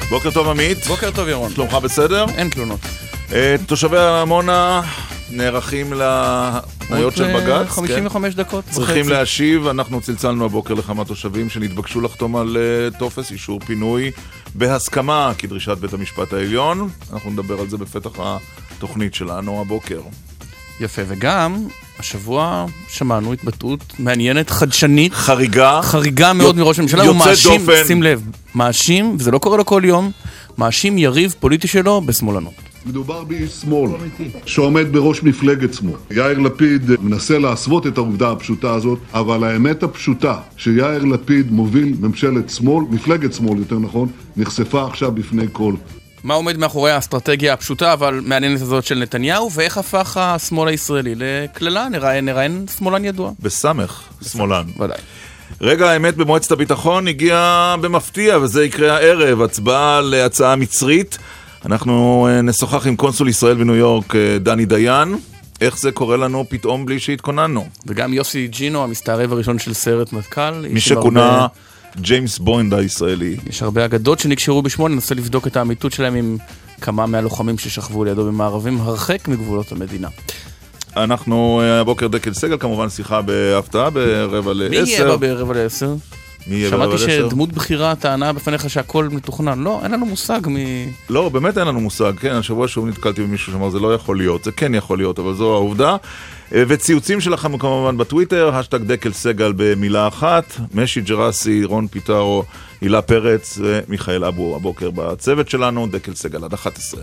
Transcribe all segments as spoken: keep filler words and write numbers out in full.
בוקר טוב עמית. בוקר טוב ירון. שלומך בסדר? אין תלונות. תושבי עמונה נערכים להתניות של בג"ץ. חמישים וחמש דקות. צריכים להשיב. אנחנו צלצלנו הבוקר לכמה תושבים שנתבקשו לחתום על טופס אישור פינוי בהסכמה כדרישת בית המשפט העליון. אנחנו נדבר על זה בפתח התוכנית שלנו הבוקר. יפה, וגם השבוע שמענו התבטאות מעניינת, חדשנית, חריגה, חריגה מאוד מראש הממשלה. הוא מאשים, שים לב, מאשים, וזה לא קורה לו כל יום, מאשים יריב פוליטי שלו בשמאלנות. מדובר באיש שמאל שעומד בראש מפלגת שמאל. יאיר לפיד מנסה להסוות את העובדה הפשוטה הזאת, אבל האמת הפשוטה שיאיר לפיד מוביל ממשלת שמאל, מפלגת שמאל יותר נכון, נחשפה עכשיו בפני כל. מה עומד מאחורי האסטרטגיה הפשוטה אבל מעניינת הזאת של נתניהו, ואיך הפך השמאל הישראלי לכללה? נראיין, נראיין שמאלן ידוע. בסמך, שמאלן. ודאי. רגע האמת במועצת הביטחון הגיע במפתיע, וזה יקרה הערב, הצבעה להצעה מצרית. אנחנו נשוחח עם קונסול ישראל בניו יורק, דני דיין. איך זה קורה לנו פתאום בלי שהתכוננו? וגם יוסי ג'ינו, המסתערב הראשון של סיירת מטכ"ל. מי שכונה הרבה... ג'יימס בונד הישראלי. יש הרבה אגדות שנקשרו בשמו, ננסה לבדוק את האמיתות שלהם עם כמה מהלוחמים ששכבו לידו במערבים הרחק מגבולות המדינה. אנחנו הבוקר דקל סגל, כמובן שיחה בהפתעה ברבע לעשר. מי יהיה בה ברבע לעשר? שמעתי שמעתי שדמות בחירה טענה בפניך שהכל מתוכנן. לא, אין לנו מושג מ... לא, באמת אין לנו מושג. כן, השבוע שוב נתקלתי במישהו שאמר, זה לא יכול להיות. זה כן יכול להיות, אבל זו העובדה. וציוצים שלכם כמובן בטוויטר, השטג דקל סגל במילה אחת, משי ג'רסי, רון פיטרו, הילה פרץ ומיכאל אבו הבוקר בצוות שלנו, דקל סגל עד אחת עשרה.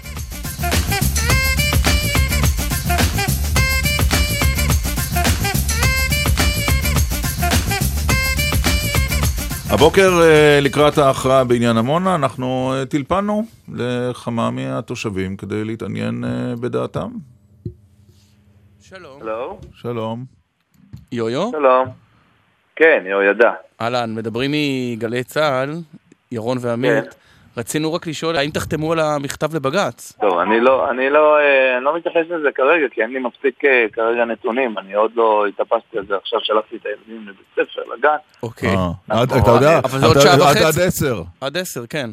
הבוקר לקראת ההכרעה בעניין עמונה, אנחנו טלפנו לכמה מהתושבים כדי להתעניין בדעתם. שלום. שלום. שלום. יו-יו? שלום. כן, יו ידע. אהלן, מדברים מגלי צהל, ירון ועמית. כן. רצינו רק לשאול, האם תחתמו על המכתב לבג"ץ? טוב, אני לא, אני לא, אני לא מתייחס לזה כרגע, כי אין לי מספיק כרגע נתונים. אני עוד לא התאפסתי על זה, עכשיו שלחתי את הילדים לבית ספר, לגן. אוקיי. אתה יודע, אבל זה עוד שעה וחצי. עד עשר. עד עשר, כן.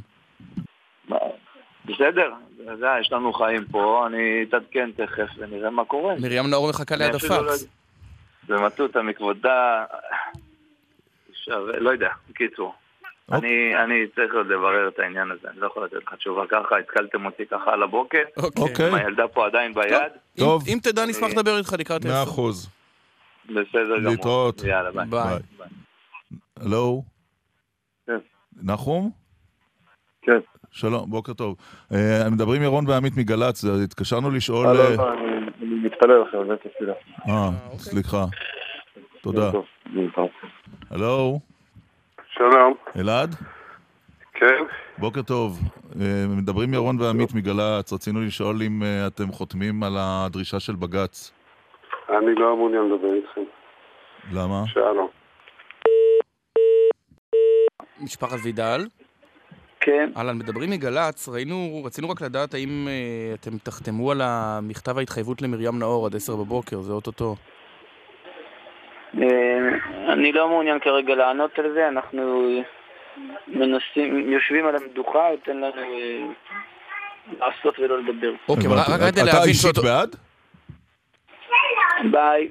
בסדר, זה, יש לנו חיים פה, אני אתעדכן תכף ונראה מה קורה. מרים נאור מחכה ליד הפקס. זה מטות מכבודה, לא יודע, בקיצור. אני, אני צריך עוד לברר את העניין הזה, אני לא יכול לתת לך תשובה ככה, התקלתם אותי ככה על הבוקר, אוקיי. הילדה פה עדיין ביד. טוב. אם תדע נשמח לדבר איתך לקראת עשר. מאה אחוז. בסדר גמור. להתראות. יאללה, ביי. ביי. הלו? כן. נחום? כן. שלום, בוקר טוב. מדברים ירון ועמית מגלץ, התקשרנו לשאול... לא, לא, אני מתפלל לכם, אני תפילה. אה, סליחה. תודה. הלו? שלום. אלעד? כן. בוקר טוב. מדברים ירון ועמית מגלץ, רצינו לשאול אם אתם חותמים על הדרישה של בג"ץ. אני לא מעוניין לדבר איתכם. למה? שלום. משפחת וידל? כן. אהלן, מדברים מגלץ, ראינו, רצינו רק לדעת האם אה, אתם תחתמו על המכתב ההתחייבות למרים נאור עד עשר בבוקר, זה אוטוטו. אני לא מעוניין כרגע לענות על זה, אנחנו מנסים, יושבים על המדוכה, תן לנו לעשות ולא לדבר. אוקיי, אבל רק כדי להבין... אתה אישית בעד? ביי.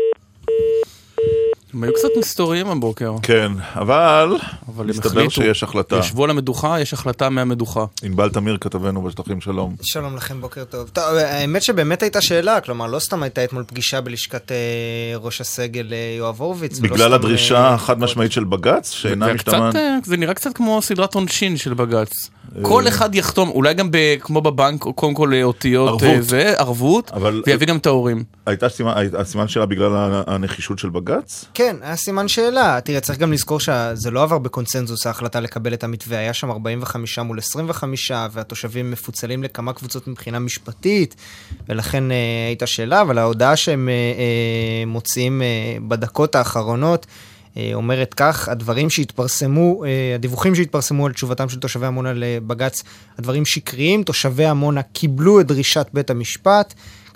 הם היו קצת מסתוריים הבוקר. כן, אבל... אבל מסתבר שיש החלטה. ישבו על המדוכה, יש החלטה מהמדוכה. ענבל תמיר כתבנו בשטחים, שלום. שלום לכם, בוקר טוב. טוב, האמת שבאמת הייתה שאלה, כלומר, לא סתם הייתה אתמול פגישה בלשכת אה, ראש הסגל אה, יואב הורוביץ. בגלל הדרישה אה, החד משמעית של בג"ץ, שאינה משתמן... זה נראה קצת כמו סדרת עונשין של בג"ץ. כל אחד יחתום, אולי גם כמו בבנק, קודם כל אותיות זה, ערבות, ויביא גם את ההורים. הייתה סימן שאלה בגלל הנחישות של בג"ץ? כן, היה סימן שאלה. תראה, צריך גם לזכור שזה לא עבר בקונצנזוס ההחלטה לקבל את המתווה. היה שם ארבעים וחמישה מול עשרים וחמישה, והתושבים מפוצלים לכמה קבוצות מבחינה משפטית, ולכן אה, הייתה שאלה, אבל ההודעה שהם אה, אה, מוציאים אה, בדקות האחרונות, אומרת כך, הדברים שהתפרסמו, הדיווחים שהתפרסמו על תשובתם של תושבי עמונה לבג"ץ, הדברים שקריים, תושבי עמונה קיבלו את דרישת בית המשפט,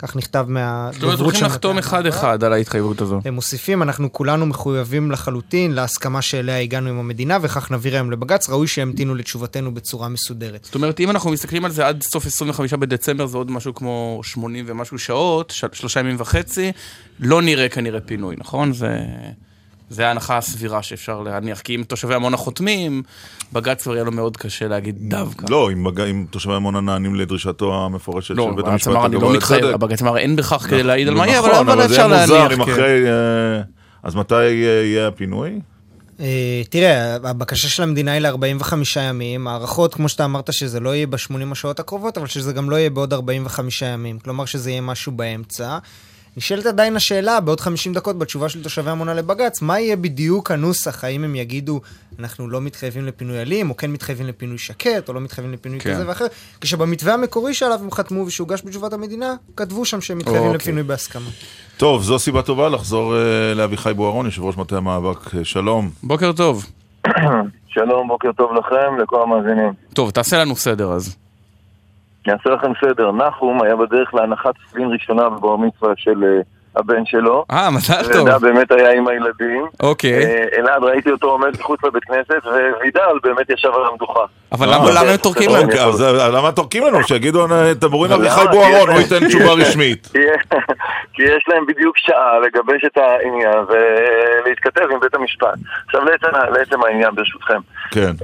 כך נכתב מהדוברות זאת אומרת, הולכים לחתום אחד אחד על ההתחייבות הזו. הם מוסיפים, אנחנו כולנו מחויבים לחלוטין להסכמה שאליה הגענו עם המדינה, וכך נביא היום לבג"ץ, ראוי שהמתינו לתשובתנו בצורה מסודרת. זאת אומרת, אם אנחנו מסתכלים על זה עד סוף עשרים וחמישה בדצמבר, זה עוד משהו כמו שמונים ומשהו שעות, של, שלושה ימים וחצי, לא נראה כנראה פינוי, נכון? זה... זה ההנחה הסבירה שאפשר להניח, כי אם תושבי עמונה חותמים, בג"ץ כבר יהיה לו מאוד קשה להגיד דווקא. לא, אם, בג... אם תושבי עמונה נענים לדרישתו המפורשת לא, של בית המשפט הגבוה לצדק. לא מתחייב, הבג"ץ אמר, אין בכך כדי להעיד על מה יהיה, נכון, אבל אפשר להניח. אבל זה מוזר, אחרי... אז מתי יהיה הפינוי? תראה, הבקשה של המדינה היא ל-ארבעים וחמישה ימים, הערכות, כמו שאתה אמרת, שזה לא יהיה ב-שמונים השעות הקרובות, אבל שזה גם לא יהיה בעוד ארבעים וחמישה ימים, כלומר שזה יהיה משהו באמצע. נשאלת עדיין השאלה, בעוד חמישים דקות בתשובה של תושבי עמונה לבג"ץ, מה יהיה בדיוק הנוסח? האם הם יגידו, אנחנו לא מתחייבים לפינוי אלים, או כן מתחייבים לפינוי שקט, או לא מתחייבים לפינוי כן. כזה ואחר? כשבמתווה המקורי שעליו הם חתמו ושהוגש בתשובת המדינה, כתבו שם שהם מתחייבים אוקיי. לפינוי בהסכמה. טוב, זו סיבה טובה לחזור uh, לאביחי בוארון, יושב ראש מטה המאבק. שלום. בוקר טוב. שלום, בוקר טוב לכם, לכל המאזינים. טוב, תעשה לנו סדר אז. אני אעשה לכם סדר. נחום היה בדרך להנחת תפילין ראשונה בבר מצווה של uh, הבן שלו. אה, מזל טוב. וידע באמת היה עם הילדים. אוקיי. Uh, אלעד, ראיתי אותו עומד מחוץ לבית כנסת, ווידל באמת ישב על המדוכה. אבל למה הם תורקים לנו? אז למה תורקים לנו? שיגידו, תמורים אביחי בוארון, הוא ייתן תשובה רשמית. כי יש להם בדיוק שעה לגבש את העניין ולהתכתב עם בית המשפט. עכשיו לעצם העניין ברשותכם. כן.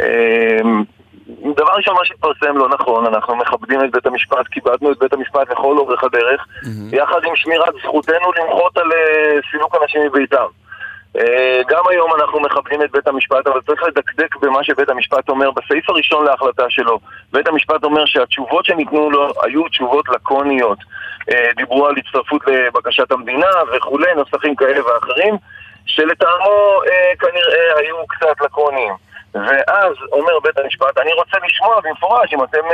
דבר ראשון, מה שהתפרסם לא נכון, אנחנו מכבדים את בית המשפט, כיבדנו את בית המשפט לכל אורך הדרך, יחד עם שמירת זכותנו למחות על סילוק אנשים מביתם. גם היום אנחנו מכבדים את בית המשפט, אבל צריך לדקדק במה שבית המשפט אומר. בסעיף הראשון להחלטה שלו, בית המשפט אומר שהתשובות שניתנו לו היו תשובות לקוניות. דיברו על הצטרפות לבקשת המדינה וכולי, נוסחים כאלה ואחרים, שלטעמו כנראה היו קצת לקוניים. ואז אומר בית המשפט, אני רוצה לשמוע במפורש אם אתם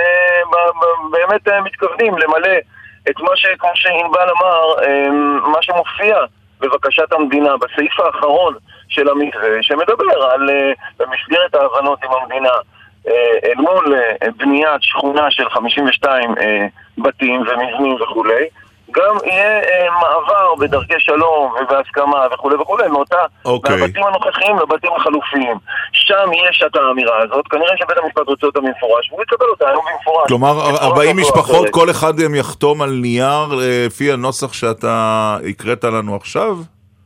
באמת מתכוונים למלא את מה שכמו שענבל אמר, מה שמופיע בבקשת המדינה בסעיף האחרון של המתווה, שמדבר על במסגרת ההבנות עם המדינה אל מול בניית שכונה של חמישים ושתיים בתים ומבנים וכולי, גם יהיה אה, מעבר בדרכי שלום ובהסכמה וכו' וכו' מאותה, okay. מהבתים הנוכחיים לבתים החלופיים. שם יש את האמירה הזאת, כנראה שבית המשפט רוצה אותה במפורש, והוא יקבל אותה היום במפורש. כלומר, ארבעים משפחות, כל אחד הם יחתום על נייר לפי הנוסח שאתה הקראת לנו עכשיו?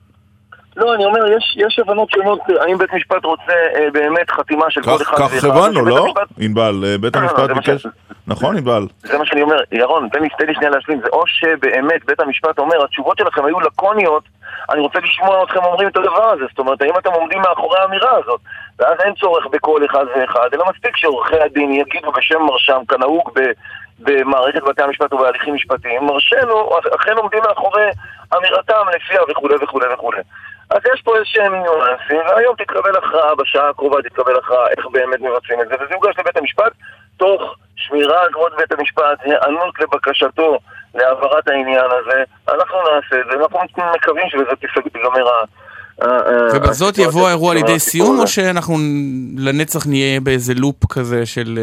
לא, אני אומר, יש, יש הבנות שונות, האם בית משפט רוצה אה, באמת חתימה של כל אחד כך ואחד. הבנו, לא? המשפט... אינבל, בית המשפט ביקש... נכון, אינבל. זה מה שאני אומר, ירון, תן לי, תן לי שנייה להשלים, זה או שבאמת בית המשפט אומר, התשובות שלכם היו לקוניות, אני רוצה לשמוע אתכם אומרים את הדבר הזה, זאת אומרת, האם אתם עומדים מאחורי האמירה הזאת, ואז אין צורך בכל אחד ואחד, אלא מספיק שעורכי הדין יגידו בשם מרשם, כנהוג ב... במערכת בתי המשפט ובהליכים משפטיים, מרשנו, אכן עומדים מאחורי אמירתם לפיה וכו' וכו' וכו'. אז יש פה איזשהם ניואנסים, והיום תתקבל הכרעה, בשעה הקרובה תתקבל הכרעה איך באמת מבצעים את זה, וזה יוגש לבית המשפט, תוך שמירה על כבוד בית המשפט, הענות לבקשתו להעברת העניין הזה, אנחנו נעשה את זה, אנחנו מקווים שבזה תיגמר ה... ובזאת יבוא האירוע לידי סיום, או שאנחנו לנצח נהיה באיזה לופ כזה של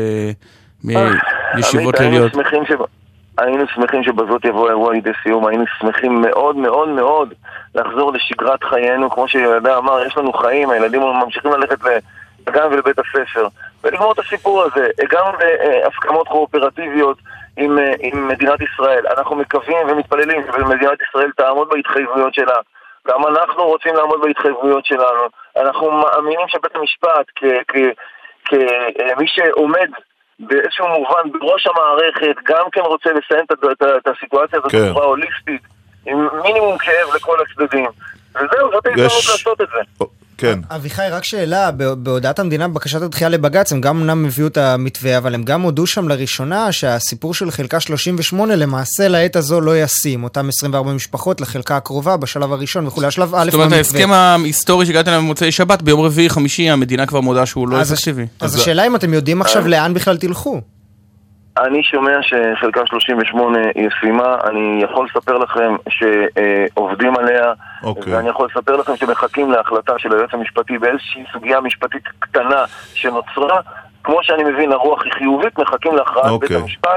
ישיבות ליליות? היינו שמחים שבזאת יבוא האירוע לידי סיום, היינו שמחים מאוד מאוד מאוד לחזור לשגרת חיינו, כמו שידע אמר, יש לנו חיים, הילדים ממשיכים ללכת לגן ולבית הספר, ולגמור את הסיפור הזה. הגענו להסכמות קואופרטיביות עם, עם מדינת ישראל, אנחנו מקווים ומתפללים שמדינת ישראל תעמוד בהתחייבויות שלה, גם אנחנו רוצים לעמוד בהתחייבויות שלנו, אנחנו מאמינים שבית המשפט כמי שעומד באיזשהו מובן בראש המערכת, גם כן רוצה לסיים את הסיטואציה הזאת בצורה הוליסטית, עם מינימום כאב לכל הצדדים. וזהו, זאת ההזדמנות לעשות את זה. כן. אביחי, רק שאלה, בהודעת המדינה בבקשת הדחייה לבג"ץ, הם גם אמנם הביאו את המתווה, אבל הם גם הודו שם לראשונה שהסיפור של חלקה שלושים ושמונה למעשה לעת הזו לא ישים, אותם עשרים וארבע משפחות לחלקה הקרובה בשלב הראשון וכולי, השלב א' במתווה. זאת אומרת, ההסכם ההיסטורי שהגעתם להם במוצאי שבת, ביום רביעי חמישי המדינה כבר מודה שהוא לא אפקטיבי. אז השאלה אם אתם יודעים עכשיו לאן בכלל תלכו. אני שומע שחלקה שלושים ושמונה ישימה, אני יכול לספר לכם שעובדים עליה, okay. ואני יכול לספר לכם שמחכים להחלטה של היועץ המשפטי באיזושהי סוגיה משפטית קטנה שנוצרה, כמו שאני מבין, הרוח היא חיובית, מחכים להכרעת okay. בית המשפט,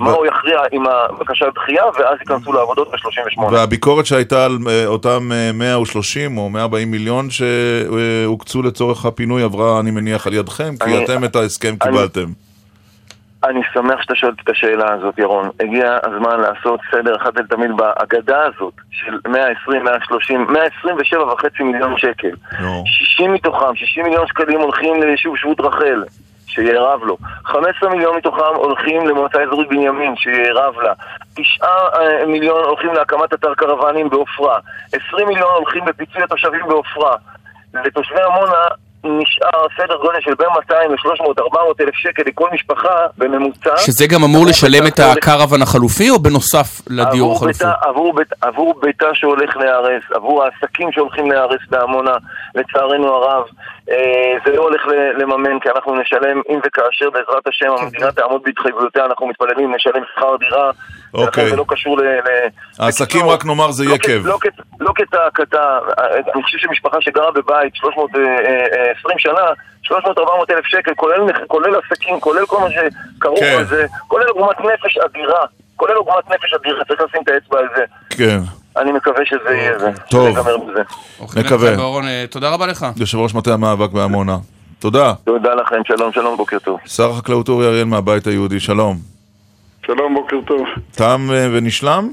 מה הוא יכריע עם הבקשה דחייה, ואז ייכנסו לעבודות ב-שלושים ושמונה. והביקורת שהייתה על אותם מאה ושלושים או מאה וארבעים מיליון שהוקצו לצורך הפינוי עברה, אני מניח, על ידכם, כי אתם את ההסכם קיבלתם. אני שמח שאתה שואל את השאלה הזאת, ירון. הגיע הזמן לעשות סדר אחת לתמיד באגדה הזאת של מאה ועשרים, מאה ושלושים, מאה עשרים ושבע וחצי מיליון שקל. שישים מתוכם, שישים מיליון שקלים הולכים ליישוב שבות רחל, שיערב לו. חמישה עשר מיליון מתוכם הולכים למועצה אזורית בנימין, שיערב לה. תשעה מיליון הולכים להקמת אתר קרוונים באופרה. עשרים מיליון הולכים בפיצוי התושבים באופרה. לתושבי עמונה נשאר סדר גודל של בין מאתיים ל-שלוש מאות עד ארבע מאות אלף שקל לכל משפחה בממוצע. שזה גם אמור לשלם את הקרוון החלופי או בנוסף לדיור החלופי? עבור, בית, עבור ביתה שהולך להיהרס, עבור העסקים שהולכים להיהרס בעמונה, לצערנו הרב, אה, זה לא הולך לממן, כי אנחנו נשלם, אם וכאשר בעזרת השם המדינה תעמוד בהתחייבויותיה, אנחנו מתפללים נשלם שכר דירה. אוקיי. זה לא קשור ל... העסקים רק נאמר זה יקב. לא כתעקתה, אני חושב שמשפחה שגרה בבית שלוש מאות ועשרים שנה, שלוש מאות עד ארבע מאות אלף שקל, כולל עסקים, כולל כל מה שקרוב על זה, כולל עוגמת נפש אדירה, כולל עוגמת נפש אדירה, צריך לשים את האצבע על זה. כן. אני מקווה שזה יהיה זה. טוב, נקווה. תודה רבה לך. יושב ראש מטה המאבק בעמונה. תודה. תודה לכם, שלום, שלום, בוקר טוב. שר החקלאות אורי אריאל מהבית היהודי, שלום. שלום, בוקר טוב. תם ונשלם?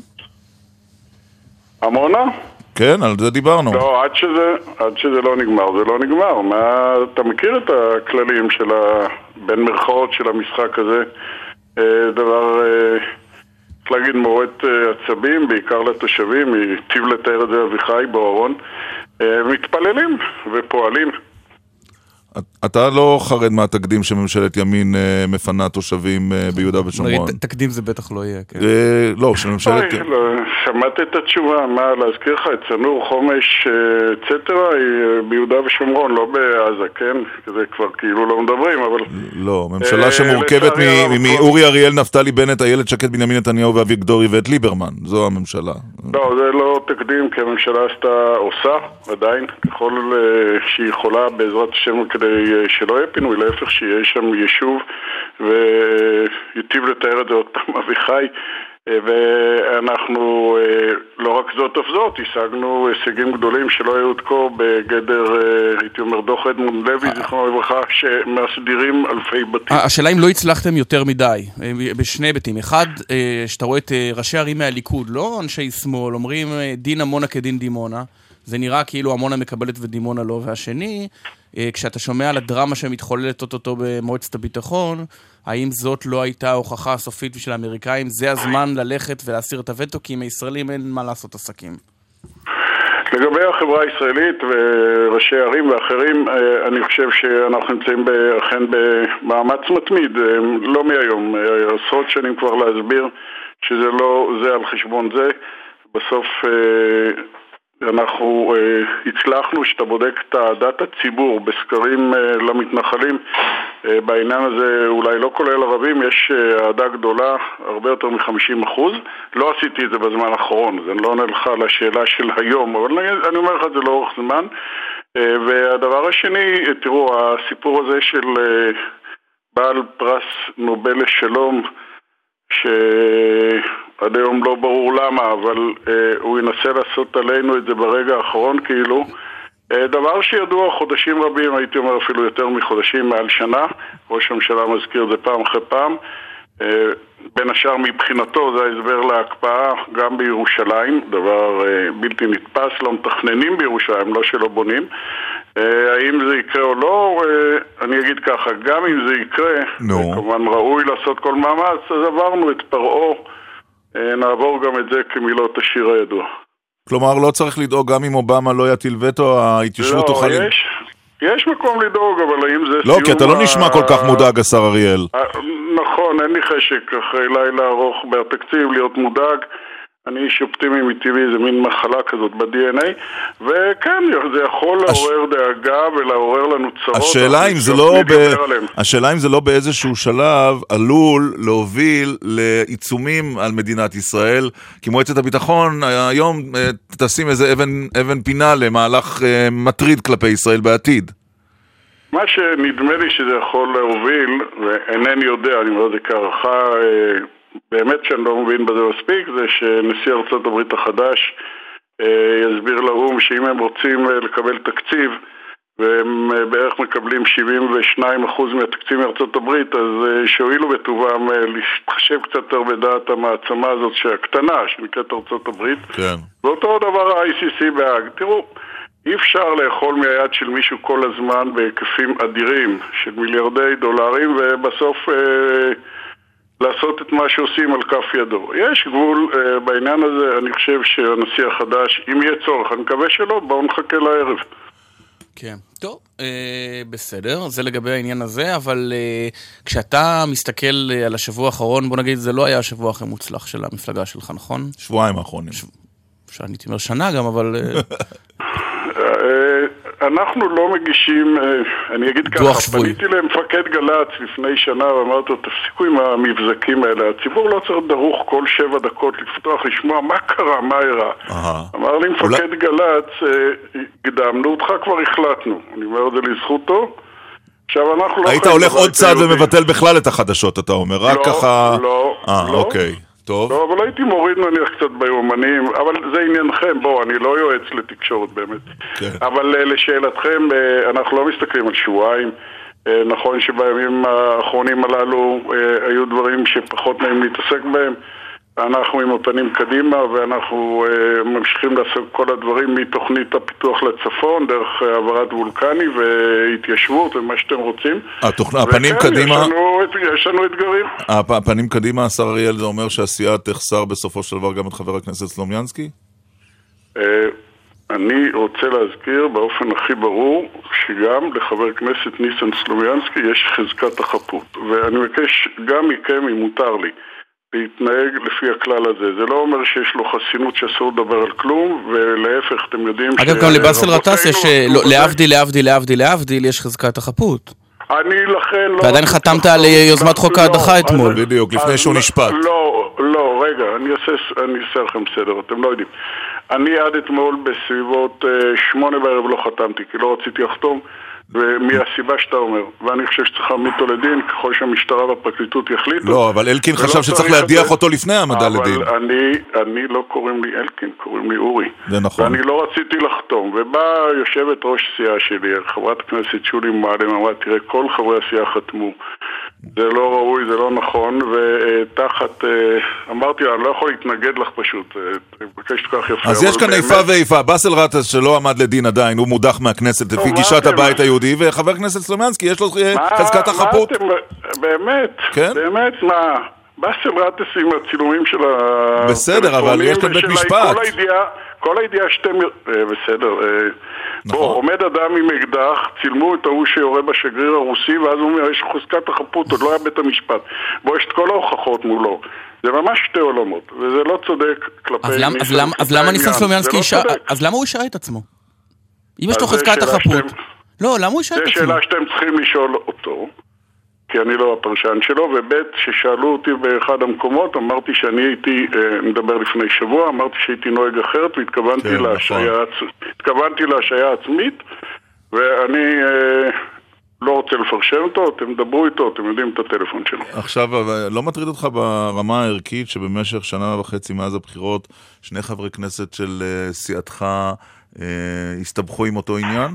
עמונה? כן, על זה דיברנו. לא, עד שזה, עד שזה לא נגמר, זה לא נגמר. מה, אתה מכיר את הכללים של ה... בין מרכאות של המשחק הזה? דבר, צריך להגיד, מורת עצבים, בעיקר לתושבים, היטיב לתאר את זה אביחי בוארון, מתפללים ופועלים. אתה לא חרד מהתקדים שממשלת ימין מפנה תושבים ביהודה ושומרון? תקדים זה בטח לא יהיה, כן. לא, שממשלת... שמעת את התשובה, מה להזכיר לך, את צנור חומש צטרה ביהודה ושומרון, לא בעזה, כן? זה כבר כאילו לא מדברים, אבל... לא, ממשלה שמורכבת מאורי אריאל, נפתלי בנט, איילת שקד, בנימין נתניהו ואביגדור איווט ליברמן, זו הממשלה. לא, זה לא תקדים, כי הממשלה עשתה, עושה עדיין, ככל שהיא יכולה בעזרת השם כדי שלא יהיה פינוי, להפך שיהיה שם יישוב, ויטיב לתאר את זה עוד פעם אביחי, ואנחנו לא רק זאת אף זאת, השגנו הישגים גדולים שלא היו עד כה בגדר, הייתי אומר, דוח אדמונד לוי, זכרונו לברכה, שמסדירים אלפי בתים. השאלה אם לא הצלחתם יותר מדי, בשני היבטים. אחד, שאתה רואה את ראשי ערים מהליכוד, לא אנשי שמאל, אומרים דין עמונה כדין דימונה, זה נראה כאילו עמונה מקבלת ודימונה לא, והשני, כשאתה שומע על הדרמה שמתחוללת אותו במועצת הביטחון, האם זאת לא הייתה ההוכחה הסופית של האמריקאים? זה הזמן ללכת ולהסיר את הווטו, כי עם הישראלים אין מה לעשות עסקים. לגבי החברה הישראלית וראשי ערים ואחרים, אני חושב שאנחנו נמצאים אכן במאמץ מתמיד, לא מהיום, עשרות שנים כבר להסביר שזה לא זה על חשבון זה. בסוף אנחנו uh, הצלחנו שאתה בודק את עדת הציבור בסקרים uh, למתנחלים uh, בעניין הזה, אולי לא כולל ערבים, יש עדה uh, גדולה, הרבה יותר מ-חמישים אחוז. לא עשיתי את זה בזמן האחרון, אז אני לא עונה לך לשאלה של היום, אבל אני, אני אומר לך את זה לאורך זמן. uh, והדבר השני, תראו, הסיפור הזה של uh, בעל פרס נובל לשלום, שעד היום לא ברור למה, אבל אה, הוא ינסה לעשות עלינו את זה ברגע האחרון כאילו. אה, דבר שידוע חודשים רבים, הייתי אומר אפילו יותר מחודשים, מעל שנה, ראש הממשלה מזכיר את זה פעם אחרי פעם, אה, בין השאר מבחינתו זה ההסבר להקפאה גם בירושלים, דבר אה, בלתי נתפס, לא מתכננים בירושלים, לא שלא בונים. האם זה יקרה או לא, אני אגיד ככה, גם אם זה יקרה, no. כמובן ראוי לעשות כל מאמץ, אז עברנו את פרעה, נעבור גם את זה כמילות השיר הידוע. כלומר, לא צריך לדאוג גם אם אובמה לא יטיל וטו, ההתיישבות לא, תוכל... יש, יש מקום לדאוג, אבל האם זה... לא, כי אתה לא נשמע כל כך מודאג, השר אריאל. נכון, אין לי חשק אחרי לילה ארוך בתקציב להיות מודאג, אני איש אופטימי מטבעי, זה מין מחלה כזאת ב-די אן איי, וכן, זה יכול לעורר דאגה ולעורר לנו צרות. השאלה אם זה לא ב... השאלה אם זה לא באיזשהו שלב עלול להוביל לעיצומים על מדינת ישראל, כי מועצת הביטחון היום תשים איזה אבן, אבן פינה למהלך מטריד כלפי ישראל בעתיד. מה שנדמה לי שזה יכול להוביל, ואינני יודע, אני אומר את זה כערכה באמת שאני לא מבין בזה מספיק, זה שנשיא ארצות הברית החדש יסביר לאום שאם הם רוצים לקבל תקציב, והם בערך מקבלים שבעים ושניים אחוז מהתקציב מארצות הברית, אז שהועילו בטובם להתחשב קצת יותר בדעת המעצמה הזאת שהקטנה, שנקראת ארצות הברית. כן. ואותו דבר ה-איי סי סי בהאג. תראו, אי אפשר לאכול מהיד של מישהו כל הזמן בהיקפים אדירים של מיליארדי דולרים, ובסוף אה, לעשות את מה שעושים על כף ידו. יש גבול אה, בעניין הזה, אני חושב שהנשיא החדש, אם יהיה צורך, אני מקווה שלא, בואו נחכה לערב. כן, טוב, אה, בסדר, זה לגבי העניין הזה, אבל אה, כשאתה מסתכל אה, על השבוע האחרון, בוא נגיד, זה לא היה השבוע הכי מוצלח של המפלגה שלך, נכון? שבועיים האחרונים. ש... שאני תאמר שנה גם, אבל... אנחנו לא מגישים, אני אגיד ככה, פניתי למפקד גל"צ לפני שנה ואמרתי לו, תפסיקו עם המבזקים האלה, הציבור לא צריך דרוך כל שבע דקות לפתוח, לשמוע מה קרה, מה אירע. אמר לי מפקד גל"צ, קדמנו אותך, כבר החלטנו, אני אומר את זה לזכותו. היית הולך עוד צעד ומבטל בכלל את החדשות, אתה אומר, רק ככה... לא, לא, לא. אוקיי. טוב. לא, אבל הייתי מוריד נניח קצת ביומנים, אבל זה עניינכם, בואו, אני לא יועץ לתקשורת באמת. כן. אבל לשאלתכם, אנחנו לא מסתכלים על שבועיים, נכון שבימים האחרונים הללו היו דברים שפחות נעים להתעסק בהם, אנחנו עם הפנים קדימה ואנחנו ממשיכים לעשות כל הדברים מתוכנית הפיתוח לצפון, דרך העברת וולקני והתיישבות ומה שאתם רוצים. הפנים קדימה... יש לנו, יש לנו אתגרים. הפנים קדימה, השר אריאל, זה אומר שהסיעה תחסר בסופו של דבר גם את חבר הכנסת סלומינסקי? אני רוצה להזכיר באופן הכי ברור שגם לחבר הכנסת ניסן סלומינסקי יש חזקת החפות. ואני מבקש גם מכם, אם מותר לי, להתנהג לפי הכלל הזה. זה לא אומר שיש לו חסינות שאסור לדבר על כלום, ולהפך, אתם יודעים... אגב, גם לבאסל גטאס יש, להבדיל, להבדיל, להבדיל, להבדיל, יש חזקת החפות. אני לכן לא... ועדיין חתמת על יוזמת חוק ההדחה אתמול. בדיוק, לפני שהוא נשפט. לא, לא, רגע, אני אעשה לכם סדר, אתם לא יודעים. אני עד אתמול בסביבות שמונה בערב לא חתמתי, כי לא רציתי לחתום, ומהסיבה שאתה אומר, ואני חושב שצריך להעמיד אותו לדין ככל שהמשטרה והפרקליטות יחליטו. לא, אבל אלקין חשב שצריך להדיח אותו לפני העמדה לדין. אבל אני, אני לא קוראים לי אלקין, קוראים לי אורי. זה נכון. ואני לא רציתי לחתום, ובאה יושבת ראש סיעה שלי, חברת הכנסת שולי מועלם, אמרה, תראה, כל חברי הסיעה חתמו. זה לא ראוי, זה לא נכון, ותחת, אמרתי, אני לא יכול להתנגד לך פשוט, בקשת כך יפה. אז יש כאן איפה ואיפה, באסל גטאס שלא עמד לדין עדיין, הוא מודח מהכנסת לפי גישת הבית היהודי, וחבר הכנסת סלומינסקי, יש לו חזקת החפות. באמת, באמת, מה, באסל גטאס עם הצילומים של ה... בסדר, אבל יש כאן בית משפט. כל הידיעה שאתם... בסדר, בוא, עומד אדם עם אקדח, צילמו את ההוא שיורה בשגריר הרוסי, ואז הוא אומר, יש חזקת החפות, עוד לא היה בית המשפט. בוא, יש את כל ההוכחות מולו. זה ממש שתי עולמות, וזה לא צודק כלפי... אז למה ניסן סלומינסקי אישה... אז למה הוא אישה את עצמו? אם יש לו חזקת החפות. לא, למה הוא אישה את עצמו? זו שאלה שאתם צריכים לשאול אותו. כי אני לא הפרשן שלו, ובית ששאלו אותי באחד המקומות, אמרתי שאני הייתי, מדבר לפני שבוע, אמרתי שהייתי נוהג אחרת, והתכוונתי כן, להשעיה, נכון. התכוונתי להשעיה עצמית, ואני אה, לא רוצה לפרשן אותו, אתם דברו איתו, אתם יודעים את הטלפון שלו. עכשיו, לא מטריד אותך ברמה הערכית, שבמשך שנה וחצי מאז הבחירות, שני חברי כנסת של uh, סיעתך uh, הסתבכו עם אותו עניין?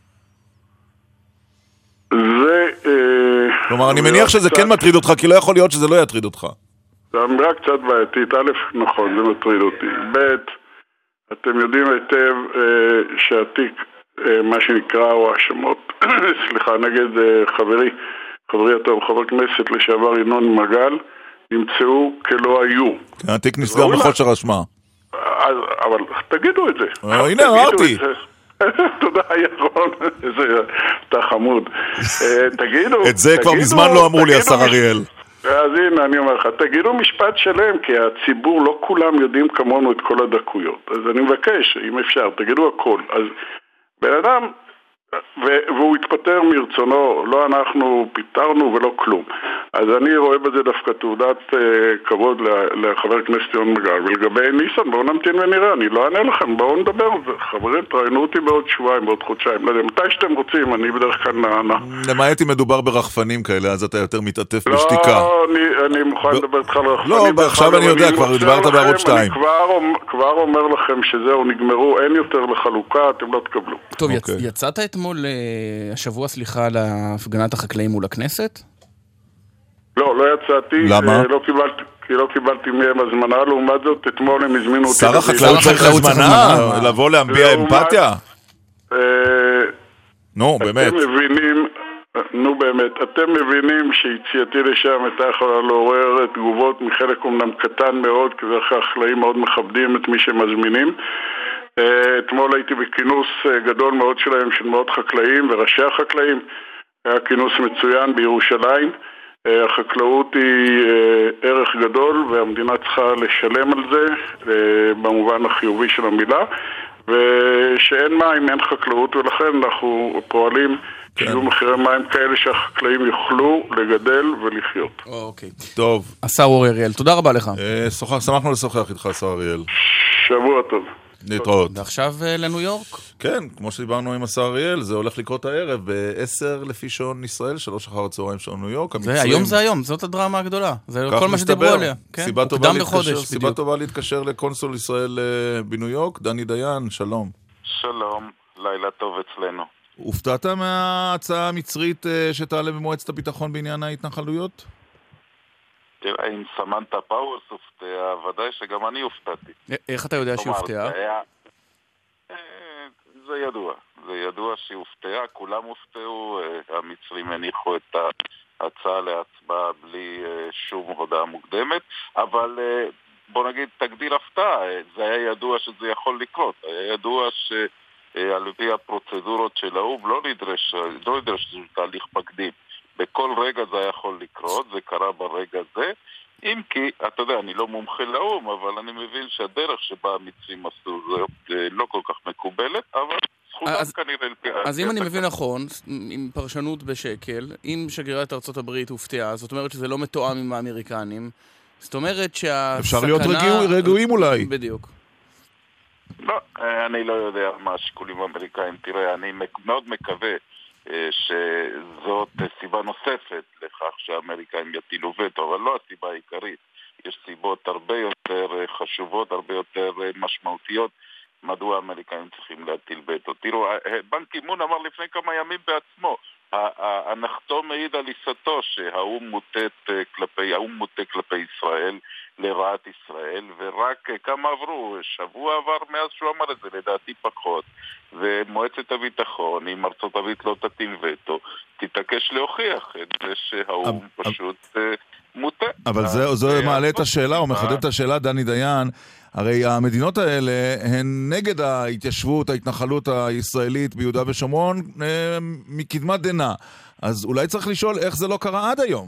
זה... כלומר, אני מניח שזה כן מטריד אותך, כי לא יכול להיות שזה לא יטריד אותך. זה אמירה קצת בעייתית. א', נכון, זה מטריד אותי. ב', אתם יודעים היטב שהתיק, מה שנקרא, או האשמות, סליחה, נגד חברי, חברי הטוב, חבר כנסת לשעבר ינון מגל, נמצאו כלא היו. התיק נסגר בחוסר אשמה. אבל תגידו את זה. הנה, אמרתי. תודה ירון, אתה חמוד. תגידו, את זה כבר מזמן לא אמרו לי השר אריאל. אז הנה אני אומר לך, תגידו משפט שלם, כי הציבור לא כולם יודעים כמונו את כל הדקויות. אז אני מבקש, אם אפשר, תגידו הכל. אז בן אדם, והוא התפטר מרצונו, לא אנחנו פיטרנו ולא כלום. אז אני רואה בזה דווקא תעודת uh, כבוד לחבר הכנסת ינון מגל. ולגבי ניסן, בואו נמתין ונראה, אני לא אענה לכם, בואו נדבר על זה. חברים, תראיינו אותי בעוד שבועיים, בעוד חודשיים, לא יודע, מתי שאתם רוצים, אני בדרך כלל נענה. למעט אם מדובר ברחפנים כאלה, אז אתה יותר מתעטף בשתיקה. לא, אני, אני מוכן לדבר איתך על רחפנים. לא, עכשיו אני יודע, כבר דיברת בערוץ שתיים. אני כבר, כבר אומר לכם שזהו, נגמרו, אין יותר לחלוקה, אתם לא תקבלו. טוב, יצאת אתמול, השבוע, סליחה, להפגנת החקלאים מול הכנסת? לא, לא יצאתי. למה? לא קיבלתי, כי לא קיבלתי מהם הזמנה, לעומת זאת, אתמול הם הזמינו אותי. שר החקלאות צריך הזמנה? לבוא להביע אמפתיה? נו, באמת. אתם מבינים, נו באמת, אתם מבינים שיציאתי לשם הייתה יכולה לעורר תגובות מחלק אומנם קטן מאוד, כי זה החקלאים מאוד מכבדים את מי שמזמינים. אתמול הייתי בכינוס גדול מאוד שלהם, של מאות חקלאים וראשי החקלאים. היה כינוס מצוין בירושלים. החקלאות היא ערך גדול והמדינה צריכה לשלם על זה במובן החיובי של המילה, ושאין מים, אין חקלאות, ולכן אנחנו פועלים שיהיו מחירי מים כאלה שהחקלאים יוכלו לגדל ולחיות. אוקיי. טוב. השר אורי אריאל, תודה רבה לך. שמחנו לשוחח איתך, השר אריאל. שבוע טוב. להתראות. ועכשיו לניו יורק. כן, כמו שדיברנו עם השר אריאל, זה הולך לקרות הערב ב-עשר לפי שעון ישראל, שלוש אחר הצהריים שעון ניו יורק. היום זה היום, זאת הדרמה הגדולה. זה כל מה שדיברו עליה. סיבה טובה להתקשר לקונסול ישראל בניו יורק. דני דיין, שלום. שלום, לילה טוב אצלנו. הופתעת מההצעה המצרית שתעלה במועצת הביטחון בעניין ההתנחלויות? תראה, אם סמנטה פאוורס הופתעה, ודאי שגם אני הופתעתי. איך אתה יודע שהיא הופתעה? זה ידוע, זה ידוע שהיא הופתעה, כולם הופתעו, המצרים הניחו את ההצעה להצבעה בלי שום הודעה מוקדמת, אבל בוא נגיד תגדיר הפתעה, זה היה ידוע שזה יכול לקרות, היה ידוע שעל פי הפרוצדורות של האום לא נדרש, לא נדרש תהליך מקדים. בכל רגע זה יכול לקרות, זה קרה ברגע הזה, אם כי, אתה יודע, אני לא מומחה לאום, אבל אני מבין שהדרך שבה המצרים עשו זה לא כל כך מקובלת, אבל זכותם כנראה... אז אם אני מבין נכון, עם פרשנות בשקל, אם שגרירת ארצות הברית הופתעה, זאת אומרת שזה לא מתואם עם האמריקנים, זאת אומרת שהסכנה... אפשר להיות רגועים אולי. בדיוק. לא, אני לא יודע מה השיקולים האמריקאים. תראה, אני מאוד מקווה שזאת סיבה נוספת לכך שהאמריקאים יטילו וטו, אבל לא הסיבה העיקרית. יש סיבות הרבה יותר חשובות, הרבה יותר משמעותיות, מדוע האמריקאים צריכים להטיל וטו. תראו, בן קימון אמר לפני כמה ימים בעצמו, הנחתו מעיד על עיסתו שהאום מוטט כלפי, האום מוטט כלפי ישראל, לרעת ישראל, ורק כמה עברו, שבוע עבר מאז שהוא אמר את זה, לדעתי פחות, ומועצת הביטחון, אם ארצות הברית לא תטיל וטו, תתעקש להוכיח את זה שהאום פשוט מוטט. אבל זה מעלה את השאלה, או מחדד את השאלה, דני דיין, הרי המדינות האלה הן נגד ההתיישבות, ההתנחלות הישראלית ביהודה ושומרון מקדמת דנא. אז אולי צריך לשאול איך זה לא קרה עד היום.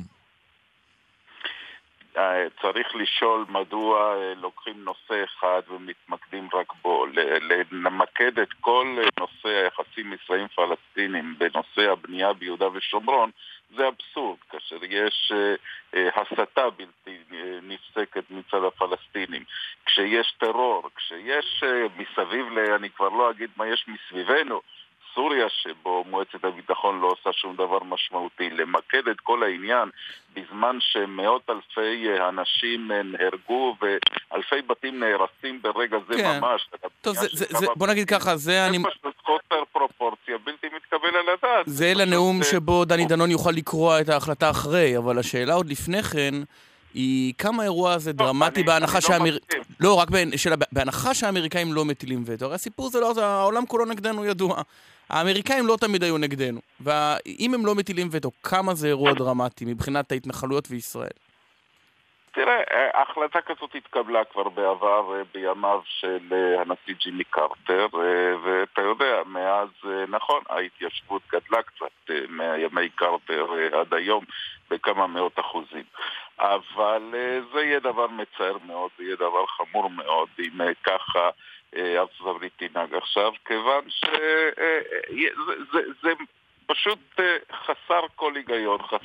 צריך לשאול מדוע לוקחים נושא אחד ומתמקדים רק בו. למקד את כל נושא היחסים ישראלים פלסטינים בנושא הבנייה ביהודה ושומרון, זה אבסורד, כאשר יש הסתה בלתי נפסקת מצד הפלסטינים, כשיש טרור, כשיש מסביב, אני כבר לא אגיד מה יש מסביבנו, סוריה שבו מועצת הביטחון לא עושה שום דבר משמעותי, למקד את כל העניין בזמן שמאות אלפי אנשים נהרגו ואלפי בתים נהרסים ברגע זה כן. ממש. טוב, זה, זה, זה, בוא נגיד ככה, זה זה אני... פשוט חוסר פרופורציה בלתי מתקבל על הדעת. זה לנאום פשוט... שבו דני דנון יוכל לקרוא את ההחלטה אחרי, אבל השאלה עוד לפני כן היא כמה האירוע הזה לא, דרמטי אני, בהנחה שהאמר... לא, רק שאלה, בהנחה שהאמריקאים לא מטילים וטו. הרי הסיפור זה לא, זה, העולם כולו נגדנו ידוע. האמריקאים לא תמיד היו נגדנו, ואם הם לא מטילים וטו, כמה זה אירוע דרמטי מבחינת ההתנחלויות וישראל? תראה, ההחלטה כזאת התקבלה כבר בעבר בימיו של הנשיא ג'ימי קרטר, ואתה יודע, מאז, נכון, ההתיישבות גדלה קצת מימי קרטר עד היום בכמה מאות אחוזים. אבל זה יהיה דבר מצער מאוד, זה יהיה דבר חמור מאוד, אם ככה ארצות הברית תנהג עכשיו, כיוון שזה זה, זה פשוט חסר כל היגיון, חסר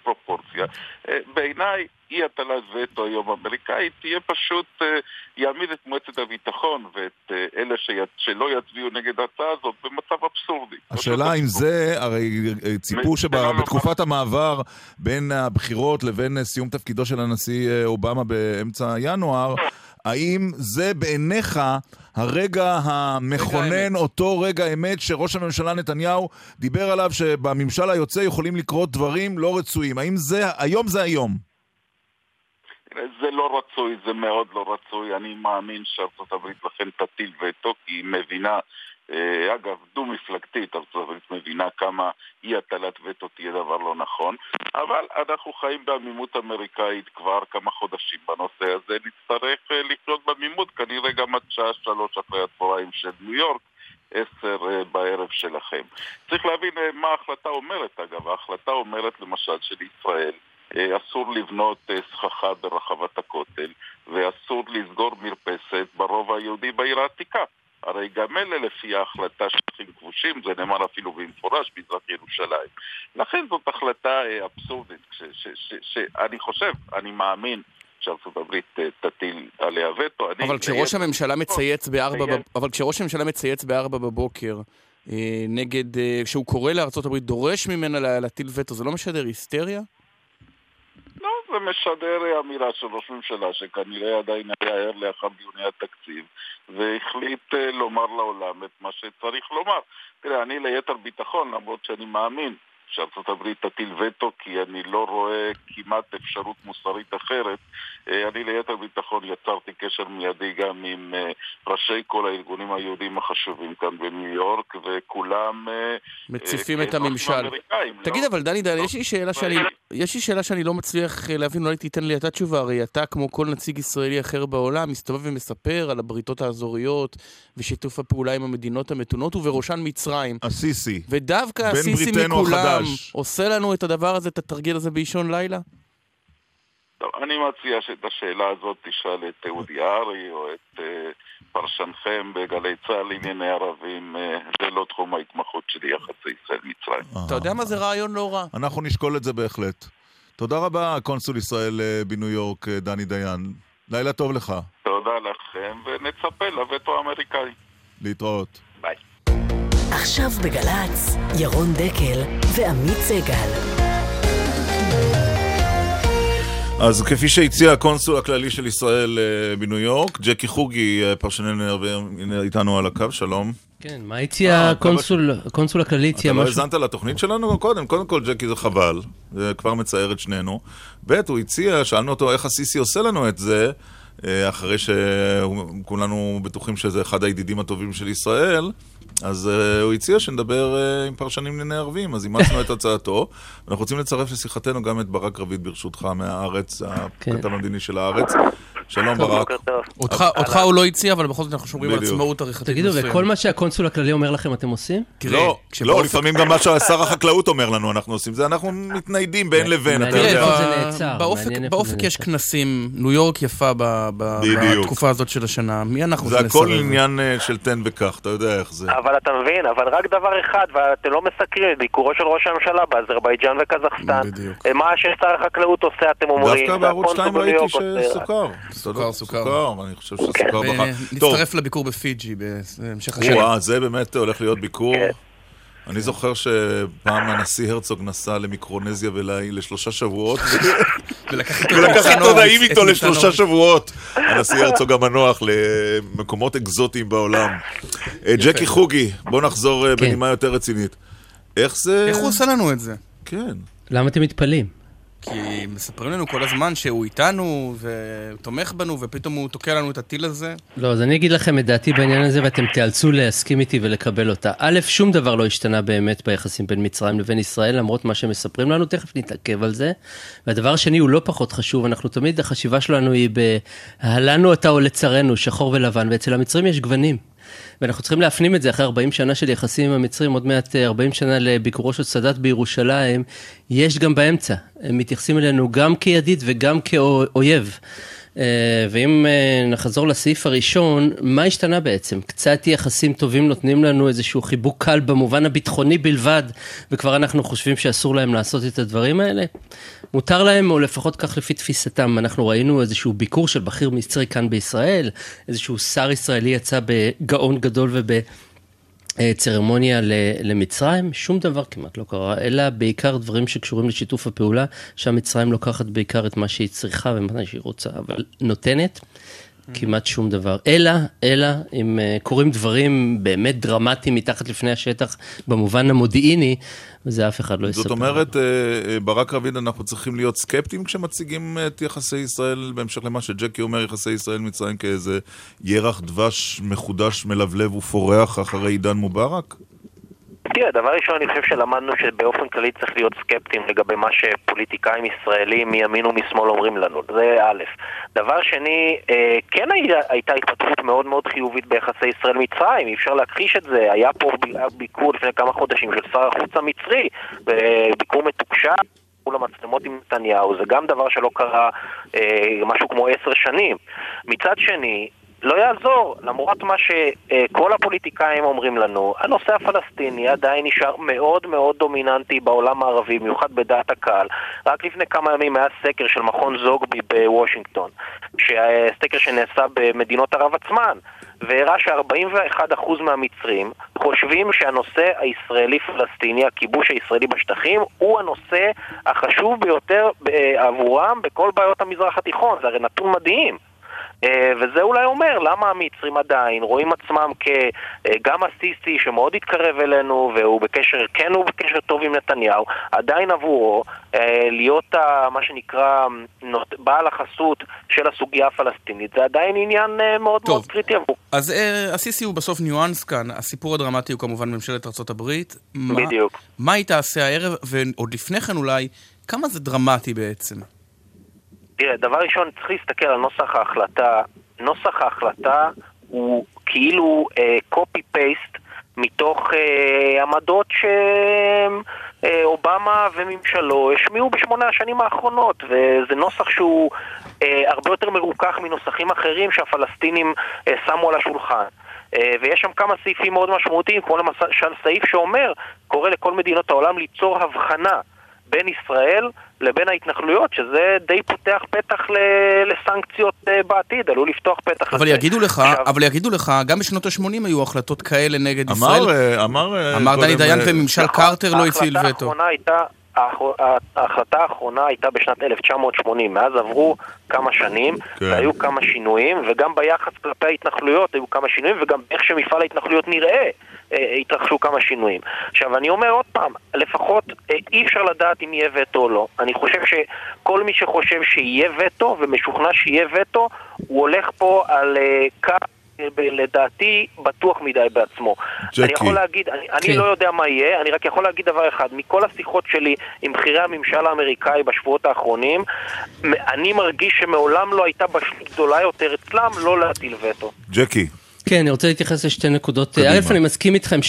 פרופורציה. בעיניי, אי הטלת וטו היום אמריקאית תהיה פשוט יעמיד את מועצת הביטחון ואת אלה שלא יצביעו נגד ההצעה הזאת במצב אבסורדי. השאלה אם זה, הרי ציפו שבתקופת המעבר בין הבחירות לבין סיום תפקידו של הנשיא אובמה באמצע ינואר, האם זה בעיניך הרגע המכונן, אותו רגע אמת שראש הממשלה נתניהו דיבר עליו שבממשל היוצא יכולים לקרות דברים לא רצויים? האם זה, היום זה היום? זה לא רצוי, זה מאוד לא רצוי. אני מאמין שארצות הברית לכן תטיל וטו, כי היא מבינה, אגב, דו-מפלגתית, ארצות הברית מבינה כמה אי הטלת וטו תהיה דבר לא נכון, אבל אנחנו חיים בעמימות אמריקאית כבר כמה חודשים בנושא הזה, נצטרך לחיות בעמימות, כנראה גם עד שעה שלוש אחרי הצהריים של ניו יורק, עשר בערב שלכם. צריך להבין מה ההחלטה אומרת, אגב. ההחלטה אומרת למשל של ישראל, אסור לבנות סככה ברחבת הכותל, ואסור לסגור מרפסת ברובע היהודי בעיר העתיקה. הרי גם אלה לפי ההחלטה שטחים כבושים, זה נאמר אפילו במפורש במזרח ירושלים. לכן זאת החלטה אבסורדית, שאני חושב, אני מאמין שארצות הברית תטיל עליה וטו. אבל כשראש הממשלה מצייץ בארבע, אבל כשראש הממשלה מצייץ בארבע בבוקר, נגד, כשהוא קורא לארצות הברית, דורש ממנה להטיל וטו, זה לא משדר היסטריה? לא, זה משדר אמירה של ראש ממשלה שכנראה עדיין היה ער לאחר דיוני התקציב והחליט לומר לעולם את מה שצריך לומר. תראה, אני ליתר ביטחון, למרות שאני מאמין שארצות הברית תטיל וטו, כי אני לא רואה כמעט אפשרות מוסרית אחרת. אני ליתר ביטחון יצרתי קשר מיידי גם עם ראשי כל הארגונים היהודים החשובים כאן בניו יורק, וכולם מציפים את הממשל. תגיד, אבל דני דני, יש לי שאלה שאני יש לי שאלה שאני לא מצליח להבין, אולי תיתן לי אתה תשובה. הרי אתה, כמו כל נציג ישראלי אחר בעולם, מסתובב ומספר על הבריתות האזוריות ושיתוף הפעולה עם המדינות המתונות, ובראשן מצרים. הסיסי. ודווקא הסיסי מכולם עושה לנו את הדבר הזה, את התרגיל הזה באישון לילה? טוב, אני מציע שאת השאלה הזאת תשאל את אודי ארי או את uh, פרשנכם בגלי צהל לענייני ערבים. uh, זה לא תחום ההתמחות שלי יחסי ישראל-מצרים. אתה יודע מה, זה רעיון לא רע. אנחנו נשקול את זה בהחלט. תודה רבה, קונסול ישראל בניו יורק, דני דיין. לילה טוב לך. תודה לכם, ונצפה לווטו האמריקאי. להתראות. ביי. עכשיו בגלץ, ירון דקל ועמית סגל. אז כפי שהציע הקונסול הכללי של ישראל בניו יורק, ג'קי חוגי, פרשננו איתנו על הקו, שלום. כן, מה הציע הקונסול הכללי? אתה לא הזנת לתוכנית שלנו קודם? קודם כל, ג'קי, זה חבל, זה כבר מצער את שנינו. ב' הוא הציע, שאלנו אותו איך הסיסי עושה לנו את זה, אחרי שכולנו בטוחים שזה אחד הידידים הטובים של ישראל, אז uh, הוא הציע שנדבר uh, עם פרשנים לענייני ערבים, אז אימצנו את הצעתו. אנחנו רוצים לצרף לשיחתנו גם את ברק רביד ברשותך מהארץ, הכתב המדיני של הארץ. שלום ברק. אותך הוא לא הציע, אבל בכל זאת אנחנו שומרים על עצמאות עריכתית. תגידו, וכל מה שהקונסול הכללי אומר לכם אתם עושים? לא, לא, לפעמים גם מה ששר החקלאות אומר לנו אנחנו עושים, זה אנחנו מתניידים בין לבין. באופק יש כנסים, ניו יורק יפה בתקופה הזאת של השנה, מי אנחנו זה הכל עניין של תן וכך, אתה יודע איך זה. אבל אתה מבין, אבל רק דבר אחד, ואתם לא מסקרים, ביקורו של ראש הממשלה באזרבייג'אן וקזחסטן. מה ששר החקלאות עושה, אתם אומרים, דווקא בערוץ שתיים ראיתי שסוכר. סוכר, סוכר. אני חושב שסוכר בחר. נצטרף לביקור בפיג'י בהמשך השנה. זה באמת הולך להיות ביקור. אני זוכר שפעם הנשיא הרצוג נסע למיקרונזיה לשלושה שבועות, ולקח עיתונאים איתו לשלושה שבועות. הנשיא הרצוג המנוח למקומות אקזוטיים בעולם. ג'קי חוגי, בוא נחזור בנימה יותר רצינית. איך זה... איך הוא עושה לנו את זה? כן. למה אתם מתפלים? כי מספרים לנו כל הזמן שהוא איתנו ותומך בנו, ופתאום הוא תוקע לנו את הטיל הזה. לא, אז אני אגיד לכם את דעתי בעניין הזה, ואתם תיאלצו להסכים איתי ולקבל אותה. א', שום דבר לא השתנה באמת ביחסים בין מצרים לבין ישראל, למרות מה שמספרים לנו, תכף נתעכב על זה. והדבר השני הוא לא פחות חשוב, אנחנו תמיד, החשיבה שלנו היא בהלנו אותה או לצרנו, שחור ולבן, ואצל המצרים יש גוונים. ואנחנו צריכים להפנים את זה אחרי ארבעים שנה של יחסים עם המצרים, עוד מעט ארבעים שנה לביקורו של סאדאת בירושלים, יש גם באמצע. הם מתייחסים אלינו גם כידיד וגם כאויב. ואם נחזור לסעיף הראשון, מה השתנה בעצם? קצת יחסים טובים נותנים לנו איזשהו חיבוק קל במובן הביטחוני בלבד, וכבר אנחנו חושבים שאסור להם לעשות את הדברים האלה? מותר להם, או לפחות כך לפי תפיסתם. אנחנו ראינו איזשהו ביקור של בכיר מצרי כאן בישראל, איזשהו שר ישראלי יצא בגאון גדול ובצרמוניה למצרים, שום דבר כמעט לא קרה, אלא בעיקר דברים שקשורים לשיתוף הפעולה, שהמצרים לוקחת בעיקר את מה שהיא צריכה ומה שהיא רוצה, אבל נותנת כמעט שום דבר. אלא, אלא, אם קוראים דברים באמת דרמטיים מתחת לפני השטח, במובן המודיעיני, וזה אף אחד לא יספר. זאת אומרת, ברק רביד, אנחנו צריכים להיות סקפטיים כשמציגים את יחסי ישראל, בהמשך למה שג'קי אומר, יחסי ישראל-מצרים כאיזה ירח דבש מחודש מלבלב ופורח אחרי עידן מובארק? תראה, דבר ראשון, אני חושב שלמדנו שבאופן כללי צריך להיות סקפטיים לגבי מה שפוליטיקאים ישראלים מימין ומשמאל אומרים לנו. זה א'. דבר שני, כן הייתה התפתחות מאוד מאוד חיובית ביחסי ישראל-מצרים, אי אפשר להכחיש את זה. היה פה ביקור לפני כמה חודשים של שר החוץ המצרי, ביקור מתוקשר מול המצלמות עם נתניהו. זה גם דבר שלא קרה משהו כמו עשר שנים. מצד שני, לא יעזור, למרות מה שכל הפוליטיקאים אומרים לנו, הנושא הפלסטיני עדיין נשאר מאוד מאוד דומיננטי בעולם הערבי, במיוחד בדעת הקהל. רק לפני כמה ימים היה סקר של מכון זוגבי בוושינגטון, סקר שנעשה במדינות ערב עצמן, והראה ש-ארבעים ואחד אחוז מהמצרים חושבים שהנושא הישראלי-פלסטיני, הכיבוש הישראלי בשטחים, הוא הנושא החשוב ביותר עבורם בכל בעיות המזרח התיכון. זה הרי נתון מדהים. וזה אולי אומר למה המצרים עדיין רואים עצמם כגם הסיסי שמאוד התקרב אלינו והוא בקשר, כן הוא בקשר טוב עם נתניהו, עדיין עבורו להיות מה שנקרא בעל החסות של הסוגיה הפלסטינית, זה עדיין עניין מאוד טוב. מאוד קריטי עבור. אז הסיסי הוא בסוף ניואנס כאן, הסיפור הדרמטי הוא כמובן ממשלת ארצות הברית. בדיוק. מה, מה היא תעשה הערב, ועוד לפני כן אולי, כמה זה דרמטי בעצם? תראה, דבר ראשון, צריך להסתכל על נוסח ההחלטה. נוסח ההחלטה הוא כאילו קופי-פייסט מתוך אה, עמדות שאובמה אה, וממשלו השמיעו בשמונה השנים האחרונות, וזה נוסח שהוא אה, הרבה יותר מרוכך מנוסחים אחרים שהפלסטינים אה, שמו על השולחן. אה, ויש שם כמה סעיפים מאוד משמעותיים, כמו למשל סעיף שאומר, קורא לכל מדינות העולם ליצור הבחנה בין ישראל לבין ההתנחלויות, שזה די פותח פתח לסנקציות בעתיד, עלול לפתוח פתח אבל לזה. יגידו לך, עכשיו... אבל יגידו לך, גם בשנות ה-שמונים היו החלטות כאלה נגד אמר, ישראל. אמר, אמר דני דיין וממשל נכון, קרטר לא הציל וטו. האחרונה הייתה, ההחלטה האחרונה הייתה בשנת אלף תשע מאות שמונים, מאז עברו כמה שנים, כן. והיו כמה שינויים, וגם ביחס כלפי ההתנחלויות היו כמה שינויים, וגם איך שמפעל ההתנחלויות נראה, התרחשו כמה שינויים. עכשיו, אני אומר עוד פעם, לפחות אי אפשר לדעת אם יהיה וטו או לא. אני חושב שכל מי שחושב שיהיה וטו, ומשוכנע שיהיה וטו, הוא הולך פה על קו, לדעתי, בטוח מדי בעצמו. ג'קי. אני יכול להגיד, אני, כן. אני לא יודע מה יהיה, אני רק יכול להגיד דבר אחד, מכל השיחות שלי עם בחירי הממשל האמריקאי בשבועות האחרונים, אני מרגיש שמעולם לא הייתה בשלות גדולה יותר אצלם לא להטיל וטו. ג'קי. כן, אני רוצה להתייחס לשתי נקודות. א', אני מסכים איתכם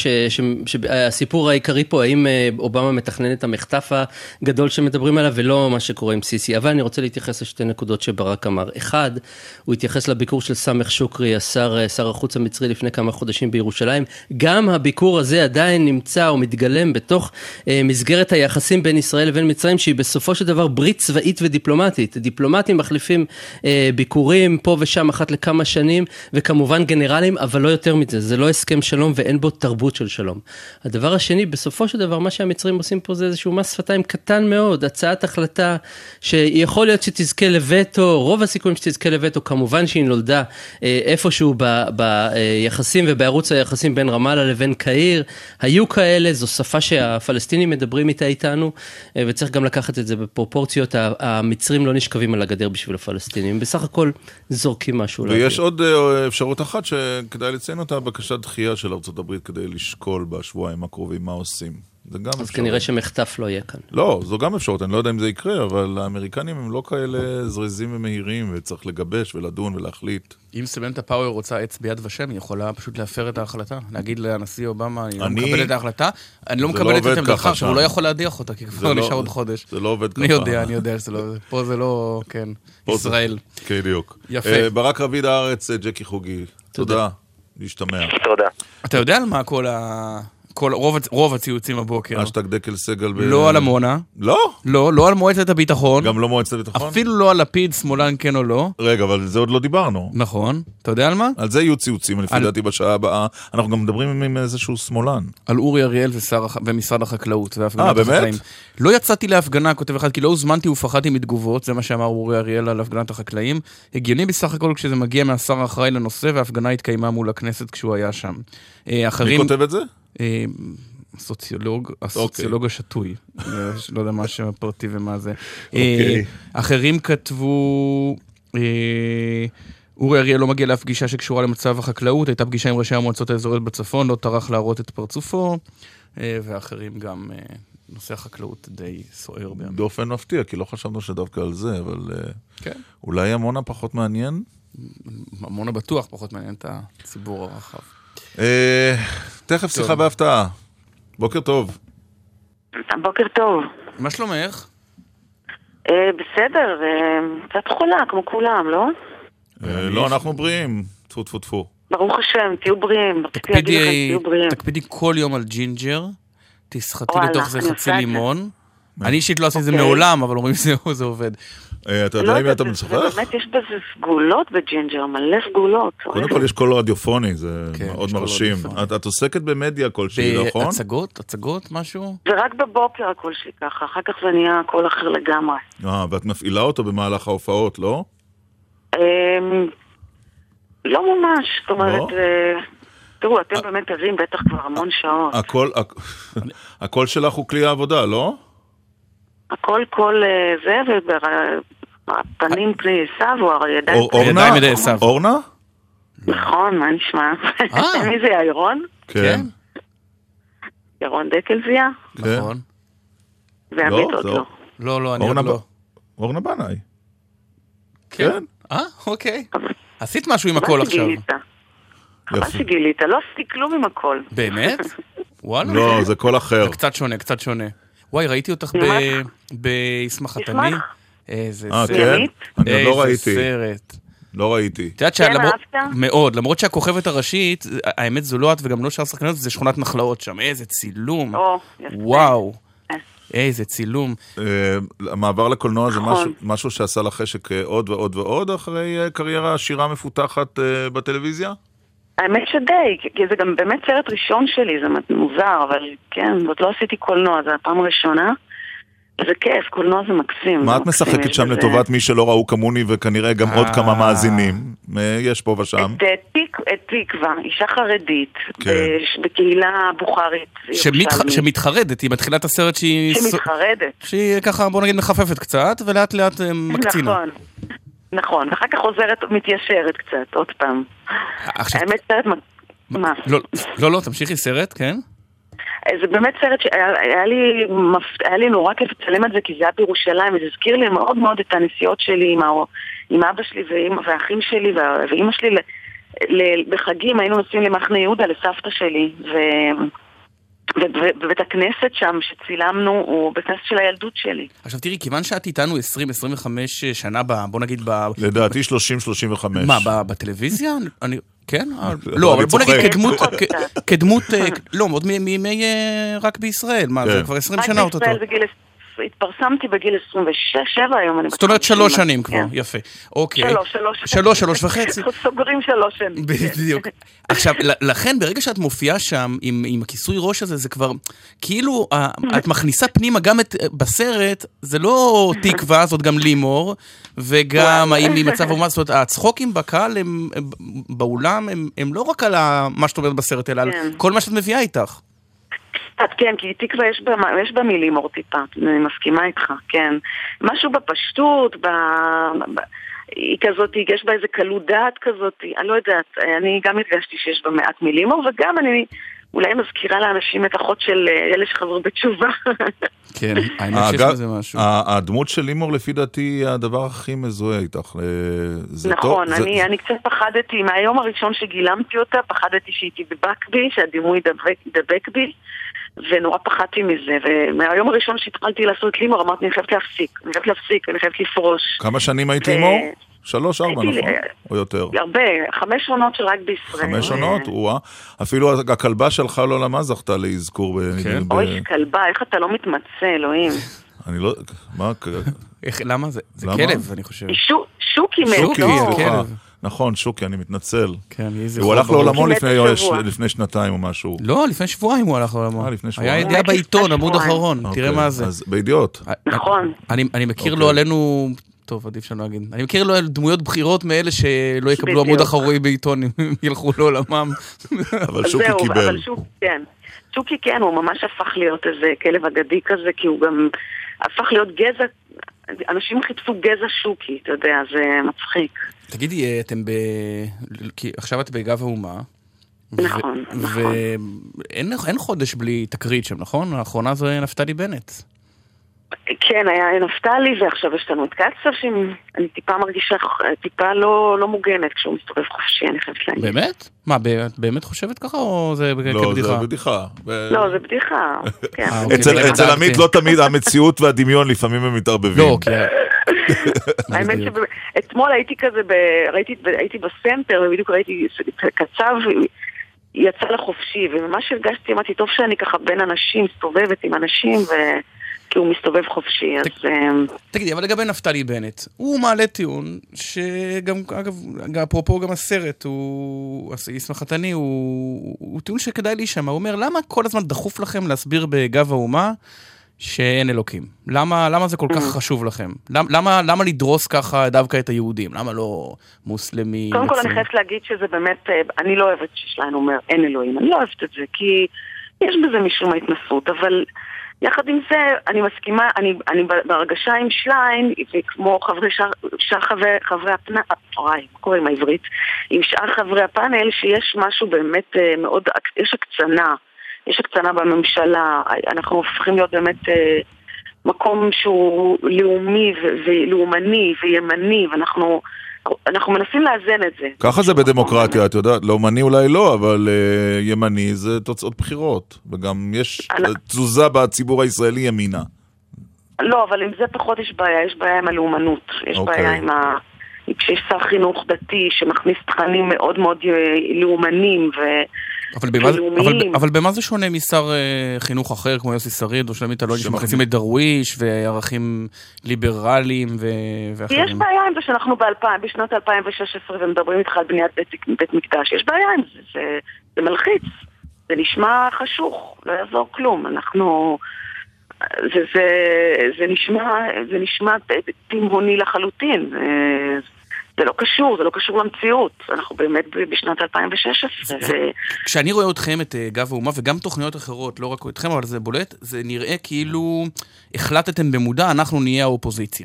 שהסיפור העיקרי פה, האם אובמה מתכנן את המחטף הגדול שמדברים עליו, ולא מה שקורה עם סיסי. אבל אני רוצה להתייחס לשתי נקודות שברק אמר. אחד, הוא התייחס לביקור של סמך שוקרי, השר, שר החוץ המצרי לפני כמה חודשים בירושלים. גם הביקור הזה עדיין נמצא או מתגלם בתוך אה, מסגרת היחסים בין ישראל לבין מצרים, שהיא בסופו של דבר ברית צבאית ודיפלומטית. דיפלומטים מחליפים אה, ביקורים פה ושם אחת לכמה שנים, וכמובן גנרלים, אבל לא יותר מזה, זה לא הסכם שלום ואין בו תרבות של שלום. הדבר השני, בסופו של דבר, מה שהמצרים עושים פה זה איזשהו מס שפתיים קטן מאוד, הצעת החלטה שיכול להיות שתזכה לווטו, רוב הסיכויים שתזכה לווטו, כמובן שהיא נולדה איפשהו ב, ביחסים ובערוץ היחסים בין רמאללה לבין קהיר, היו כאלה, זו שפה שהפלסטינים מדברים איתה איתנו, וצריך גם לקחת את זה בפרופורציות, המצרים לא נשכבים על הגדר בשביל הפלסטינים, בסך הכל זורקים משהו. ויש עוד אפשרות אחת ש... כדאי לציין אותה, בקשת דחייה של ארצות הברית כדי לשקול בשבועיים הקרובים מה עושים. זה גם אז אפשרות. כנראה שמחטף לא יהיה כאן. לא, זו גם אפשרות, אני לא יודע אם זה יקרה, אבל האמריקנים הם לא כאלה זריזים ומהירים, וצריך לגבש ולדון ולהחליט. אם סמנטה פאוור רוצה עץ ביד ושם, היא יכולה פשוט להפר את ההחלטה. להגיד לנשיא אובמה, אני לא מקבל את ההחלטה, אני לא מקבל את עמדתך, שהוא לא יכול להדיח אותה, כי כבר נשאר עוד חודש. זה לא עובד ככה. אני יודע, אני יודע שזה לא, פה זה לא, כן, ישראל. בדיוק. יפה. ברק רביד הארץ, ג'קי חוגי, תודה. להשתמע. תודה. אתה יודע על מה כל ה... כל, רוב, רוב הציוצים הבוקר. אשטג דקל סגל ב... לא על המונה. לא? לא, לא על מועצת הביטחון. גם לא מועצת הביטחון? אפילו לא על לפיד, שמאלן כן או לא. רגע, אבל זה עוד לא דיברנו. נכון. אתה יודע על מה? על זה יהיו ציוצים, לפי דעתי בשעה הבאה. אנחנו גם מדברים עם איזשהו שמאלן. על אורי אריאל ושר, ומשרד החקלאות. אה, באמת? לא יצאתי להפגנה, כותב אחד, כי לא הוזמנתי ופחדתי מתגובות, זה מה שאמר אורי אריאל על הפגנת החקלאים. הגיוני בסך הכל כשזה מגיע מהשר האחראי לנושא, וההפגנה התקיימה מול הכנסת כשהוא היה שם. אחרים... מי כותב את זה? הסוציולוג, הסוציולוג השטוי, לא יודע מה השם הפרטי ומה זה. אוקיי. אחרים כתבו, אורי אריאל לא מגיע להפגישה שקשורה למצב החקלאות, הייתה פגישה עם ראשי המועצות האזוריות בצפון, לא טרח להראות את פרצופו, ואחרים גם נושא החקלאות די סוער בימים. באופן מפתיע, כי לא חשבנו שדווקא על זה, אבל אולי עמונה פחות מעניין? עמונה בטוח פחות מעניין את הציבור הרחב. תכף שיחה בהפתעה. בוקר טוב. בוקר טוב. מה שלומך? בסדר, קצת חולה כמו כולם, לא? לא, אנחנו בריאים. טפו טפו טפו. ברוך השם, תהיו בריאים. תקפידי כל יום על ג'ינג'ר, תסחטי לתוך זה חצי לימון. אני אישית לא עשיתי זה מעולם, אבל אומרים שזה עובד. אתה יודע אם אתה מצחק? באמת יש בזה סגולות בג'ינג'ר, מלא סגולות. קודם כל יש קול רדיופוני, זה מאוד מרשים. את עוסקת במדיה כלשהי, נכון? בהצגות? הצגות? משהו? זה רק בבוקר הכל שלי ככה, אחר כך זה נהיה הכל אחר לגמרי. אה, ואת מפעילה אותו במהלך ההופעות, לא? לא ממש, זאת אומרת... תראו, אתם באמת ערים בטח כבר המון שעות. הקול שלך הוא כלי העבודה, לא? הכל כל זה, והפנים פני עשיו, או הידיים ידי עשיו. אורנה? נכון, מה נשמע? מי זה, ירון? כן. ירון דקל זיה? נכון. ועמית עוד לא. לא, לא, אני עוד לא. אורנה בנאי. כן. אה, אוקיי. עשית משהו עם הכל עכשיו. מה שגילית? לא עשיתי כלום עם הכל. באמת? וואלה. לא, זה כל אחר. זה קצת שונה, קצת שונה. וואי, ראיתי אותך בישמח חתני. איזה סרט. אני לא ראיתי. איזה סרט. לא ראיתי. את יודעת שלמרות, מאוד, למרות שהכוכבת הראשית, האמת זו לא את וגם לא שאר שחקניות, זה שכונת נחלאות שם. איזה צילום. וואו. איזה צילום. המעבר לקולנוע זה משהו שעשה לך חשק עוד ועוד ועוד אחרי קריירה עשירה מפותחת בטלוויזיה? האמת שדי, כי זה גם באמת סרט ראשון שלי, זה מוזר, אבל כן, זאת לא עשיתי קולנוע, זה הפעם הראשונה. זה כיף, קולנוע זה מקסים. מה את משחקת שם לטובת מי שלא ראו כמוני וכנראה גם עוד כמה מאזינים? יש פה ושם. את תקווה, אישה חרדית, בקהילה בוכרית. שמתחרדת, היא מתחילת הסרט שהיא... שמתחרדת. שהיא ככה, בוא נגיד, מחפפת קצת, ולאט לאט מקצינה. נכון. נכון, ואחר כך עוזרת, מתיישרת קצת, עוד פעם. האמת סרט... מה? לא, לא, תמשיכי סרט, כן? זה באמת סרט שהיה לי, היה לי נורא כיף לצלם את זה, כי זה היה בירושלים, וזה הזכיר לי מאוד מאוד את הנסיעות שלי עם אבא שלי והאחים שלי ואמא שלי. בחגים היינו נוסעים למחנה יהודה, לסבתא שלי, ובבית הכנסת שם שצילמנו הוא בית הכנסת של הילדות שלי. עכשיו תראי, כיוון שאת איתנו עשרים עשרים וחמש שנה, בוא נגיד ב... לדעתי שלושים שלושים וחמש. מה, בטלוויזיה? אני... כן? לא, אבל בוא נגיד כדמות, לא, עוד מימי רק בישראל, מה, זה כבר עשרים שנה אותו. רק בישראל התפרסמתי בגיל עשרים ושש, שבע היום. זאת אומרת שלוש שנים כבר, יפה. אוקיי. שלוש, שלוש. שלוש, שלוש וחצי. סוגרים שלוש שנים. בדיוק. עכשיו, לכן ברגע שאת מופיעה שם עם הכיסוי ראש הזה, זה כבר, כאילו, את מכניסה פנימה גם בסרט, זה לא תקווה, זאת גם לימור, וגם האם היא מצב אומה, זאת אומרת, הצחוקים בקהל, באולם, הם לא רק על מה שאת אומרת בסרט, אלא על כל מה שאת מביאה איתך. כן, כי תקווה יש בה, יש בה מילים אור טיפה, אני מסכימה איתך, כן. משהו בפשטות, ב... ב... היא כזאת, יש בה איזה קלות דעת כזאת, אני לא יודעת, אני גם הדגשתי שיש בה מעט מילים אור, וגם אני אולי מזכירה לאנשים את אחות של אלה שחזרו בתשובה. כן, האמת שיש בזה משהו. הדמות של לימור לפי דעתי היא הדבר הכי מזוהה איתך. נכון, אני קצת פחדתי, מהיום הראשון שגילמתי אותה, פחדתי שהיא תדבק בי, שהדימוי ידבק בי, ונורא פחדתי מזה, ומהיום הראשון שהתחלתי לעשות לימור, אמרתי, אני חייבת להפסיק, אני חייבת להפסיק, אני חייבת לפרוש. כמה שנים היית לימור? שלוש, ארבע, נכון? או יותר? הרבה, חמש עונות שרק בישראל. חמש עונות? וואה. אפילו הכלבה שלך לא למה זכתה להזכור. אוי, כלבה, איך אתה לא מתמצא, אלוהים. אני לא... מה? למה זה? זה כלב, אני חושב. שוקי מת. שוקי, סליחה. נכון, שוקי, אני מתנצל. הוא הלך לעולמו לפני שנתיים או משהו. לא, לפני שבועיים הוא הלך לעולמו. היה ידיעה בעיתון, עמוד אחרון, תראה מה זה. אז בידיעות. נכון. אני מכיר לו עלינו... טוב, עדיף שאני לא אגיד. אני מכיר לו דמויות בחירות מאלה שלא יקבלו עמוד אחורי בעיתון אם ילכו לעולמם. אבל שוקי קיבל. אבל שוקי, כן. שוקי כן, הוא ממש הפך להיות איזה כלב אגדי כזה, כי הוא גם הפך להיות גזע, אנשים חיפשו גזע שוקי, אתה יודע, זה מצחיק. תגידי, אתם ב... כי עכשיו את בגב האומה. נכון, נכון. ואין חודש בלי תקרית שם, נכון? האחרונה זה נפתלי בנט. כן, היה נפתלי, ועכשיו יש לנו את קצב, שאני טיפה מרגישה, טיפה לא, לא מוגנת כשהוא מסתובב חופשי, אני חייבת להגיד. באמת? מה, באמת חושבת ככה, או זה כבדיחה? לא, זה בדיחה. לא, זה בדיחה, כן. אצל עמית לא תמיד המציאות והדמיון לפעמים הם מתערבבים. לא, כי... האמת שאתמול הייתי כזה, הייתי בסנטר, ובדיוק ראיתי קצב, יצא לחופשי, וממש הרגשתי, אמרתי, טוב שאני ככה בין אנשים, מסתובבת עם אנשים, ו... כי הוא מסתובב חופשי, אז... תגידי, אבל לגבי נפתלי בנט, הוא מעלה טיעון, שגם, אגב, אפרופו גם הסרט, הוא, ישמח חתני, הוא טיעון שכדאי להישמע, הוא אומר, למה כל הזמן דחוף לכם להסביר בגב האומה שאין אלוקים? למה, למה זה כל כך חשוב לכם? למה, למה לדרוס ככה דווקא את היהודים? למה לא מוסלמי? קודם כל אני חייבת להגיד שזה באמת, אני לא אוהבת ששליין אומר, אין אלוהים, אני לא אוהבת את זה, כי יש בזה משום ההתנסות, אבל... יחד עם זה, אני מסכימה, אני, אני בהרגשה עם שליין, וכמו חברי, שאר, שאר חברי, חברי הפנאל, אורי, מה קוראים העברית, עם שאר חברי הפאנל, שיש משהו באמת מאוד, יש הקצנה, יש הקצנה בממשלה, אנחנו הופכים להיות באמת מקום שהוא לאומי ולאומני וימני, ואנחנו... אנחנו מנסים לאזן את זה. ככה זה בדמוקרטיה, את יודעת, לאומני אולי לא, אבל uh, ימני זה תוצאות בחירות, וגם יש אני... תזוזה בציבור הישראלי ימינה. לא, אבל עם זה פחות יש בעיה, יש בעיה עם הלאומנות, יש okay. בעיה עם ה... כשיש שר חינוך דתי שמכניס תכנים מאוד מאוד לאומנים ו... אבל במה, אבל, אבל במה זה שונה משר uh, חינוך אחר, כמו יוסי שריד, או שלמית אלוני, שמכניסים את דרוויש, וערכים ליברליים ו... ואחרים? יש בעיה עם זה שאנחנו ב-אלפיים, בשנת אלפיים ושש עשרה, ומדברים איתך על בניית בית, בית מקדש. יש בעיה עם זה, זה, זה מלחיץ. זה נשמע חשוך, לא יעזור כלום. אנחנו... זה, זה, זה נשמע, זה נשמע תימהוני לחלוטין. זה... זה לא קשור, זה לא קשור למציאות. אנחנו באמת בשנת אלפיים ושש עשרה. כשאני רואה אתכם, את גב האומה, וגם תוכניות אחרות, לא רק אתכם, אבל זה בולט, זה נראה כאילו החלטתם במודע, אנחנו נהיה האופוזיציה.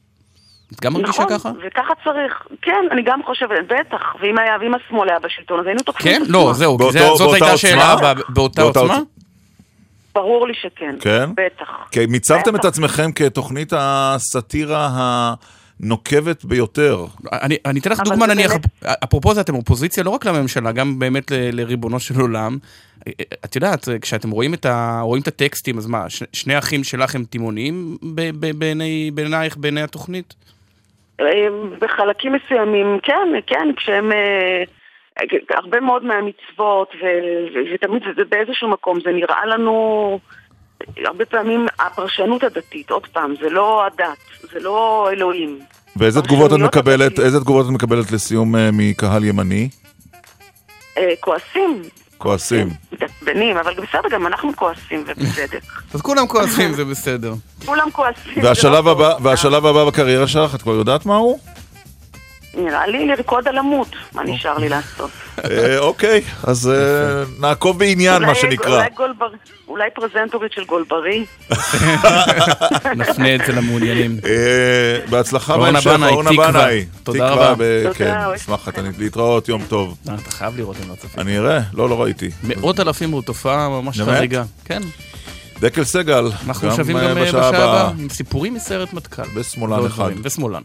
את גם מרגישה ככה? נכון, וככה צריך. כן, אני גם חושבת, בטח. ואם היה, ואם השמאל היה בשלטון, אז היינו תוקפים את השמאל. כן? לא, זהו, זאת הייתה שאלה באותה עוצמה? ברור לי שכן. כן? בטח. כי מיצבתם את עצמכם כתוכנית הסאטירה ה... נוקבת ביותר. אני, אני אתן לך דוגמה, נניח, אפרופו זה, אתם אופוזיציה לא רק לממשלה, גם באמת ל, לריבונו של עולם. את יודעת, כשאתם רואים את, ה, רואים את הטקסטים, אז מה, ש, שני אחים שלך הם תימוניים בעיני, בעינייך, בעיני התוכנית? בחלקים מסוימים, כן, כן, כשהם... הרבה מאוד מהמצוות, ו, ו, ותמיד זה באיזשהו מקום, זה נראה לנו... הרבה פעמים הפרשנות הדתית, עוד פעם, זה לא הדת, זה לא אלוהים. ואיזה תגובות את מקבלת, איזה תגובות את מקבלת לסיום מקהל ימני? כועסים. כועסים. מתעצבנים, אבל בסדר, גם אנחנו כועסים ובצדק. אז כולם כועסים, זה בסדר. כולם כועסים. והשלב הבא, והשלב הבא בקריירה שלך, את כבר יודעת מה הוא? נראה לי לרקוד על עמוד, מה נשאר לי לעשות? אוקיי, אז נעקוב בעניין, מה שנקרא. אולי פרזנטורית של גולברי? נפנה את זה למעוניינים. בהצלחה בהמשך, אורנה בנאי. תודה רבה. כן, נשמח להתראות, יום טוב. אתה חייב לראות אם לא צפית. אני אראה, לא, לא ראיתי. מאות אלפים הוא תופעה ממש חריגה. כן. דקל סגל. אנחנו שווים גם בשעה הבאה, עם סיפורים מסיירת מטכ"ל. בשמאלן אחד. בשמאלן.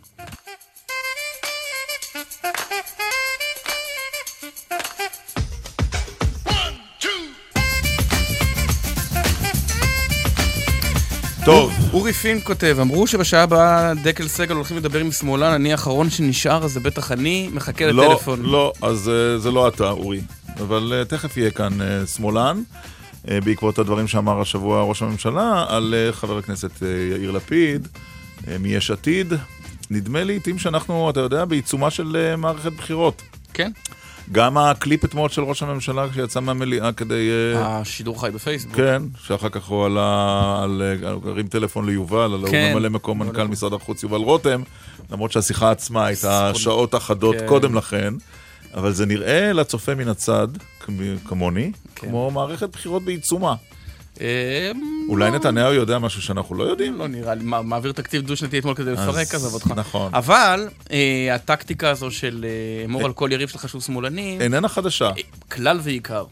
טוב. אורי פין כותב, אמרו שבשעה הבאה דקל סגל הולכים לדבר עם שמאלן, אני האחרון שנשאר, אז זה בטח אני מחכה לטלפון. לא, לא, אז זה לא אתה, אורי. אבל תכף יהיה כאן שמאלן, בעקבות הדברים שאמר השבוע ראש הממשלה, על חבר הכנסת יאיר לפיד, מיש עתיד. נדמה לי לעתים שאנחנו, אתה יודע, בעיצומה של מערכת בחירות. כן. גם הקליפ אתמול של ראש הממשלה כשיצא מהמליאה כדי... השידור חי בפייסבוק. כן, שאחר כך הוא עלה, על, הרים טלפון ליובל, על הוא ממלא מקום מנכ"ל משרד החוץ יובל רותם, למרות שהשיחה עצמה הייתה שעות אחדות קודם לכן, אבל זה נראה לצופה מן הצד, כמוני, כמו מערכת בחירות בעיצומה. אולי נתניהו יודע משהו שאנחנו לא יודעים? לא נראה לי, מעביר תקציב דו-שנתי אתמול כדי לפרק, עזב אותך. נכון. אבל הטקטיקה הזו של מור על כל יריב שלך שהוא שמאלני... איננה חדשה. כלל ועיקר.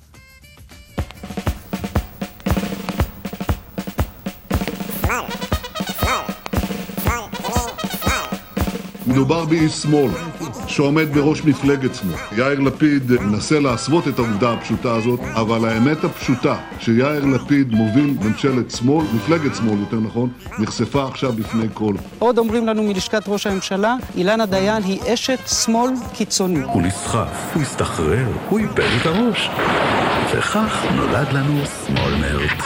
מדובר באיש שמאל שעומד בראש מפלגת שמאל. יאיר לפיד מנסה להסוות את העובדה הפשוטה הזאת, אבל האמת הפשוטה שיאיר לפיד מוביל ממשלת שמאל, מפלגת שמאל יותר נכון, נחשפה עכשיו בפני כל. עוד אומרים לנו מלשכת ראש הממשלה, אילנה דיין היא אשת שמאל קיצוני. הוא נסחף, הוא הסתחרר, הוא איבד את הראש. וכך נולד לנו שמאל מרץ.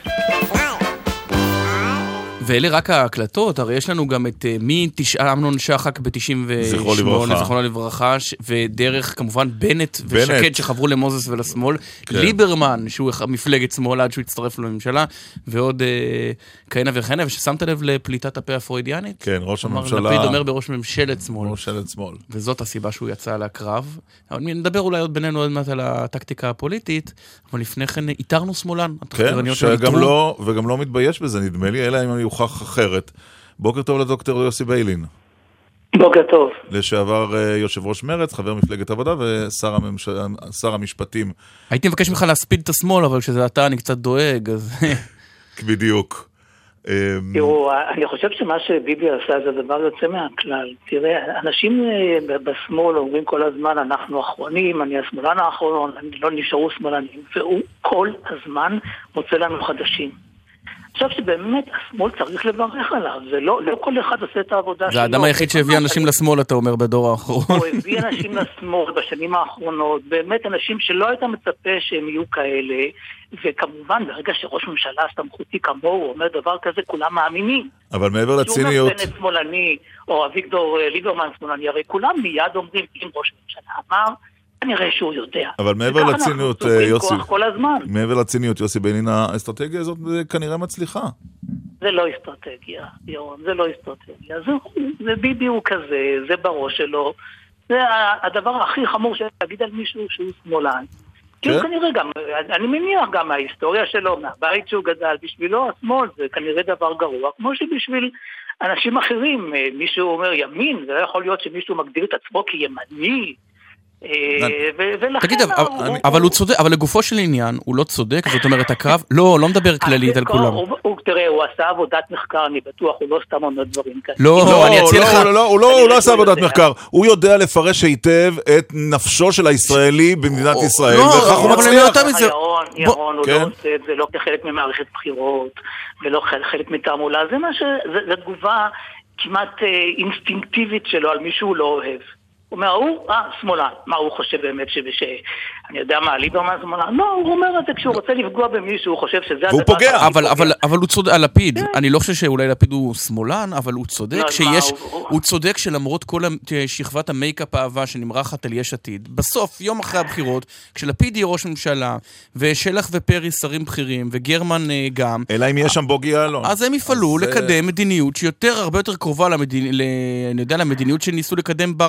ואלה רק ההקלטות, הרי יש לנו גם את מי תשעה אמנון שחק ב-תשעים ושמונה, זכרונו לברכה, ודרך כמובן בנט ושקד שחברו למוזס ולשמאל, ליברמן, שהוא מפלגת שמאל עד שהוא הצטרף לממשלה, ועוד כהנה וכהנה, וששמת לב לפליטת הפה הפרוידיאנית? כן, ראש הממשלה. לפיד אומר בראש ממשלת שמאל. ממשלת שמאל. וזאת הסיבה שהוא יצא לקרב. אבל נדבר אולי עוד בינינו עוד מעט על הטקטיקה הפוליטית, אבל לפני כן איתרנו שמאלן. כן, שגם לא, וגם לא מתבייש בזה, נדמה לי, אלא אם אני הוכח אחרת. בוקר טוב לדוקטור יוסי ביילין. בוקר טוב. לשעבר יושב ראש מרץ, חבר מפלגת עבודה ושר הממש... שר המשפטים. הייתי מבקש ממך להספיד את השמאל, אבל כשזה אתה אני קצת דואג, אז... בדיוק. תראו, אני חושב שמה שביבי עשה זה דבר יוצא מהכלל. תראה, אנשים בשמאל אומרים כל הזמן, אנחנו אחרונים, אני השמאלן האחרון, לא נשארו שמאלנים, והוא כל הזמן מוצא לנו חדשים. עכשיו שבאמת השמאל צריך לברך עליו, זה לא, לא כל אחד עושה את העבודה שלו. זה האדם היחיד שהביא אנשים לשמאל, אתה אומר, בדור האחרון. הוא הביא אנשים לשמאל בשנים האחרונות, באמת אנשים שלא היית מצפה שהם יהיו כאלה, וכמובן ברגע שראש ממשלה סמכותי כמוהו, הוא אומר דבר כזה, כולם מאמינים. אבל מעבר לציניות... שהוא בנט שמאלני, או אביגדור ליברמן שמאלני, הרי כולם מיד אומרים, אם ראש ממשלה אמר, נראה שהוא יודע. אבל מעבר לציניות, יוסי, מעבר לציניות, יוסי ביילין, האסטרטגיה הזאת כנראה מצליחה. זה לא אסטרטגיה, ירון, זה לא אסטרטגיה. זה ביבי הוא כזה, זה בראש שלו. זה הדבר הכי חמור להגיד על מישהו שהוא שמאלן. כי הוא כנראה גם, אני מניח גם מההיסטוריה שלו, מהבית שהוא גדל, בשבילו השמאל זה כנראה דבר גרוע, כמו שבשביל אנשים אחרים, מישהו אומר ימין, זה לא יכול להיות שמישהו מגדיר את עצמו כימני, תגיד, אבל הוא צודק, אבל לגופו של עניין הוא לא צודק, זאת אומרת הקרב, לא, לא מדבר כללית על כולם. תראה, הוא עשה עבודת מחקר, אני בטוח, הוא לא סתם אומר דברים כאלה. לא, אני אציע לך. הוא לא עשה עבודת מחקר, הוא יודע לפרש היטב את נפשו של הישראלי במדינת ישראל, וכך הוא מצליח. ירון, ירון, הוא לא עושה את זה לא כחלק ממערכת בחירות, ולא חלק מתעמולה, זה מה ש... זה תגובה כמעט אינסטינקטיבית שלו על מישהו לא אוהב. הוא אומר, הוא, אה, שמאלן. מה הוא חושב באמת שבש... אני יודע מה, ליברמן שמאלן? לא, הוא אומר את זה כשהוא רוצה לפגוע במישהו, הוא חושב שזה... והוא פוגע. אבל, אבל, אבל הוא צודק, לפיד, אני לא חושב שאולי לפיד הוא שמאלן, אבל הוא צודק שיש, הוא צודק שלמרות כל שכבת המייקאפ האהבה שנמרחת על יש עתיד, בסוף, יום אחרי הבחירות, כשלפיד יהיה ראש ממשלה, ושלח ופרי שרים בכירים, וגרמן גם... אלא אם יש שם בוגי יעלון. אז הם יפעלו לקדם מדיניות שיותר, הרבה יותר קרובה למדיניות שניסו לקדם ברק ורבין.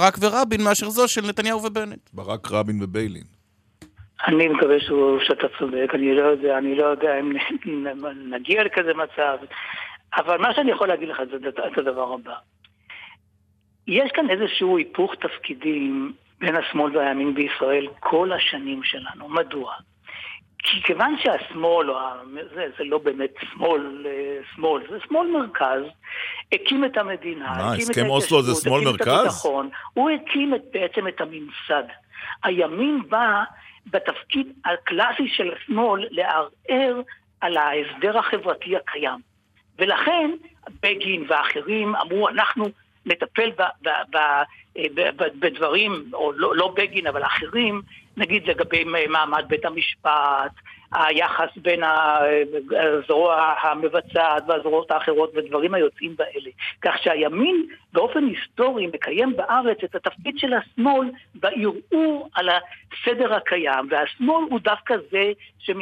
רבין מאשר זו של נתניהו ובנט. ברק, רבין וביילין. אני מקווה שהוא, שאתה צודק, אני לא יודע, אני לא יודע אם נגיע לכזה מצב, אבל מה שאני יכול להגיד לך זה את הדבר הבא. יש כאן איזשהו היפוך תפקידים בין השמאל והימין בישראל כל השנים שלנו. מדוע? כי כיוון שהשמאל, זה, זה לא באמת שמאל, שמאל, זה שמאל מרכז, הקים את המדינה, מה, הקים הסכם את אוסלו זה שמאל הקים מרכז? את הביטחון, הוא הקים את, בעצם את הממסד. הימין בא בתפקיד הקלאסי של השמאל לערער על ההסדר החברתי הקיים. ולכן בגין ואחרים אמרו, אנחנו נטפל ב, ב, ב, ב, ב, בדברים, או לא, לא בגין, אבל אחרים, נגיד לגבי מעמד בית המשפט, היחס בין הזרוע המבצעת והזרועות האחרות ודברים היוצאים באלה. כך שהימין באופן היסטורי מקיים בארץ את התפקיד של השמאל בערעור על הסדר הקיים, והשמאל הוא דווקא זה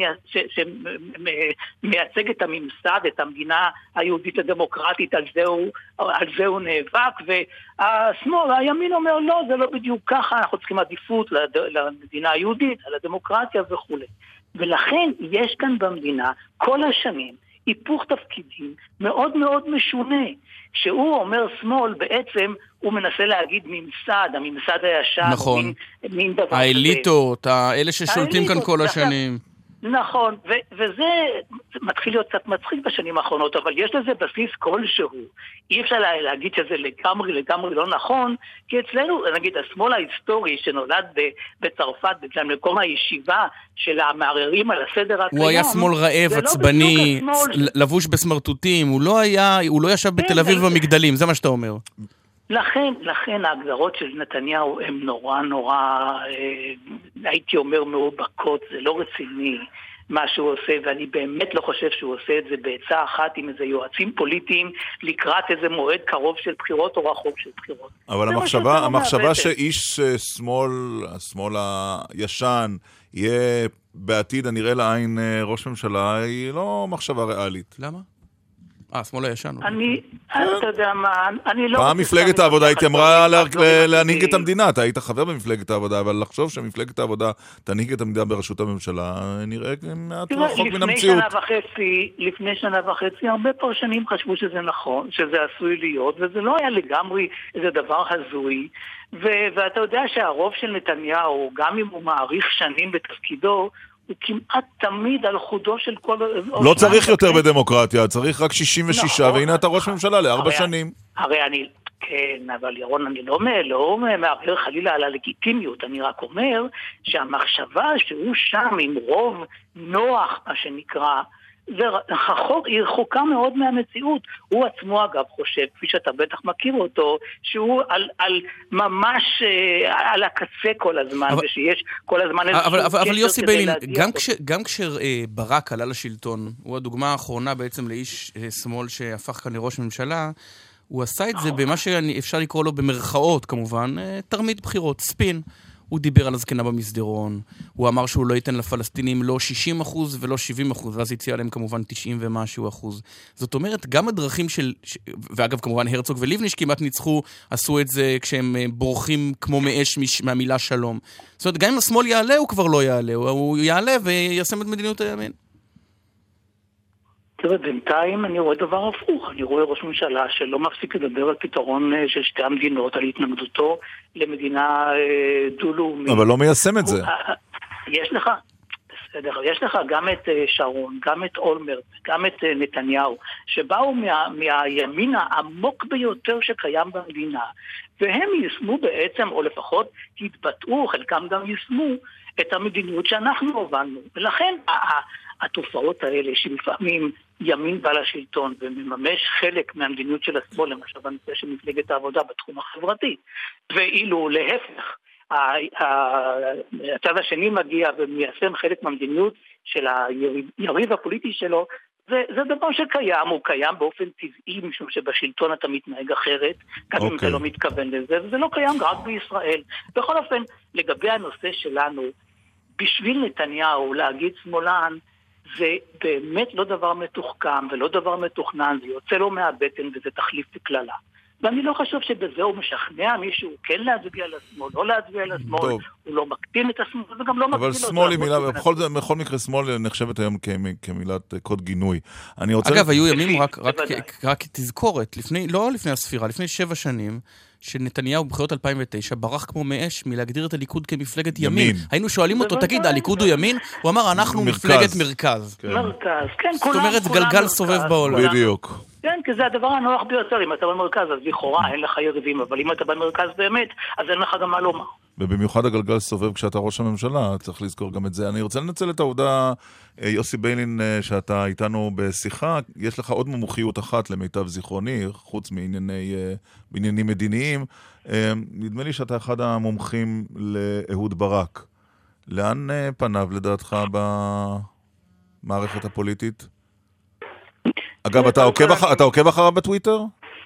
שמייצג את הממסד, את המדינה היהודית הדמוקרטית, על זה הוא, על זה הוא נאבק, והשמאל, הימין אומר לא, זה לא בדיוק ככה, אנחנו צריכים עדיפות למדינה היהודית, על הדמוקרטיה וכו'. ולכן יש כאן במדינה כל השנים היפוך תפקידים מאוד מאוד משונה. שהוא אומר שמאל, בעצם הוא מנסה להגיד ממסד, הממסד הישן, נכון. מין, מין דבר האליטות, האלה ששולטים כאן כל השנים. נכון, ו- וזה מתחיל להיות קצת מצחיק בשנים האחרונות, אבל יש לזה בסיס כלשהו. אי אפשר לה, להגיד שזה לגמרי לגמרי לא נכון, כי אצלנו, נגיד, השמאל ההיסטורי שנולד ב- בצרפת, בגלל מקום הישיבה של המערערים על הסדר הקיים, הוא היה שמאל רעב, עצבני, לא לבוש בסמרטוטים, הוא לא היה, הוא לא ישב בתל אביב במגדלים, זה מה שאתה אומר. לכן, לכן ההגדרות של נתניהו הן נורא נורא, אה, הייתי אומר מאובקות, זה לא רציני מה שהוא עושה, ואני באמת לא חושב שהוא עושה את זה בעצה אחת עם איזה יועצים פוליטיים לקראת איזה מועד קרוב של בחירות או רחוק של בחירות. אבל המחשבה, המחשבה שאיש שמאל, השמאל הישן, יהיה בעתיד הנראה לעין ראש ממשלה, היא לא מחשבה ריאלית. למה? אה, שמאל הישן. אני, אתה יודע מה, אני לא... פעם מפלגת העבודה הייתי אמרה להנהיג את המדינה, אתה היית חבר במפלגת העבודה, אבל לחשוב שמפלגת העבודה תנהיג את המדינה בראשות הממשלה, נראה מעט רחוק מן המציאות. לפני שנה וחצי, הרבה פרשנים חשבו שזה נכון, שזה עשוי להיות, וזה לא היה לגמרי איזה דבר הזוי, ואתה יודע שהרוב של נתניהו, גם אם הוא מעריך שנים בתפקידו, הוא כמעט תמיד על חודו של כל... לא צריך יותר בדמוקרטיה, צריך רק שישים ושש, והנה אתה ראש ממשלה לארבע שנים. הרי אני, כן, אבל ירון, אני לא מערער חלילה על הלגיטימיות, אני רק אומר שהמחשבה שהוא שם עם רוב נוח, מה שנקרא, היא רחוקה מאוד מהמציאות. הוא עצמו אגב חושב, כפי שאתה בטח מכיר אותו, שהוא על, על ממש על הקצה כל הזמן, אבל, ושיש כל הזמן איזה אבל, אבל, אבל יוסי ביילין, גם, כש, גם כשברק עלה לשלטון, הוא הדוגמה האחרונה בעצם לאיש שמאל שהפך כאן לראש ממשלה, הוא עשה את זה במה שאפשר לקרוא לו במרכאות כמובן, תרמית בחירות, ספין. הוא דיבר על הזקנה במסדרון, הוא אמר שהוא לא ייתן לפלסטינים לא שישים אחוז ולא שבעים אחוז, ואז הציע להם כמובן תשעים ומשהו אחוז. זאת אומרת, גם הדרכים של, ואגב כמובן הרצוג וליבניש כמעט ניצחו, עשו את זה כשהם בורחים כמו מאש מהמילה שלום. זאת אומרת, גם אם השמאל יעלה, הוא כבר לא יעלה, הוא יעלה וישם את מדיניות הימין. תראה, בינתיים אני רואה דבר הפוך, אני רואה ראש ממשלה שלא מפסיק לדבר על פתרון של שתי המדינות, על התנגדותו למדינה דו-לאומית. אבל לא מיישם את זה. יש לך, בסדר, יש לך גם את שרון, גם את אולמרט, גם את נתניהו, שבאו מה, מהימין העמוק ביותר שקיים במדינה, והם יישמו בעצם, או לפחות התבטאו, חלקם גם יישמו, את המדיניות שאנחנו הובלנו. ולכן התופעות האלה שלפעמים ימין בא לשלטון ומממש חלק מהמדיניות של השמאל, למשל בנושא של מפלגת העבודה בתחום החברתי, ואילו להפך, הצד השני מגיע ומיישם חלק מהמדיניות של היריב הפוליטי שלו, זה, זה דבר שקיים, הוא קיים באופן טבעי, משום שבשלטון אתה מתנהג אחרת, גם אם אתה לא מתכוון לזה, וזה לא קיים רק בישראל. בכל אופן, לגבי הנושא שלנו, בשביל נתניהו להגיד שמאלן, זה באמת לא דבר מתוחכם ולא דבר מתוכנן, זה יוצא לו מהבטן וזה תחליף לכללה. ואני לא חושב שבזה הוא משכנע מישהו כן להצביע לשמאל, לא להצביע לשמאל, טוב. הוא לא מקטין את השמאל, וגם לא מקטין אבל אותו. שמאל היא מילה, בכל, בכל מקרה שמאל נחשבת היום כמילת קוד גינוי. אני רוצה... אגב, היו ימים רק, רק, רק תזכורת, לפני, לא לפני הספירה, לפני שבע שנים, שנתניהו בבחירות אלפיים ותשע ברח כמו מאש מלהגדיר את הליכוד כמפלגת ימין. ימין. היינו שואלים אותו, תגיד, הליכוד הוא ימין? הוא אמר, אנחנו מרכז. מפלגת מרכז. כן. מרכז, כן, זאת אומרת, זה גלגל סובב בעולם. בדיוק. כן, כי זה הדבר הנוח ביותר, אם אתה במרכז, אז לכאורה אין לך יריבים, אבל אם אתה במרכז באמת, אז אין לך גם מה לומר. ובמיוחד הגלגל סובב כשאתה ראש הממשלה, צריך לזכור גם את זה. אני רוצה לנצל את העובדה, יוסי ביילין, שאתה איתנו בשיחה, יש לך עוד מומחיות אחת למיטב זיכרוני, חוץ מעניינים מדיניים. נדמה לי שאתה אחד המומחים לאהוד ברק. לאן פניו לדעתך במערכת הפוליטית? אגב, אתה עוקב, אחר, אתה עוקב אחריו בטוויטר?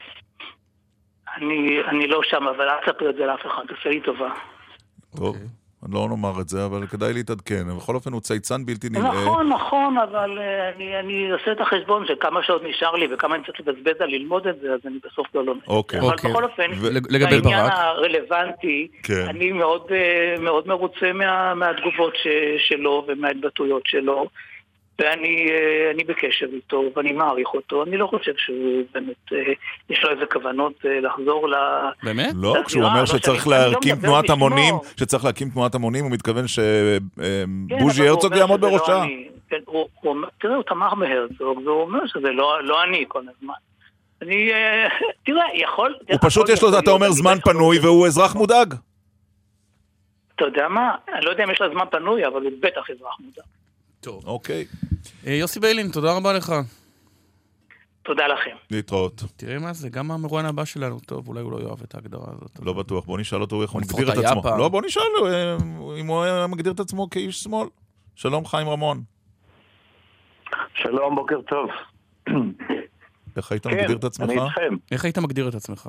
אני, אני לא שם, אבל אל תספר את זה לאף אחד, תעשה לי טובה. טוב, okay. אני לא נאמר את זה, אבל כדאי להתעדכן. בכל אופן הוא צייצן בלתי נראה. נכון, נכון, אבל uh, אני, אני עושה את החשבון שכמה שעות נשאר לי וכמה אני צריך לבזבז על ללמוד את זה, אז אני בסוף לא לומד. אוקיי. אבל okay. בכל אופן, ו- בעניין הרלוונטי, כן. אני מאוד, uh, מאוד מרוצה מה, מהתגובות ש- שלו ומההתבטאויות שלו. ואני אני בקשר איתו, ואני מעריך אותו. אני לא חושב שהוא באמת, יש לו איזה כוונות לחזור ל... באמת? לא, כשהוא אומר שצריך להקים תנועת המונים, שצריך להקים תנועת המונים, הוא מתכוון שבוז'י הרצוג יעמוד בראשה. תראה, הוא תמך בהרצוג, והוא אומר שזה לא אני כל הזמן. אני, תראה, יכול... הוא פשוט יש לו, אתה אומר, זמן פנוי, והוא אזרח מודאג. אתה יודע מה? אני לא יודע אם יש לו זמן פנוי, אבל הוא בטח אזרח מודאג. טוב. אוקיי. יוסי ביילין, תודה רבה לך. תודה לכם. להתראות. תראה מה זה, גם המרואיין הבא שלנו, טוב, אולי הוא לא יאהב את ההגדרה הזאת. לא בטוח, בוא נשאל אותו איך הוא מגדיר את עצמו. לא, בוא נשאל אם הוא מגדיר את עצמו כאיש שמאל. שלום, חיים רמון. שלום, בוקר טוב. איך היית מגדיר את עצמך? אני איתכם. איך היית מגדיר את עצמך?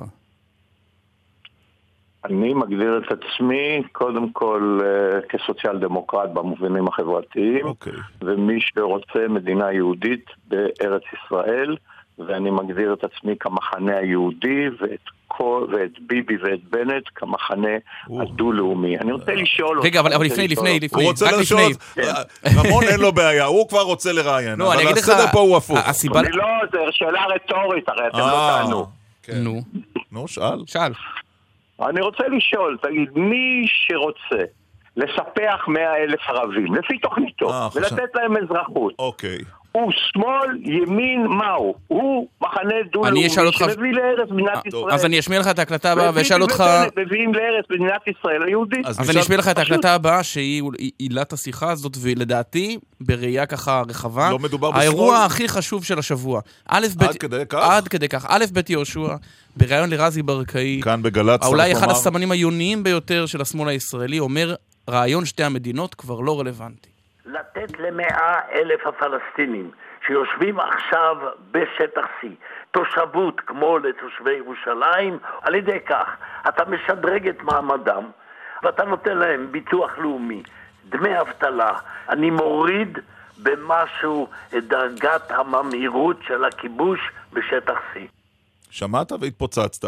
אני מגדיר את עצמי קודם כל uh, כסוציאל דמוקרט במובנים החברתיים, okay. ומי שרוצה מדינה יהודית בארץ ישראל, ואני מגדיר את עצמי כמחנה היהודי ואת, כל, ואת ביבי ואת בנט כמחנה הדו-לאומי. אני רוצה לשאול... רגע, אבל, אבל לפני, לפני, לפני, הוא רוצה לשאול, רמון אין לו בעיה, הוא כבר רוצה לראיין, לא, אבל הסדר פה הוא הפוך. אני לא, זו שאלה רטורית, הרי אתם לא תענו. נו. נו, שאל. שאל. אני רוצה לשאול, תגיד, מי שרוצה לספח מאה אלף ערבים, לפי תוכניתו, ולתת להם אזרחות, אוקיי. הוא שמאל, ימין, מהו? הוא מחנה דו-לאומי שמביא לארץ מדינת ישראל. אז אני אשמיע לך את ההקלטה הבאה ואשאל אותך... מביאים לארץ מדינת ישראל היהודית. אז אני אשמיע לך את ההקלטה הבאה שהיא עילת השיחה הזאת, ולדעתי, בראייה ככה רחבה, האירוע הכי חשוב של השבוע. עד כדי כך? עד כדי כך. א' ב' יהושע, בראיון לרזי ברקאי, כאן בגל"צ, אולי אחד הסמנים העיוניים ביותר של השמאל הישראלי, אומר, רעיון שתי המדינות כבר לא רלוונטי. לתת למאה אלף הפלסטינים שיושבים עכשיו בשטח C תושבות כמו לתושבי ירושלים, על ידי כך אתה משדרג את מעמדם ואתה נותן להם ביטוח לאומי, דמי אבטלה. אני מוריד במשהו את דרגת הממהירות של הכיבוש בשטח C. שמעת והתפוצצת.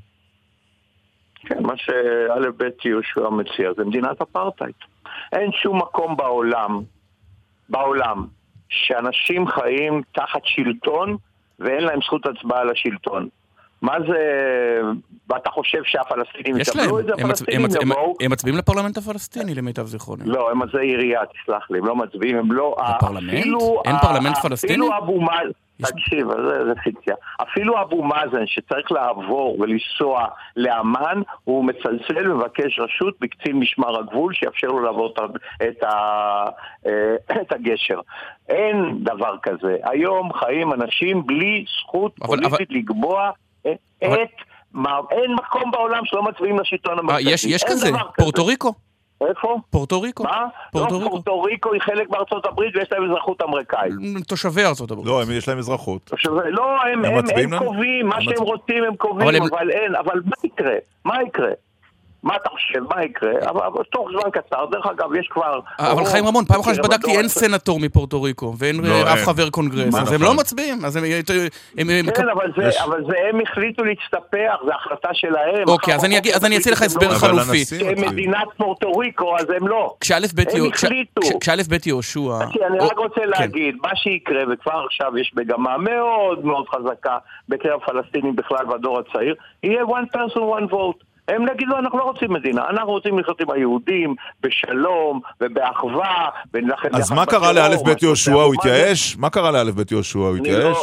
כן, מה שא' ב' יהושע מציע זה מדינת אפרטהייד. אין שום מקום בעולם, בעולם, שאנשים חיים תחת שלטון ואין להם זכות הצבעה לשלטון. מה זה, ואתה חושב שהפלסטינים יקבלו את זה? הפלסטינים יבואו... הם מצביעים לפרלמנט הפלסטיני, למיטב זיכרוני. לא, הם זה עירייה, תסלח לי, הם לא מצביעים, הם לא... לפרלמנט? אין פרלמנט פלסטיני? אפילו אבו מאזן, תקשיב, זה פיקציה. אפילו אבו מאזן שצריך לעבור ולנסוע לאמן, הוא מצלצל ומבקש רשות בקצין משמר הגבול שיאפשר לו לעבור את הגשר. אין דבר כזה. היום חיים אנשים בלי זכות פוליטית לקבוע את... אין מקום בעולם שלא מצביעים לשלטון המרכזי. יש כזה, פורטו ריקו. איפה? פורטו ריקו. מה? פורטו ריקו. פורטו ריקו היא חלק בארצות הברית ויש להם אזרחות אמריקאית. תושבי ארצות הברית. לא, יש להם אזרחות. לא, הם קובעים, מה שהם רוצים הם קובעים, אבל אין, אבל מה יקרה? מה יקרה? מה אתה חושב, מה יקרה? אבל תוך זמן קצר, דרך אגב, יש כבר... אבל חיים רמון, פעם אחת שבדקתי, אין סנטור מפורטו ריקו, ואין אף חבר קונגרס, אז הם לא מצביעים. כן, אבל זה הם החליטו להצטפח, זה החלטה שלהם. אוקיי, אז אני אציע לך הסבר חלופי. כמדינת פורטו ריקו, אז הם לא. כשאלף בית יהושע... אני רק רוצה להגיד, מה שיקרה, וכבר עכשיו יש מגמה מאוד מאוד חזקה בקרב פלסטינים בכלל והדור הצעיר, יהיה one person one vote. הם נגידו, אנחנו לא רוצים מדינה, אנחנו רוצים לחיות עם היהודים, בשלום ובאחווה. אז מה קרה לאלף בית יהושע? הוא התייאש? מה קרה לאלף בית יהושע? הוא התייאש?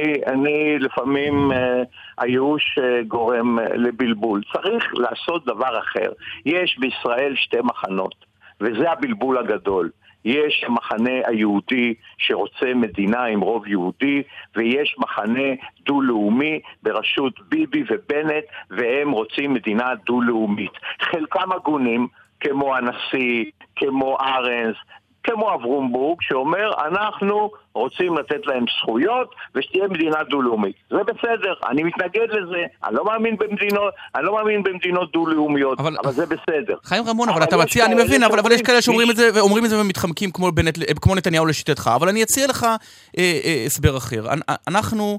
אני לפעמים, הייאוש גורם לבלבול. צריך לעשות דבר אחר. יש בישראל שתי מחנות, וזה הבלבול הגדול. יש מחנה היהודי שרוצה מדינה עם רוב יהודי, ויש מחנה דו-לאומי בראשות ביבי ובנט, והם רוצים מדינה דו-לאומית. חלקם הגונים, כמו הנשיא, כמו ארנס, כמו אברומבורג, שאומר, אנחנו רוצים לתת להם זכויות, ושתהיה מדינה דו-לאומית. זה בסדר, אני מתנגד לזה, אני לא מאמין במדינות, אני לא מאמין במדינות דו-לאומיות, אבל, אבל זה בסדר. חיים רמון, אבל, אבל אתה מציע, אני מבין, אבל, אבל יש כאלה שאומרים את זה, ואומרים את זה ומתחמקים כמו, בנט, כמו נתניהו לשיטתך, אבל אני אציע לך אה, אה, הסבר אחר. אנחנו...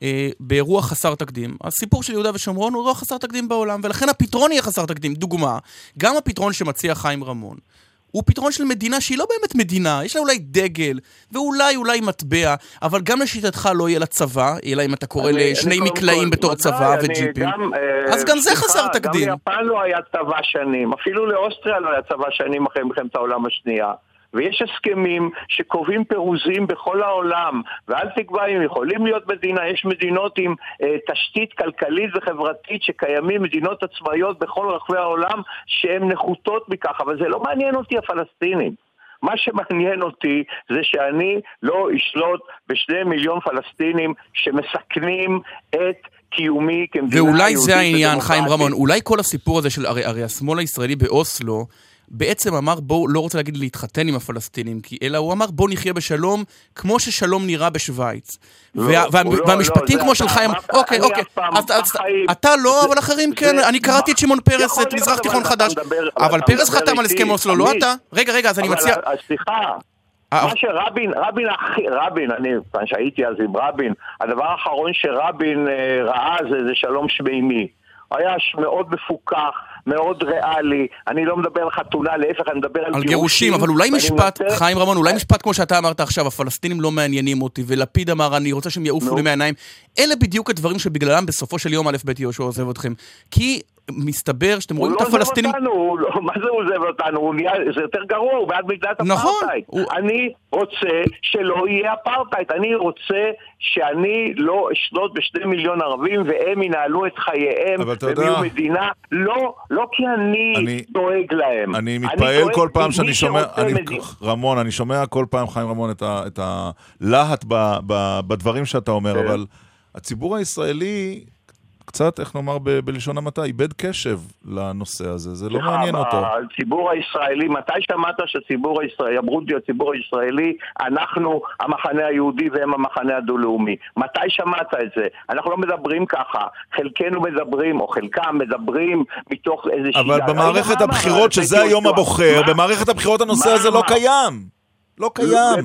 באירוע חסר תקדים. הסיפור של יהודה ושומרון הוא אירוע חסר תקדים בעולם, ולכן הפתרון יהיה חסר תקדים. דוגמה, גם הפתרון שמציע חיים רמון, הוא פתרון של מדינה שהיא לא באמת מדינה, יש לה אולי דגל, ואולי אולי מטבע, אבל גם לשיטתך לא יהיה לה צבא, אלא אם אתה קורא לשני מקלעים בתור צבא וג'יפים, אז גם זה חסר תקדים. גם ליפן לא היה צבא שנים, אפילו לאוסטריה לא היה צבא שנים אחרי מלחמת העולם השנייה. ויש הסכמים שקובעים פירוזים בכל העולם, ואל תקבע אם יכולים להיות מדינה, יש מדינות עם אה, תשתית כלכלית וחברתית שקיימים, מדינות עצמאיות בכל רחבי העולם שהן נחותות מכך, אבל זה לא מעניין אותי הפלסטינים. מה שמעניין אותי זה שאני לא אשלוט בשני מיליון פלסטינים שמסכנים את קיומי כמדינה יהודית. ואולי זה העניין, חיים רמון, אולי כל הסיפור הזה של הרי, הרי השמאל הישראלי באוסלו, בעצם אמר בואו, לא רוצה להגיד להתחתן עם הפלסטינים, אלא הוא אמר בואו נחיה בשלום, כמו ששלום נראה בשוויץ. והמשפטים כמו של חיים... אוקיי, אוקיי. אתה לא, אבל אחרים כן. אני קראתי את שמעון פרס, את מזרח תיכון חדש. אבל פרס חתם על הסכם אוסלו, לא אתה? רגע, רגע, אז אני מציע... סליחה. מה שרבין, רבין, רבין, אני, שהייתי אז עם רבין, הדבר האחרון שרבין ראה זה, זה שלום שמימי. היה מאוד מפוקח, מאוד ריאלי, אני לא מדבר על חתונה, להפך, אני מדבר על, על גירושים, אבל אולי משפט, מנסה... חיים רמון, אולי משפט כמו שאתה אמרת עכשיו, הפלסטינים לא מעניינים אותי, ולפיד אמר, אני רוצה שהם יעופו לי מהעיניים, אלה בדיוק הדברים שבגללם בסופו של יום א' ב' יהושע עוזב אתכם, כי מסתבר שאתם רואים את הפלסטינים... הוא לא עוזב אותנו, מה זה עוזב אותנו? זה יותר גרוע, הוא בעד מדינת אפרטהייד. אני רוצה שלא יהיה אפרטהייד, אני רוצה שאני לא אשלוט בשני מיליון ערבים, והם ינהלו את חייהם, והם יהיו מדינה, לא, לא כי אני דואג להם. אני מתפעל כל פעם שאני שומע, רמון, אני שומע כל פעם, חיים רמון, את הלהט בדברים שאתה אומר, אבל הציבור הישראלי... קצת, איך נאמר ב- בלשון המעטה, איבד קשב לנושא הזה, זה לא מעניין אותו. הציבור הישראלי, מתי שמעת שהציבור הישראלי, אמרו לי הציבור הישראלי, אנחנו המחנה היהודי והם המחנה הדו-לאומי. מתי שמעת את זה? אנחנו לא מדברים ככה, חלקנו מדברים, או חלקם מדברים מתוך איזושהי... אבל במערכת הבחירות, שזה היום הבוחר, במערכת הבחירות הנושא הזה לא קיים. לא קיים.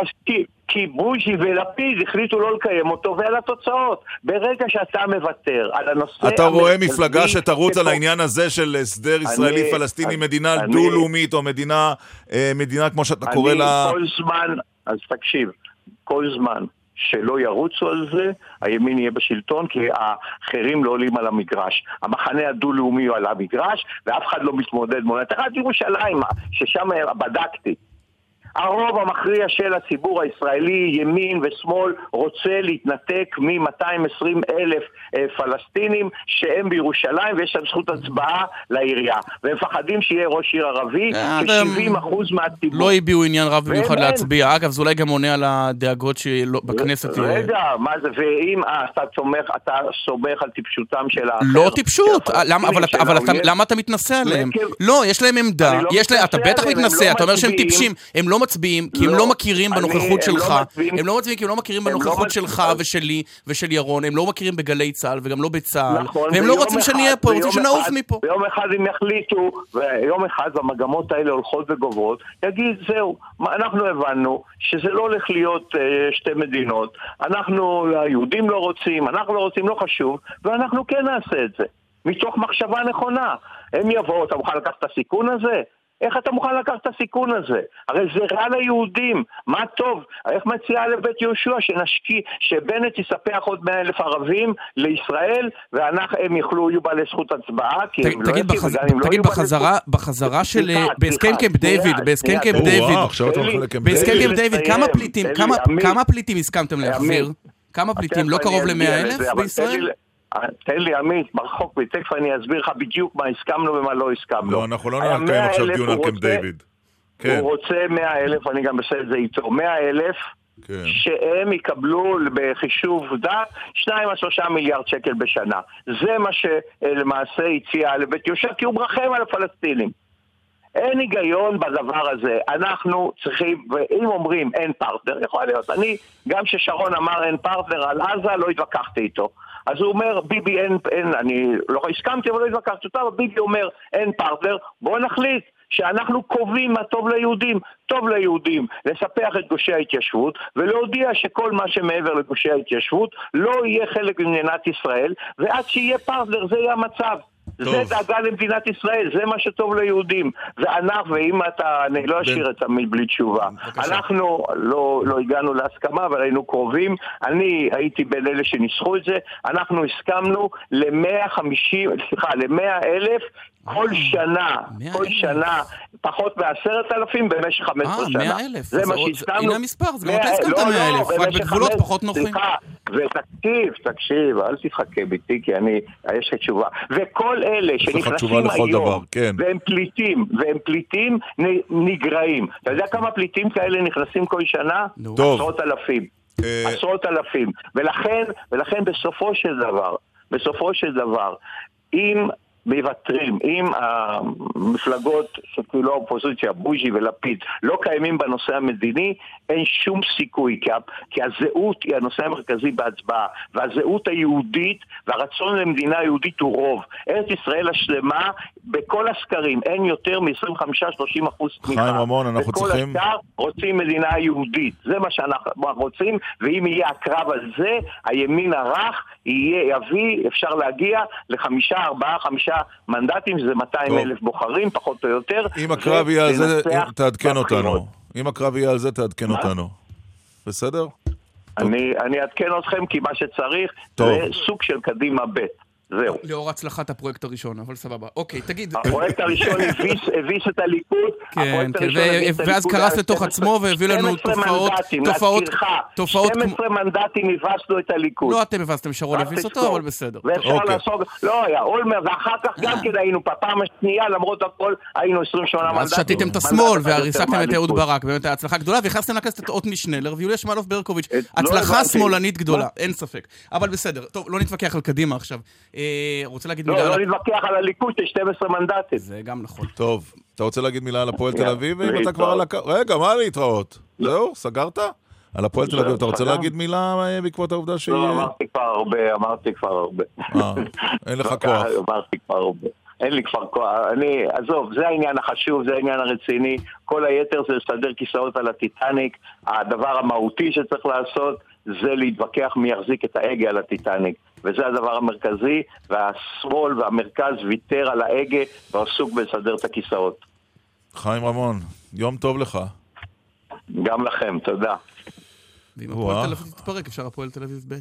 כי בוז'י ולפיד החליטו לא לקיים אותו ועל התוצאות. ברגע שאתה מוותר על הנושא... אתה רואה מפלגה שתרוץ על העניין הזה של הסדר ישראלי-פלסטיני, מדינה דו-לאומית או מדינה, מדינה כמו שאתה קורא לה... כל זמן, אז תקשיב, כל זמן שלא ירוצו על זה, הימין יהיה בשלטון, כי האחרים לא עולים על המגרש. המחנה הדו-לאומי הוא על המגרש, ואף אחד לא מתמודד מול... אתה חד ירושלים, ששם בדקתי. הרוב המכריע של הציבור הישראלי, ימין ושמאל, רוצה להתנתק מ-מאתיים ועשרים אלף פלסטינים שהם בירושלים, ויש להם זכות הצבעה לעירייה. והם מפחדים שיהיה ראש עיר ערבי, ש-שבעים אחוז מהציבור. לא הביאו עניין רב במיוחד להצביע. אגב, זה אולי גם עונה על הדאגות שבכנסת... רגע, מה זה? ואם אתה סומך על טיפשותם של האחר... לא טיפשות, אבל למה אתה מתנסה עליהם? לא, יש להם עמדה, אתה בטח מתנסה, אתה אומר שהם טיפשים, הם לא מצביעים כי הם לא מכירים בנוכחות שלך. הם לא מצביעים כי הם לא מכירים בנוכחות שלך ושלי ושל ירון. הם לא מכירים בגלי צה"ל וגם לא בצה"ל. והם לא רוצים שנהיה פה, הם רוצים שנעוף מפה. ביום אחד הם יחליטו, ויום אחד המגמות האלה הולכות וגוברות, יגיד, זהו, אנחנו הבנו שזה לא הולך להיות שתי מדינות. אנחנו, היהודים לא רוצים, אנחנו לא רוצים, לא חשוב, ואנחנו כן נעשה את זה. מתוך מחשבה נכונה. הם יבואו, אתה מוכן לקחת את הסיכון הזה? איך אתה מוכן לקחת את הסיכון הזה? הרי זה רע ליהודים. מה טוב? איך מציעה לבית יהושע שנשקיע, שבנט יספח עוד מאה אלף ערבים לישראל, והם יוכלו, יהיו בעלי זכות הצבעה, כי הם לא יקים, וגם אם לא יהיו בעלי זכות... בחזרה של... בהסכם קמפ דיוויד, בהסכם קמפ דיוויד, בהסכם קמפ דיוויד, כמה פליטים הסכמתם להחזיר? כמה פליטים? לא קרוב ל-מאה אלף בישראל? תן לי עמית, מרחוק ותכף אני אסביר לך בדיוק מה הסכמנו ומה לא הסכמנו. לא, אנחנו לא נקיים עכשיו דיון על קמפ דיוויד. הוא רוצה מאה אלף, אני גם בסדר זה איתו, מאה אלף שהם יקבלו בחישוב דת שניים עד שלושה מיליארד שקל בשנה. זה מה שלמעשה הציע לבית יהושע, כי הוא מרחם על הפלסטינים. אין היגיון בדבר הזה. אנחנו צריכים, ואם אומרים אין פרטנר, יכול להיות, אני, גם ששרון אמר אין פרטנר על עזה, לא התווכחתי איתו. אז הוא אומר, ביבי אין, אין, אני לא הסכמתי, אבל לא התווכחתי אותה, אבל ביבי אומר, אין פרטנר, בואו נחליט שאנחנו קובעים מה טוב ליהודים. טוב ליהודים לספח את גושי ההתיישבות, ולהודיע שכל מה שמעבר לגושי ההתיישבות לא יהיה חלק ממדינת ישראל, ועד שיהיה פרטנר, זה יהיה המצב. טוב. זה דאגה למדינת ישראל, זה מה שטוב ליהודים. ואנחנו, ואם אתה, אני לא אשאיר את המיל בלי תשובה. בבקשה. אנחנו לא, לא הגענו להסכמה, אבל היינו קרובים. אני הייתי בין אלה שניסחו את זה. אנחנו הסכמנו ל-מאה וחמישים, סליחה, ל-מאה אלף כל שנה, כל שנה, פחות מעשרת אלפים במשך חמש עשרה שנה. אה, מאה אלף. זה מה שהסכמנו. הנה המספר, זה גם אתה הסכמת מאה אלף, רק בגבולות פחות נוחים. סליחה, ותקשיב, תקשיב, אל תתחכה ביתי, כי אני, יש לי תשובה. וכל אלה שנכנסים היום, והם פליטים, והם פליטים נגרעים. אתה יודע כמה פליטים כאלה נכנסים כל שנה? עשרות אלפים. עשרות אלפים. ולכן, ולכן בסופו של דבר, בסופו של דבר, אם מבטרים, אם המפלגות שכאילו האופוזיציה, בוז'י ולפיד, לא קיימים בנושא המדיני, אין שום סיכוי, כי, כי הזהות היא הנושא המרכזי בהצבעה, והזהות היהודית והרצון למדינה יהודית הוא רוב. ארץ ישראל השלמה, בכל הסקרים, אין יותר מ-עשרים וחמישה עד שלושים אחוז תמיכה. חיים רמון, אנחנו בכל צריכים... השאר רוצים מדינה יהודית. זה מה שאנחנו רוצים, ואם יהיה הקרב על זה, הימין הרך יהיה, יביא, אפשר להגיע לחמישה, ארבעה, חמישה מנדטים, זה מאתיים אלף בוחרים, פחות או יותר. אם הקרב יהיה על זה, תעדכן אותנו. אם הקרב יהיה על זה, תעדכן אותנו. בסדר? אני אעדכן אתכם, כי מה שצריך זה סוג של קדימה ב'. זהו. לאור הצלחת הפרויקט הראשון, אבל סבבה. אוקיי, תגיד... הפרויקט הראשון הביס את הליכוד. כן, ואז קרס לתוך עצמו והביא לנו תופעות... תופעות... שנים עשר מנדטים הבסנו את הליכוד. לא אתם הבסתם, שרון הביס אותו, אבל בסדר. ואפשר לעשות... לא, היה אולמר, ואחר כך גם כן היינו, בפעם השנייה, למרות הכל, היינו עשרים ושמונה מנדטים. אז שתיתם את השמאל, והריסקתם את אהוד ברק. באמת הצלחה גדולה, והכנסתם לכנסת את עתני שנלר ויוליה שמאלוב ברקוביץ'. הצלחה שמאלנית גדולה, אין ספק. אבל בסדר. טוב, לא נתווכח על קדימה עכשיו. רוצה להגיד מילה... לא, לא נתווכח על הליכוד, יש שנים עשר מנדטים. זה גם נכון. טוב, אתה רוצה להגיד מילה על הפועל תל אביב? אם אתה כבר על הקו... רגע, מה להתראות? זהו, סגרת? על הפועל תל אביב, אתה רוצה להגיד מילה בעקבות העובדה שהיא... לא, אמרתי כבר הרבה, אמרתי כבר הרבה. אה, אין לך כוח. אמרתי כבר הרבה. אין לי כבר כוח. אני, עזוב, זה העניין החשוב, זה העניין הרציני. כל היתר זה לסדר כיסאות על הטיטניק. הדבר המהותי שצריך לעשות זה להתווכח מי יחזיק את ההגה על הטיטניק. וזה הדבר המרכזי, והשמאל והמרכז ויתר על ההגה ועסוק בלסדר את הכיסאות. חיים רמון, יום טוב לך. גם לכם, תודה. ואם הפועל תל אביב תתפרק, אפשר הפועל תל אביב ב'.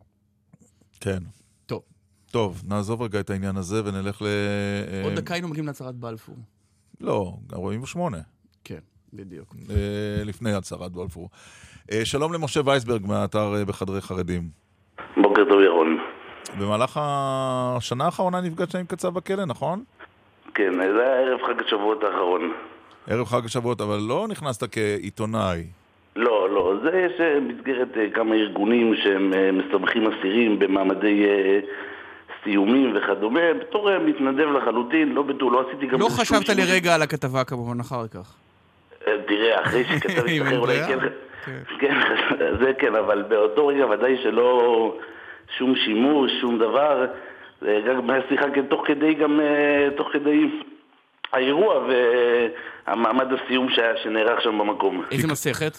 כן. טוב. טוב, נעזוב רגע את העניין הזה ונלך ל... עוד דקה היינו מגיעים להצהרת בלפור. לא, ארבעים ושמונה. כן, בדיוק. לפני הצהרת בלפור. שלום למשה וייסברג מהאתר בחדרי חרדים. בוקר טוב ירון. במהלך השנה האחרונה נפגשת עם קצב בכלא, נכון? כן, זה היה ערב חג השבועות האחרון. ערב חג השבועות, אבל לא נכנסת כעיתונאי. לא, לא, זה יש מסגרת כמה ארגונים שהם מסתבכים אסירים במעמדי סיומים וכדומה, בתור מתנדב לחלוטין, לא בטוח, לא עשיתי גם... לא חשבת לרגע על הכתבה כמובן אחר כך. תראה, אחרי שכתב ישתחרר אולי כן, כן, זה כן, אבל באותו רגע ודאי שלא שום שימוש, שום דבר, גם שיחה תוך כדי גם, תוך כדי האירוע והמעמד הסיום שנערך שם במקום. איזה מסכת?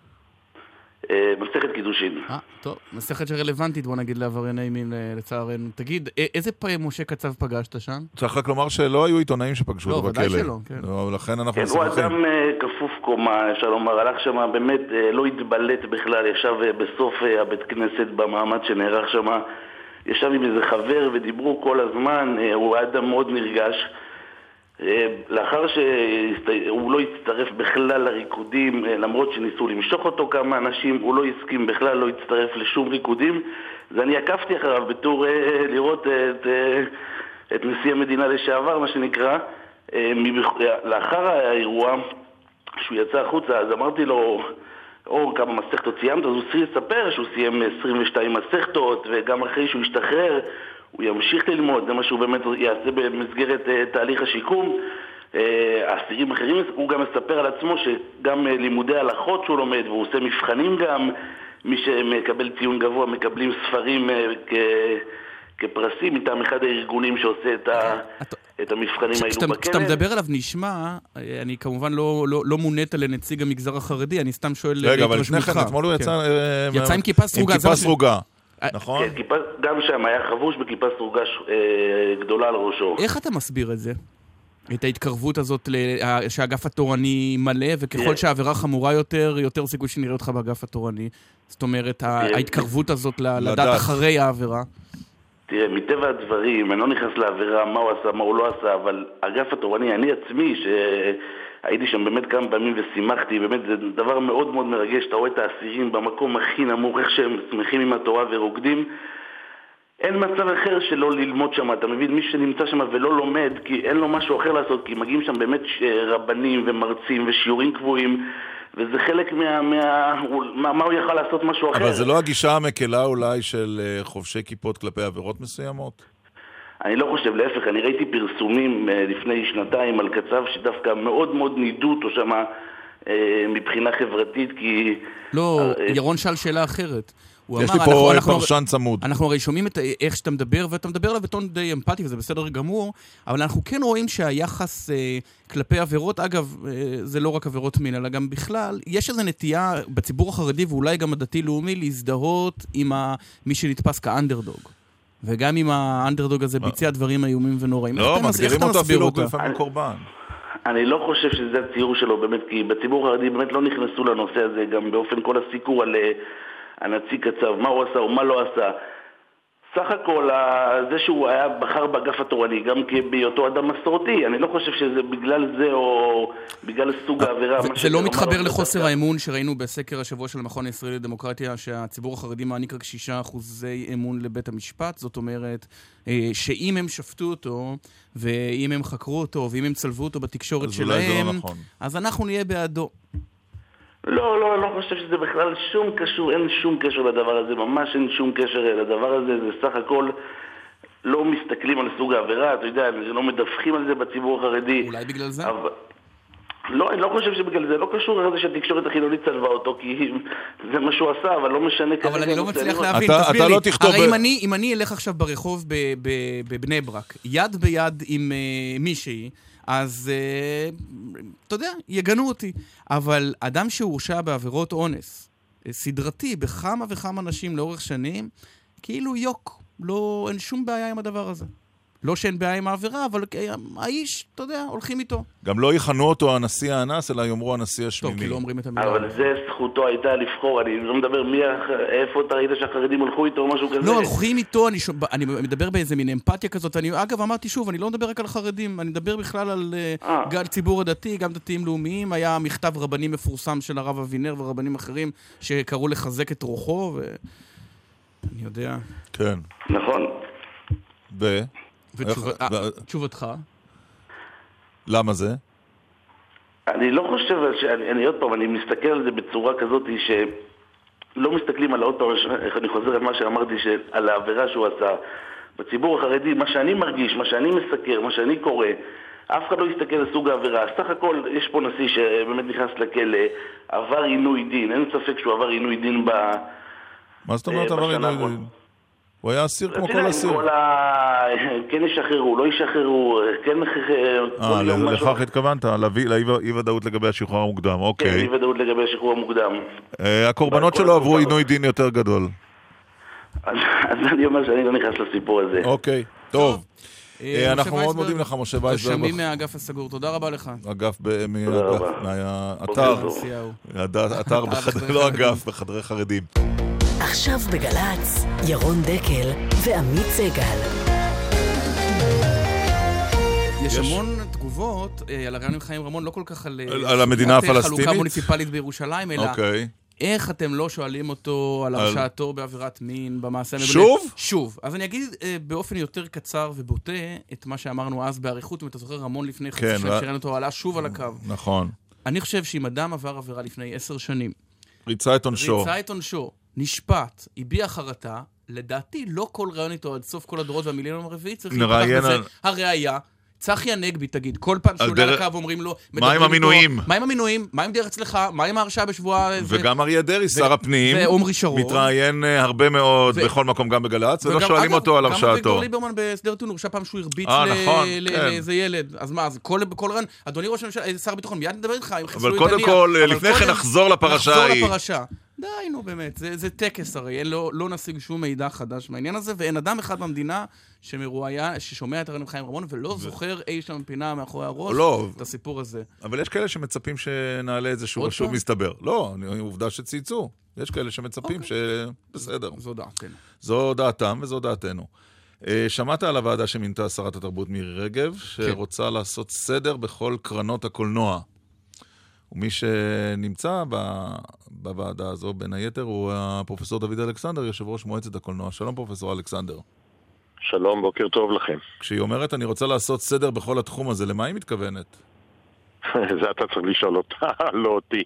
מסכת קידושין. אה, טוב, מסכת שרלוונטית, בוא נגיד, לעברייני מין לצערנו. תגיד, איזה משה קצב פגשת שם? צריך רק לומר שלא היו עיתונאים שפגשו אותו בכלא. לא, ודאי שלא, כן. לכן אנחנו כן, הוא אדם כפוף קומה, אפשר לומר, הלך שם, באמת לא התבלט בכלל, ישב בסוף הבית כנסת במעמד שנערך שם, ישב עם איזה חבר ודיברו כל הזמן, הוא אדם מאוד נרגש. לאחר שהוא לא הצטרף בכלל לריקודים, למרות שניסו למשוך אותו כמה אנשים, הוא לא הסכים בכלל, לא הצטרף לשום ריקודים. אז אני עקפתי אחריו בתור לראות את, את נשיא המדינה לשעבר, מה שנקרא. לאחר האירוע, שהוא יצא החוצה, אז אמרתי לו, או כמה מסכתות סיימת, אז הוא צריך לספר שהוא סיים עשרים ושתיים מסכתות, וגם אחרי שהוא ישתחרר, הוא ימשיך ללמוד, זה מה שהוא באמת יעשה במסגרת uh, תהליך השיקום. Uh, האסירים אחרים, הוא גם מספר על עצמו שגם uh, לימודי הלכות שהוא לומד, והוא עושה מבחנים גם, מי שמקבל ציון גבוה מקבלים ספרים uh, כ... כפרסים מטעם אחד הארגונים שעושה את, ה... את המבחנים האלו בכלא. כשאתה מדבר עליו נשמע, אני כמובן לא, לא, לא מונית לנציג המגזר החרדי, אני סתם שואל... רגע, אבל לפני כן, אתמול הוא יצא... יצא עם כיפה סרוגה. עם כיפה סרוגה. נכון? כן, גם שם היה חבוש בכיפה סרוגה גדולה על ראשו. איך אתה מסביר את זה? את ההתקרבות הזאת שהאגף התורני מלא, וככל שהעבירה חמורה יותר, יותר סיכוי שנראה אותך באגף התורני. זאת אומרת, ההתקרבות הזאת לדעת אחרי העבירה. תראה, מטבע הדברים, אני לא נכנס לעבירה, מה הוא עשה, מה הוא לא עשה, אבל אגף התורני, אני עצמי, שהייתי שם באמת כמה פעמים ושימחתי, באמת זה דבר מאוד מאוד מרגש, אתה רואה את האסירים במקום הכי נמוך, איך שהם שמחים עם התורה ורוקדים, אין מצב אחר שלא ללמוד שם, אתה מבין, מי שנמצא שם ולא לומד, כי אין לו משהו אחר לעשות, כי מגיעים שם באמת רבנים ומרצים ושיעורים קבועים, וזה חלק מה... מה, מה, מה הוא יכל לעשות משהו אחר. אבל זה לא הגישה המקלה אולי של חובשי כיפות כלפי עבירות מסוימות? אני לא חושב, להפך, אני ראיתי פרסומים לפני שנתיים על קצב שדווקא מאוד מאוד נידו אותו שם מבחינה חברתית, כי... לא, ירון שאל שאלה אחרת. יש לי פה פרשן צמוד. אנחנו הרי שומעים את איך שאתה מדבר, ואתה מדבר עליו בטון די אמפתי, וזה בסדר גמור, אבל אנחנו כן רואים שהיחס אה, כלפי עבירות, אגב, אה, זה לא רק עבירות מין, אלא גם בכלל, יש איזו נטייה בציבור החרדי, ואולי גם הדתי-לאומי, להזדהות עם ה... מי שנתפס כאנדרדוג. וגם אם האנדרדוג הזה ביצע דברים איומים ונוראים. לא, מגדירים אותו אפילו לפעמים קורבן. אני לא חושב שזה הציור שלו, באמת, כי בציבור החרדי באמת לא נכנסו לנושא הזה, גם באופן כל הסיקור על... הנציג קצב, מה הוא עשה או מה לא עשה. סך הכל, זה שהוא היה בחר באגף התורני, גם בהיותו אדם מסורתי, אני לא חושב שזה בגלל זה או בגלל סוג העבירה. זה לא מתחבר לחוסר האמון שראינו בסקר השבוע של המכון הישראלי לדמוקרטיה, שהציבור החרדי מעניק רק שישה אחוזי אמון לבית המשפט, זאת אומרת שאם הם שפטו אותו, ואם הם חקרו אותו, ואם הם צלבו אותו בתקשורת שלהם, אז אנחנו נהיה בעדו. לא, לא, אני לא חושב שזה בכלל שום קשור, אין שום קשר לדבר הזה, ממש אין שום קשר לדבר הזה, זה סך הכל לא מסתכלים על סוג העבירה, אתה יודע, לא מדווחים על זה בציבור החרדי. אולי בגלל זה? אבל... לא, אני לא חושב שבגלל זה, לא קשור לזה שהתקשורת החילונית צלבה אותו, כי זה מה שהוא עשה, אבל לא משנה כזה. אבל אני לא מצליח להבין, תסביר לי, הרי אם אני אלך עכשיו ברחוב בבני ברק, יד ביד עם מישהי, אז, אתה יודע, יגנו אותי. אבל אדם שהורשע בעבירות אונס, סדרתי, בכמה וכמה נשים לאורך שנים, כאילו יוק, לא, אין שום בעיה עם הדבר הזה. לא שאין בעיה עם העבירה, אבל האיש, אתה יודע, הולכים איתו. גם לא יכנו אותו הנשיא האנס, אלא יאמרו הנשיא השמימי. טוב, כי לא אומרים את המילה. אבל זה זכותו הייתה לבחור, אני לא מדבר מי, איפה אתה ראית שהחרדים הלכו איתו או משהו כזה? לא, הולכים איתו, אני, ש... אני מדבר באיזה מין אמפתיה כזאת, אני, אגב, אמרתי שוב, אני לא מדבר רק על חרדים, אני מדבר בכלל על גל ציבור הדתי, גם דתיים לאומיים, היה מכתב רבני מפורסם של הרב אבינר ורבנים אחרים, שקראו לחזק את רוחו, ו... אני יודע. כן. נכון. ו... ותשובתך? למה זה? אני לא חושב, אני עוד פעם, אני מסתכל על זה בצורה כזאת שלא מסתכלים על עוד פעם, איך אני חוזר על מה שאמרתי, על העבירה שהוא עשה. בציבור החרדי, מה שאני מרגיש, מה שאני מסקר, מה שאני קורא, אף אחד לא יסתכל על סוג העבירה. סך הכל, יש פה נשיא שבאמת נכנס לכלא, עבר עינוי דין, אין ספק שהוא עבר עינוי דין ב... מה זאת אומרת עבר עינוי דין? הוא היה אסיר כמו כל אסיר. כן ישחררו, לא ישחררו, כן... אה, לכך התכוונת, לאי ודאות לגבי השחרור המוקדם, אוקיי. כן, אי ודאות לגבי השחרור המוקדם. הקורבנות שלו עברו עינוי דין יותר גדול. אז אני אומר שאני לא נכנס לסיפור הזה. אוקיי, טוב. אנחנו מאוד מודים לך, משה וייסברג. רשמים מהאגף הסגור, תודה רבה לך. אגף, מהאתר, אתר, לא אגף, בחדרי חרדים. עכשיו בגלץ, ירון דקל ועמית סגל. יש המון תגובות על הרעיון עם חיים רמון, לא כל כך על... על המדינה הפלסטינית? חלוקה מוניציפלית בירושלים, אלא... אוקיי. איך אתם לא שואלים אותו על הרשעתו בעבירת מין, במעשה מבנה? שוב? שוב. אז אני אגיד באופן יותר קצר ובוטה את מה שאמרנו אז בעריכות, אם אתה זוכר, רמון לפני חצי שנה שראינו אותו, עלה שוב על הקו. נכון. אני חושב שאם אדם עבר עבירה לפני עשר שנים, ריצה את עונשו. ריצה את עונשו, נשפט, הביע חרטה, לדעתי לא כל רעיון איתו עד סוף כל הדורות והמיליון הרביעי, צריך לפתח בזה הראייה. צחי הנגבי, תגיד, כל פעם שעולה על הקו אומרים לו... מה עם המינויים? מה עם המינויים? מה עם דרך אצלך? מה עם ההרשעה בשבוע... וגם אריה דרעי, שר הפנים, ועומרי שרון. מתראיין הרבה מאוד בכל מקום, גם בגל"צ, ולא שואלים אותו על הרשעתו. גם אביגדור ליברמן בסדר טיעון, הורשע פעם שהוא הרביץ לאיזה ילד. אז מה, אז כל רעיון... אדוני ראש הממשלה, שר הביטחון, מיד נדבר איתך, אם חיסלו את הנייה. אבל קודם כל, לפני כן נחזור לפרשה ההיא. די, נו, באמת, זה, זה טקס הרי, לא, לא נשיג שום מידע חדש מהעניין הזה, ואין אדם אחד במדינה שמרואיה, ששומע את הרעיון עם חיים רמון, ולא ו... זוכר אי שם פינה מאחורי הראש לא, את הסיפור הזה. אבל יש כאלה שמצפים שנעלה את זה שוב ושוב מסתבר. לא, עובדה שצייצו. יש כאלה שמצפים שבסדר. זו דעתנו. זו דעתם וזו דעתנו. שמעת על הוועדה שמינתה שרת התרבות מירי רגב, שרוצה כן. לעשות סדר בכל קרנות הקולנוע. ומי שנמצא בוועדה הזו, בין היתר, הוא הפרופסור דוד אלכסנדר, יושב ראש מועצת הקולנוע. שלום פרופסור אלכסנדר. שלום, בוקר טוב לכם. כשהיא אומרת, אני רוצה לעשות סדר בכל התחום הזה, למה היא מתכוונת? זה אתה צריך לשאול אותה, לא אותי.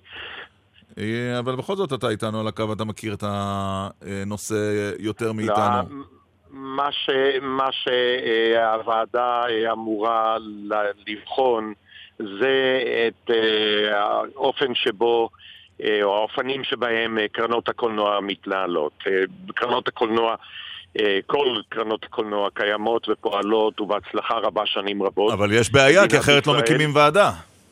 אבל בכל זאת אתה איתנו על הקו, אתה מכיר את הנושא יותר מאיתנו. מה ש, מה שהוועדה אמורה לבחון, זה את האופן שבו, או האופנים שבהם קרנות הקולנוע מתנהלות. קרנות הקולנוע, כל קרנות הקולנוע קיימות ופועלות ובהצלחה רבה שנים רבות. אבל יש בעיה, כי אחרת לא מקימים ועדה.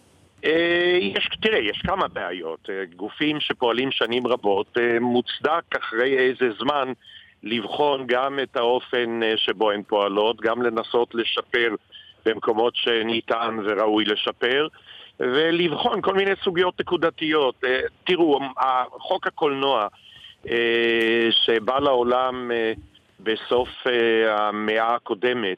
יש, תראה, יש כמה בעיות. גופים שפועלים שנים רבות, מוצדק אחרי איזה זמן לבחון גם את האופן שבו הן פועלות, גם לנסות לשפר במקומות שניתן וראוי לשפר, ולבחון כל מיני סוגיות נקודתיות. תראו, חוק הקולנוע שבא לעולם בסוף המאה הקודמת,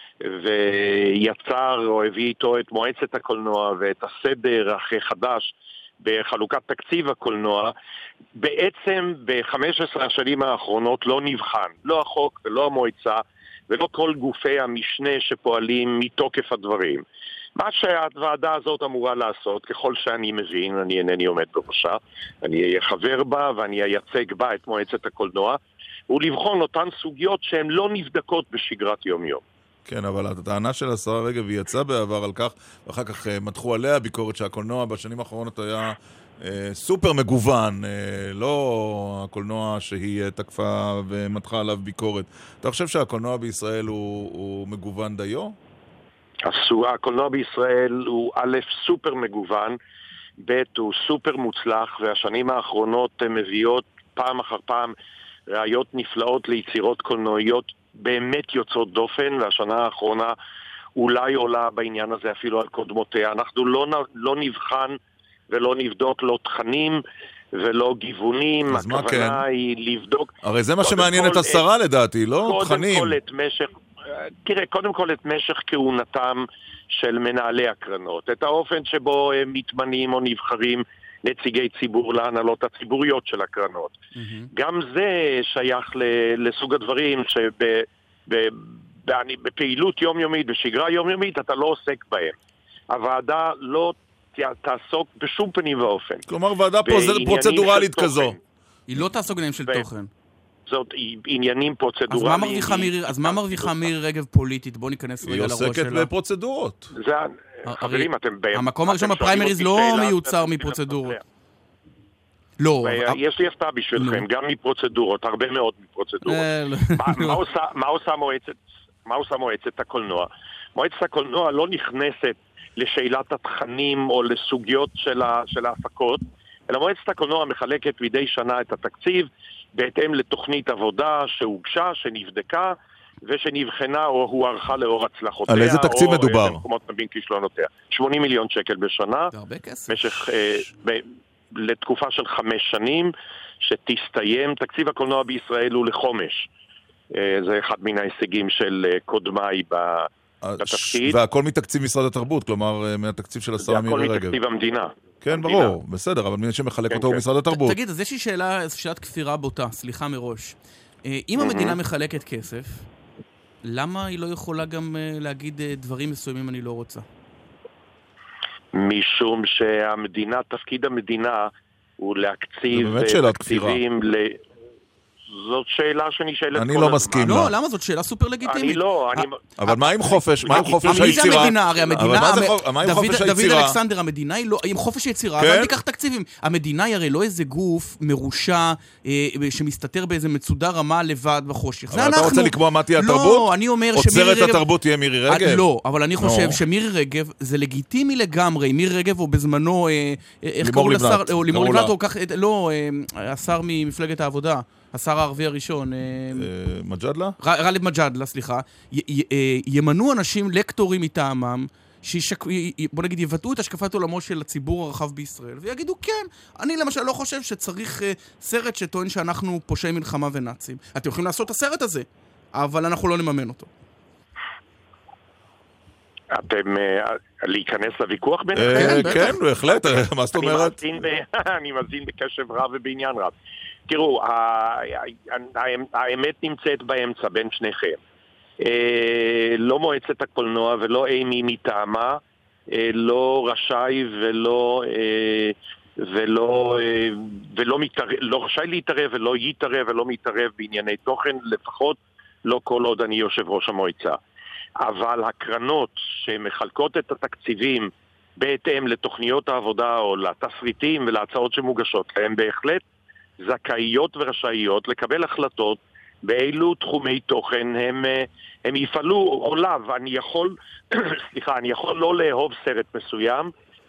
ויצר או הביא איתו את מועצת הקולנוע ואת הסדר החדש בחלוקת תקציב הקולנוע, בעצם ב-חמש עשרה השנים האחרונות לא נבחן, לא החוק ולא המועצה, ולא כל גופי המשנה שפועלים מתוקף הדברים. מה שהוועדה הזאת אמורה לעשות, ככל שאני מבין, אני אינני עומד בראשה, אני אהיה חבר בה ואני אייצג בה את מועצת הקולנוע, הוא לבחון אותן סוגיות שהן לא נבדקות בשגרת יום-יום. כן, אבל הטענה של השרה רגב היא יצאה בעבר על כך, ואחר כך מתחו עליה ביקורת שהקולנוע בשנים האחרונות היה אה, סופר מגוון, אה, לא הקולנוע שהיא תקפה ומתחה עליו ביקורת. אתה חושב שהקולנוע בישראל הוא, הוא מגוון דיו? הקולנוע בישראל הוא א' סופר מגוון, ב' הוא סופר מוצלח, והשנים האחרונות מביאות פעם אחר פעם ראיות נפלאות ליצירות קולנועיות באמת יוצאות דופן, והשנה האחרונה אולי עולה בעניין הזה אפילו על קודמותיה. אנחנו לא, לא נבחן ולא נבדוק לא תכנים ולא גיוונים. אז מה כן? הכוונה היא לבדוק... הרי זה מה שמעניין את השרה לדעתי, לא קודם תכנים. כל את משך... תראה, קודם כל את משך כהונתם של מנהלי הקרנות. את האופן שבו הם מתמנים או נבחרים נציגי ציבור להנהלות הציבוריות של הקרנות. Mm-hmm. גם זה שייך לסוג הדברים שבפעילות יומיומית, בשגרה יומיומית, אתה לא עוסק בהם. הוועדה לא תעסוק בשום פנים ואופן. כלומר, ועדה פרוצדורלית כזו. היא לא תעסוק בעניינים של תוכן. זאת עניינים פרוצדורליים. אז מה מרוויחה מירי, אז מה מרוויחה מירי רגב פוליטית? בוא ניכנס רגע לראש שלה. היא עוסקת בפרוצדורות. זה, חברים, אתם... המקום הראשון בפריימריז לא מיוצר מפרוצדורות. לא. יש לי הפתעה בשבילכם, גם מפרוצדורות, הרבה מאוד מפרוצדורות. מה עושה מועצת, מה עושה מועצת הקולנוע? מועצת הקולנוע לא נכנסת לשאלת התכנים או לסוגיות של ההפקות, אלא מועצת הקולנוע מחלקת מדי שנה את התקציב בהתאם לתוכנית עבודה שהוגשה, שנבדקה ושנבחנה או הוערכה לאור הצלחותיה. על איזה תקציב מדובר? או במקומות רבים כישלונותיה. שמונים מיליון שקל בשנה. זה הרבה כסף. משך, אה, ב, לתקופה של חמש שנים שתסתיים. תקציב הקולנוע בישראל הוא לחומש. אה, זה אחד מן ההישגים של אה, קודמיי בתפקיד. והכל מתקציב משרד התרבות, כלומר מהתקציב של השרה מירי רגב. והכל מתקציב המדינה. כן, ברור, בסדר, אבל מי שמחלק אותו הוא משרד התרבות. תגיד, אז יש לי שאלה, שאלת כפירה בוטה, סליחה מראש. אם המדינה מחלקת כסף, למה היא לא יכולה גם להגיד דברים מסוימים אני לא רוצה? משום שהמדינה, תפקיד המדינה הוא להקציב תקציבים ל... זאת שאלה שנשאלת אני לא מסכים. לא, למה זאת שאלה סופר לגיטימית? אני לא, אני... אבל מה עם חופש? מה עם חופש היצירה? מי זה המדינה? הרי המדינה... מה עם חופש היצירה? דוד אלכסנדר, המדינה היא לא... עם חופש היצירה, אבל תיקח תקציבים. המדינה היא הרי לא איזה גוף מרושע שמסתתר באיזה מצודה רמה לבד בחושך. זה אנחנו... אבל אתה רוצה לקבוע מה תהיה התרבות? לא, אני אומר שמירי רגב... עוצרת התרבות תהיה מירי רגב? לא, אבל אני חושב שמירי רגב זה לגיטימי לגמרי. מירי רגב או בזמנו... לימור לבנת. לימור לבנת או כך... לא, השר ממפלגת העבודה. השר הערבי הראשון, מג'אדלה? גאלב מג'אדלה, סליחה, ימנו אנשים לקטורים מטעמם, בוא נגיד, יבטאו את השקפת עולמו של הציבור הרחב בישראל, ויגידו, כן, אני למשל לא חושב שצריך סרט שטוען שאנחנו פושעי מלחמה ונאצים. אתם יכולים לעשות את הסרט הזה, אבל אנחנו לא נממן אותו. אתם להיכנס לוויכוח ביניכם? כן, בהחלט, מה זאת אומרת? אני מזין בקשב רב ובעניין רב. תראו, האמת נמצאת באמצע בין שניכם. לא מועצת הקולנוע ולא אימי מטעמה, לא רשאי ולא ולא ולא מתערב, לא רשאי להתערב ולא יתערב ולא מתערב בענייני תוכן, לפחות לא כל עוד אני יושב ראש המועצה. אבל הקרנות שמחלקות את התקציבים בהתאם לתוכניות העבודה או לתסריטים ולהצעות שמוגשות להם בהחלט זכאיות ורשאיות לקבל החלטות באילו תחומי תוכן הם, הם יפעלו או לאו. אני יכול, סליחה, אני יכול לא לאהוב סרט מסוים,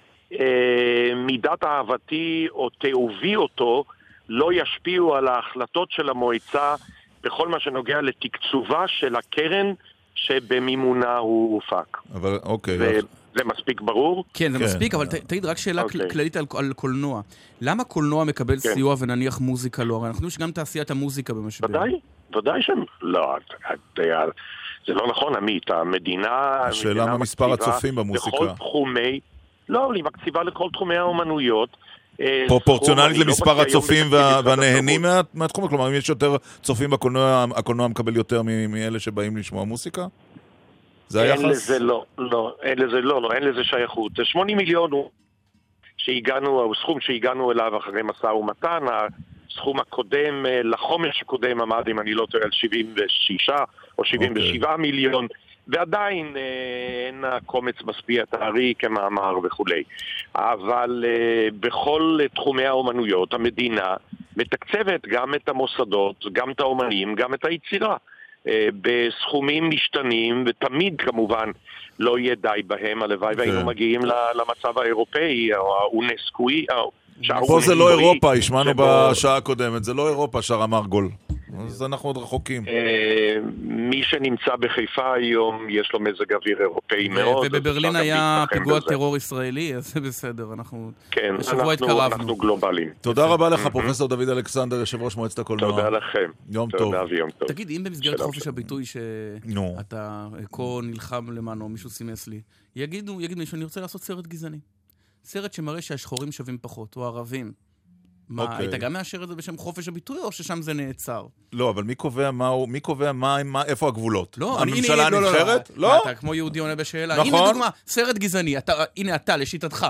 מידת אהבתי או תאהבי אותו לא ישפיעו על ההחלטות של המועצה בכל מה שנוגע לתקצובה של הקרן שבמימונה הוא הופק. אבל אוקיי. ו... זה מספיק ברור? כן, זה מספיק, אבל תגיד רק שאלה כללית על קולנוע. למה קולנוע מקבל סיוע ונניח מוזיקה לא? הרי אנחנו יודעים שגם תעשיית המוזיקה במשבר. ודאי, ודאי שהם... לא, זה לא נכון, עמית. המדינה... השאלה מה מספר הצופים במוזיקה. בכל תחומי... לא, היא מקציבה לכל תחומי האומנויות. פרופורציונלית למספר הצופים והנהנים מהתחום? כלומר, אם יש יותר צופים בקולנוע, הקולנוע מקבל יותר מאלה שבאים לשמוע מוזיקה? אין לזה לא, לא, אין לזה לא, לא, אין לזה שייכות. שמונים מיליון הוא שהגענו, הוא סכום שהגענו אליו אחרי מסע ומתן, הסכום הקודם, לחומש הקודם עמד, אם אני לא טועה, על שבעים ושישה או שבעים ושבעה מיליון, ועדיין אין הקומץ משפיע תארי כמאמר וכולי. אבל בכל תחומי האומנויות, המדינה מתקצבת גם את המוסדות, גם את האומנים, גם את היצירה. בסכומים משתנים, ותמיד כמובן לא יהיה די בהם, הלוואי והיינו מגיעים למצב האירופאי, או האונסקוי. פה זה לא אירופה, השמענו בשעה הקודמת, זה לא אירופה, שר מרגול. אז אנחנו עוד רחוקים. מי שנמצא בחיפה היום, יש לו מזג אוויר אירופאי מאוד. ובברלין היה פיגוע טרור ישראלי, אז זה בסדר, אנחנו... כן, אנחנו גלובליים. תודה רבה לך, פרופסור דוד אלכסנדר, יושב ראש מועצת הקולנוע. תודה לכם. יום טוב. תגיד, אם במסגרת חופש הביטוי שאתה כה נלחם למענו, מישהו סימס לי, יגידו מישהו, אני רוצה לעשות סרט גזעני. סרט שמראה שהשחורים שווים פחות, או ערבים. מה, היית גם מאשר את זה בשם חופש הביטוי, או ששם זה נעצר? לא, אבל מי קובע מה, מי קובע מה, איפה הגבולות? לא, הממשלה נבחרת? לא. אתה כמו יהודי עונה בשאלה. הנה דוגמה, סרט גזעני, הנה אתה, לשיטתך.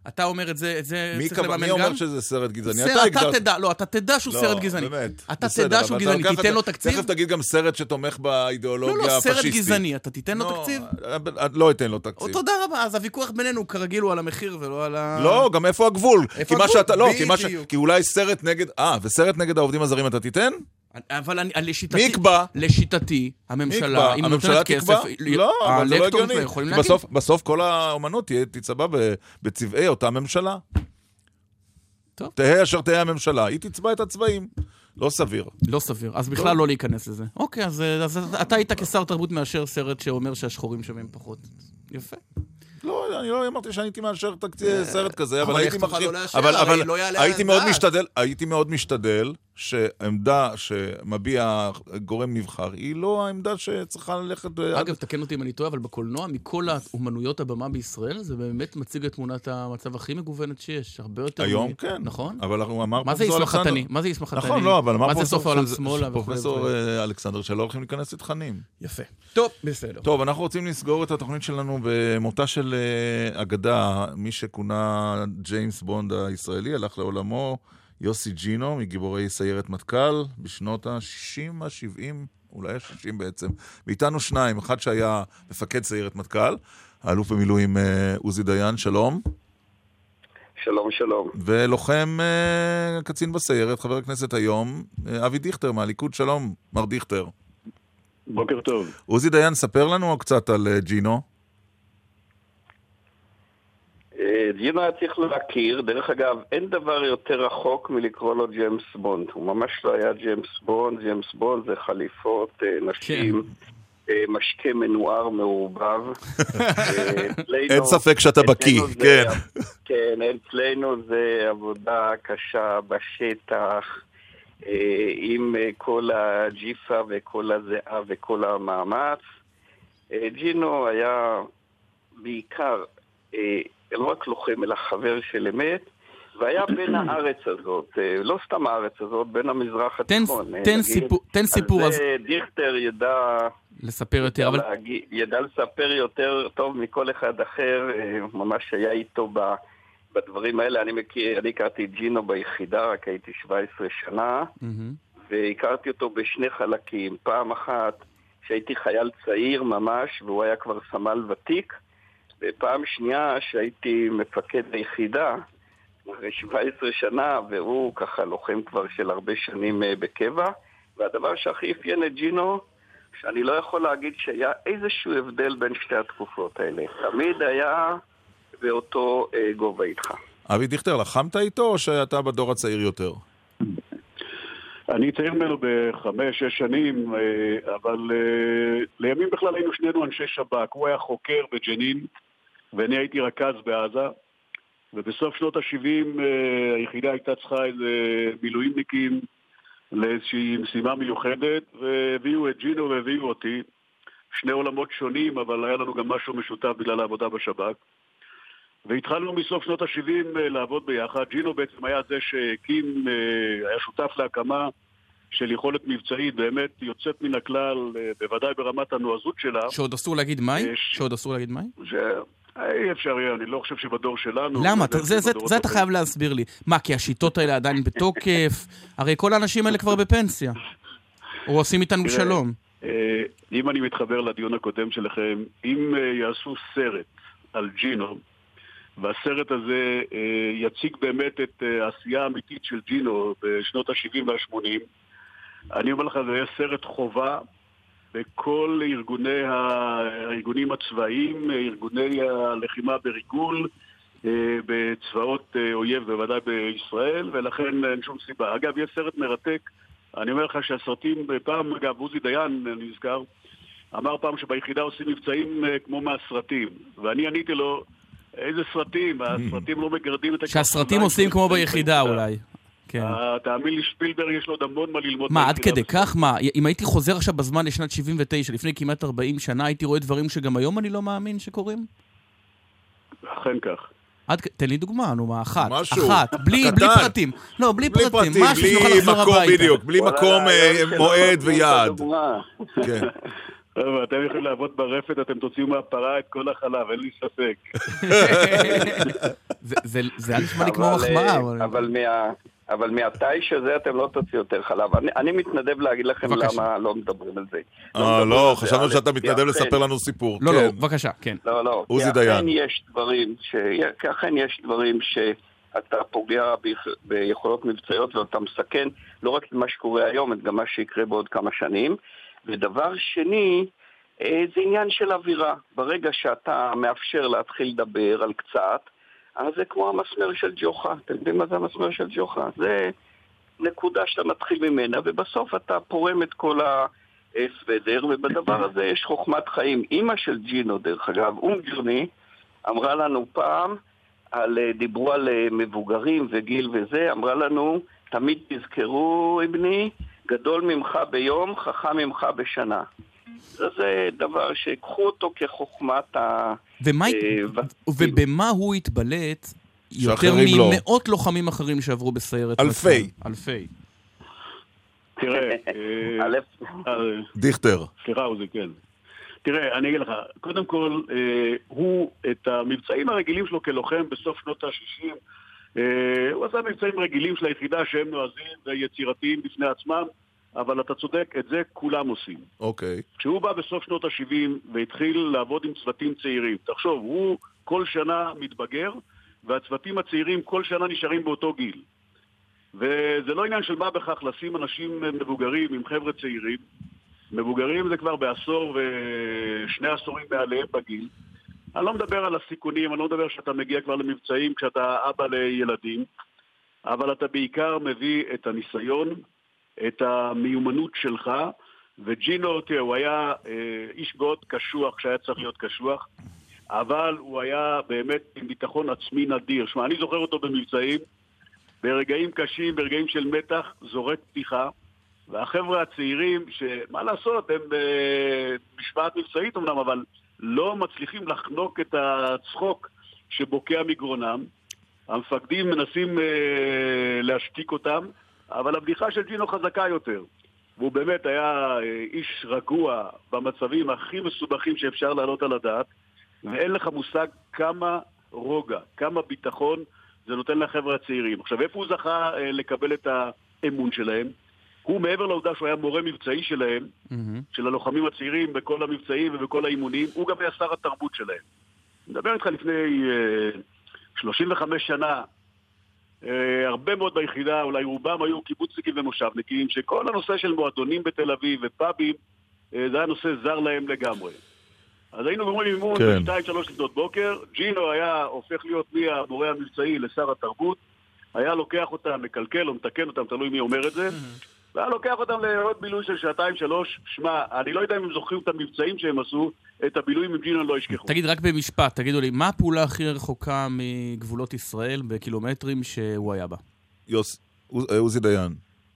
אתה אומר את זה, את זה מי צריך לממן גם? מי אומר שזה סרט גזעני? סרט, אתה, אתה תדע, לא, אתה תדע שהוא לא, סרט גזעני. באמת. אתה בסדר, תדע שהוא גזעני, תיתן אתה, לו תקציב. תכף תגיד גם סרט שתומך באידיאולוגיה לא, לא, הפשיסטית. סרט גזעני, אתה תיתן לו תקציב? לא אתן לו תקציב. או, תודה רבה, אז הוויכוח בינינו כרגיל הוא על המחיר ולא על ה... לא, גם איפה הגבול? איפה כי הגבול? שאתה, לא, כי, ש... בדיוק. כי אולי סרט נגד, אה, וסרט נגד העובדים הזרים אתה תיתן? אבל אני, לשיטתי, מי יקבע? לשיטתי, הממשלה, אם נותנת כסף, לא, אבל זה לא הגיוני. בסוף, בסוף כל האומנות תצבע בצבעי אותה ממשלה. טוב. תהיה אשר תהיה הממשלה, היא תצבע את הצבעים. לא סביר. לא סביר, אז בכלל לא להיכנס לזה. אוקיי, אז, אז אתה היית כשר תרבות מאשר סרט שאומר שהשחורים שווים פחות. יפה. לא, אני לא אמרתי שאני הייתי מאשר סרט כזה, אבל הייתי מחשיב, אבל הייתי מאוד משתדל, הייתי מאוד משתדל שעמדה שמביע גורם נבחר, היא לא העמדה שצריכה ללכת... אגב, תקן אותי אם אני טועה, אבל בקולנוע, מכל האומנויות הבמה בישראל, זה באמת מציג את תמונת המצב הכי מגוונת שיש, הרבה יותר... היום כן. נכון? אבל הוא אמר... מה זה איסמה חתני? מה זה איסמה חתני? נכון, לא, אבל אמר מה זה סוף העולם שמאלה? פרופסור אלכסנדר שלא הולכים להיכנס לתכנים. יפה. טוב, בסדר. טוב, אנחנו רוצים לסגור את התוכנית שלנו במותה של אגדה, מי שכונה ג'יימס בונד הישראלי, הלך לעולמו יוסי ג'ינו, מגיבורי סיירת מטכ"ל, בשנות ה-שישים, ה-שבעים, אולי ה-שישים בעצם. ואיתנו שניים, אחד שהיה מפקד סיירת מטכ"ל, האלוף במילואים עוזי דיין, שלום. שלום, שלום. ולוחם קצין בסיירת, חבר הכנסת היום, אבי דיכטר מהליכוד, שלום, מר דיכטר. בוקר טוב. עוזי דיין, ספר לנו קצת על ג'ינו. ג'ינו היה צריך להכיר, דרך אגב, אין דבר יותר רחוק מלקרוא לו ג'יימס בונד. הוא ממש לא היה ג'יימס בונד, ג'יימס בונד זה חליפות, נשים, משקה מנוער מעורבב. אין ספק שאתה בקיא, כן. כן, אצלנו זה עבודה קשה בשטח, עם כל הג'יפה וכל הזיעה וכל המאמץ. ג'ינו היה בעיקר... לא רק לוחם, אלא חבר של אמת, והיה בין הארץ הזאת, לא סתם הארץ הזאת, בין המזרח התיכון. תן סיפור. אז דיכטר ידע... לספר יותר, אבל... ידע לספר יותר טוב מכל אחד אחר, ממש היה איתו בדברים האלה. אני מכיר, אני הכרתי את ג'ינו ביחידה, רק הייתי שבע עשרה שנה, והכרתי אותו בשני חלקים. פעם אחת שהייתי חייל צעיר ממש, והוא היה כבר סמל ותיק, ופעם שנייה שהייתי מפקד היחידה, אחרי שבע עשרה שנה, והוא ככה לוחם כבר של הרבה שנים בקבע, והדבר שהכי אפיין את ג'ינו, שאני לא יכול להגיד שהיה איזשהו הבדל בין שתי התקופות האלה. תמיד היה באותו גובה איתך. אבי דיכטר, לחמת איתו או שאתה בדור הצעיר יותר? אני צעיר ממנו בחמש, שש שנים, אבל לימים בכלל היינו שנינו אנשי שב"כ. הוא היה חוקר בג'נין, ואני הייתי רכז בעזה, ובסוף שנות ה-שבעים היחידה הייתה צריכה איזה מילואימניקים לאיזושהי משימה מיוחדת, והביאו את ג'ינו והביאו אותי, שני עולמות שונים, אבל היה לנו גם משהו משותף בגלל העבודה בשב"כ. והתחלנו מסוף שנות ה-שבעים לעבוד ביחד. ג'ינו בעצם היה זה שהקים, היה שותף להקמה של יכולת מבצעית באמת יוצאת מן הכלל, בוודאי ברמת הנועזות שלה. שעוד אסור להגיד מהי? שעוד אסור להגיד מהי? אי אפשר יהיה, אני לא חושב שבדור שלנו... למה? זה אתה חייב להסביר לי. מה, כי השיטות האלה עדיין בתוקף? הרי כל האנשים האלה כבר בפנסיה. או עושים איתנו שלום. אם אני מתחבר לדיון הקודם שלכם, אם יעשו סרט על ג'ינו, והסרט הזה יציג באמת את העשייה האמיתית של ג'ינו בשנות ה-שבעים וה-שמונים, אני אומר לך, זה יהיה סרט חובה בכל ארגוני הארגונים הצבאיים, ארגוני הלחימה בריגול, בצבאות אויב בוודאי בישראל, ולכן אין שום סיבה. אגב, יש סרט מרתק, אני אומר לך שהסרטים, פעם, אגב, עוזי דיין נזכר, אמר פעם שביחידה עושים מבצעים כמו מהסרטים, ואני עניתי לו, איזה סרטים? הסרטים לא מגרדים את... שהסרטים עושים כמו ביחידה אולי. תאמין לי, שפילברג יש לו עוד המון מה ללמוד. מה, עד כדי כך? מה, אם הייתי חוזר עכשיו בזמן לשנת שבעים ותשע, לפני כמעט ארבעים שנה, הייתי רואה דברים שגם היום אני לא מאמין שקורים? אכן כך. תן לי דוגמה, נו מה, אחת. משהו. אחת, בלי פרטים. לא, בלי פרטים. בלי מקום, בדיוק. בלי מקום, מועד ויעד. כן. אתם יכולים לעבוד ברפת, אתם תוציאו מהפרה את כל החלב, אין לי ספק. זה היה נשמע לי כמו מחמאה. אבל מהתיש הזה אתם לא תוציאו יותר חלב. אני מתנדב להגיד לכם למה לא מדברים על זה. אה, לא, חשבנו שאתה מתנדב לספר לנו סיפור. לא, לא, בבקשה, כן. לא, לא, כי אכן יש דברים שאתה פוגע ביכולות מבצעיות ואתה מסכן לא רק את מה שקורה היום, את גם מה שיקרה בעוד כמה שנים. ודבר שני, זה עניין של אווירה. ברגע שאתה מאפשר להתחיל לדבר על קצת, אז זה כמו המסמר של ג'וחה. אתם יודעים מה זה המסמר של ג'וחה? זה נקודה שאתה מתחיל ממנה, ובסוף אתה פורם את כל הסוודר, ובדבר הזה יש חוכמת חיים. אמא של ג'ינו, דרך אגב, אומג'רני, אמרה לנו פעם, על, דיברו על מבוגרים וגיל וזה, אמרה לנו, תמיד תזכרו, בני, גדול ממך ביום, חכם ממך בשנה. זה דבר שיקחו אותו כחוכמת ה... ובמה הוא התבלט יותר ממאות לוחמים אחרים שעברו בסיירת? אלפי. אלפי. תראה, דיכטר. סליחה, זה כן. תראה, אני אגיד לך, קודם כל, הוא את המבצעים הרגילים שלו כלוחם בסוף שנות ה-שישים, הוא עשה מבצעים רגילים של היחידה שהם נועזים ויצירתיים בפני עצמם, אבל אתה צודק, את זה כולם עושים. אוקיי. כשהוא בא בסוף שנות ה-שבעים והתחיל לעבוד עם צוותים צעירים, תחשוב, הוא כל שנה מתבגר, והצוותים הצעירים כל שנה נשארים באותו גיל. וזה לא עניין של מה בכך לשים אנשים מבוגרים עם חבר'ה צעירים. מבוגרים זה כבר בעשור ושני עשורים מעליהם בגיל. אני לא מדבר על הסיכונים, אני לא מדבר שאתה מגיע כבר למבצעים כשאתה אבא לילדים, אבל אתה בעיקר מביא את הניסיון, את המיומנות שלך, וג'ינו, תראה, הוא היה אה, איש מאוד קשוח שהיה צריך להיות קשוח, אבל הוא היה באמת עם ביטחון עצמי נדיר. שמה, אני זוכר אותו במבצעים, ברגעים קשים, ברגעים של מתח, זורק פתיחה, והחבר'ה הצעירים, שמה לעשות, הם במשמעת מבצעית אמנם, אבל לא מצליחים לחנוק את הצחוק שבוקע מגרונם. המפקדים מנסים אה, להשתיק אותם, אבל הבדיחה של ג'ינו חזקה יותר. והוא באמת היה איש רגוע במצבים הכי מסובכים שאפשר לעלות על הדעת, ואין לך מושג כמה רוגע, כמה ביטחון זה נותן לחבר'ה הצעירים. עכשיו, איפה הוא זכה לקבל את האמון שלהם? הוא מעבר לעובדה שהוא היה מורה מבצעי שלהם, mm-hmm. של הלוחמים הצעירים בכל המבצעים ובכל האימונים, הוא גם היה שר התרבות שלהם. אני מדבר איתך לפני uh, שלושים וחמש שנה, uh, הרבה מאוד ביחידה, אולי רובם היו קיבוצניקים ומושבניקים, שכל הנושא של מועדונים בתל אביב ופאבים, uh, זה היה נושא זר להם לגמרי. אז היינו גומרים אימון כן. בשתיים שלוש לפנות בוקר, ג'ינו היה הופך להיות מהמורה המבצעי לשר התרבות, היה לוקח אותם, מקלקל או מתקן אותם, תלוי מי אומר את זה, mm-hmm. והיה לוקח אותם לעוד בילוי של שעתיים שלוש. שמע, אני לא יודע אם הם זוכרים את המבצעים שהם עשו, את הבילויים עם ג'ינו לא ישכחו. תגיד רק במשפט, תגידו לי, מה הפעולה הכי רחוקה מגבולות ישראל בקילומטרים שהוא היה בה? יוס, עוזי דיין.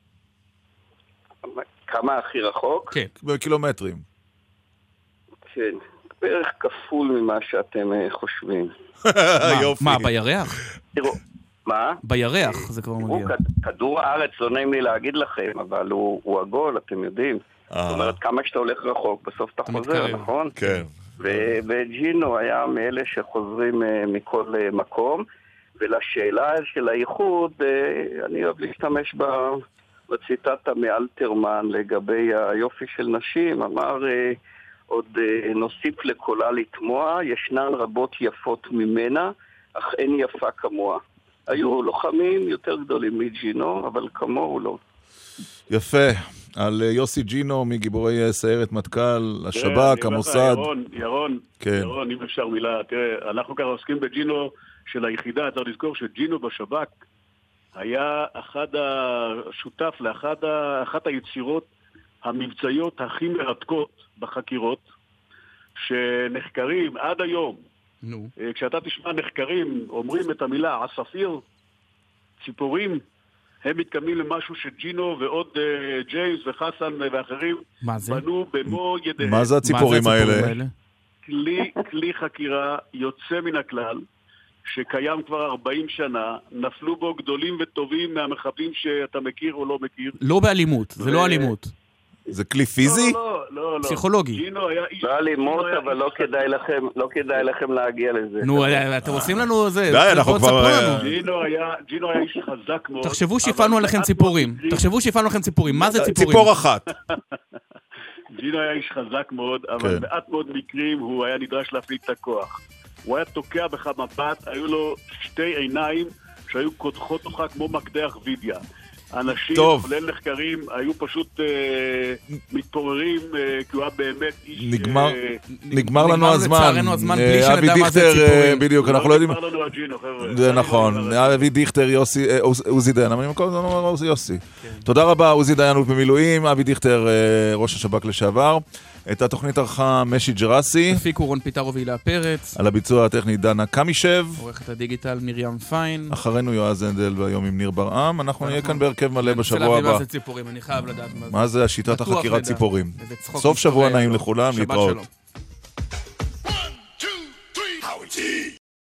כמה הכי רחוק? כן. בקילומטרים. כן, בערך כפול ממה שאתם חושבים. יופי. מה, בירח? תראו, מה? בירח זה כבר מגיע. כדור הארץ, לא נעים לי להגיד לכם, אבל הוא, הוא עגול, אתם יודעים. זאת אומרת, כמה שאתה הולך רחוק, בסוף אתה חוזר, נכון? כן. וג'ינו היה מאלה שחוזרים מכל מקום, ולשאלה של הייחוד, אני אוהב להשתמש בציטטה מאלתרמן לגבי היופי של נשים, אמר, עוד נוסיף לקולה לתמוע, ישנן רבות יפות ממנה, אך אין יפה כמוה. היו לוחמים יותר גדולים מג'ינו, אבל כמוהו לא. יפה. על יוסי ג'ינו מגיבורי סיירת מטכ"ל, השב"כ, המוסד. ירון, ירון, ירון, אם אפשר מילה. תראה, אנחנו ככה עוסקים בג'ינו של היחידה, צריך לזכור שג'ינו בשב"כ היה אחד השותף לאחת היצירות המבצעיות הכי מרתקות בחקירות, שנחקרים עד היום. נו. כשאתה תשמע נחקרים אומרים את המילה עספיר, ציפורים, הם מתכוונים למשהו שג'ינו ועוד uh, ג'יימס וחסן ואחרים בנו במו ידיהם. מה זה הציפורים האלה? כלי, כלי חקירה יוצא מן הכלל, שקיים כבר ארבעים שנה, נפלו בו גדולים וטובים מהמחבלים שאתה מכיר או לא מכיר. לא באלימות, זה ו... לא אלימות. זה כלי פיזי? לא, לא, לא. פסיכולוגי. ג'ינו היה איש... לא אלימות, אבל לא כדאי לכם, לא כדאי לכם להגיע לזה. נו, אתם עושים לנו זה. די, אנחנו כבר... ג'ינו היה, ג'ינו היה איש חזק מאוד. תחשבו שהפעלנו עליכם ציפורים. תחשבו שהפעלנו עליכם ציפורים. מה זה ציפורים? ציפור אחת. ג'ינו היה איש חזק מאוד, אבל מעט מאוד מקרים הוא היה נדרש להפעיל את הכוח. הוא היה תוקע בך מבט, היו לו שתי עיניים שהיו קודחות אותך כמו מקדח וידיה. אנשים, כולל נחקרים, היו פשוט אה, מתפוררים, אה, כי הוא היה באמת איש... נגמר, אה, נגמר לנו הזמן. לצערנו הזמן, בלי שנדע אבי מה זה דיכטר, ציפורים. בדיוק, אנחנו לא יודעים... נגמר לנו הג'ינו, חבר'ה. זה נכון. אבי דיכטר, יוסי, עוזי דיין, אמרים כל הזמן אומר יוסי. תודה רבה, עוזי דיין במילואים, אבי דיכטר, ראש השב"כ לשעבר. את התוכנית ערכה משי ג'רסי. הפיקו רון פיטרו והילה פרץ. על הביצוע הטכני דנה קמישב. עורכת הדיגיטל מרים פיין. אחרינו יועז הנדל והיום עם ניר ברעם. אנחנו נהיה כאן בהרכב מלא בשבוע הבא. אני רוצה להביא מה זה ציפורים, אני חייב לדעת מה זה. מה זה השיטת החקירת ציפורים. סוף שבוע נעים לכולם, להתראות.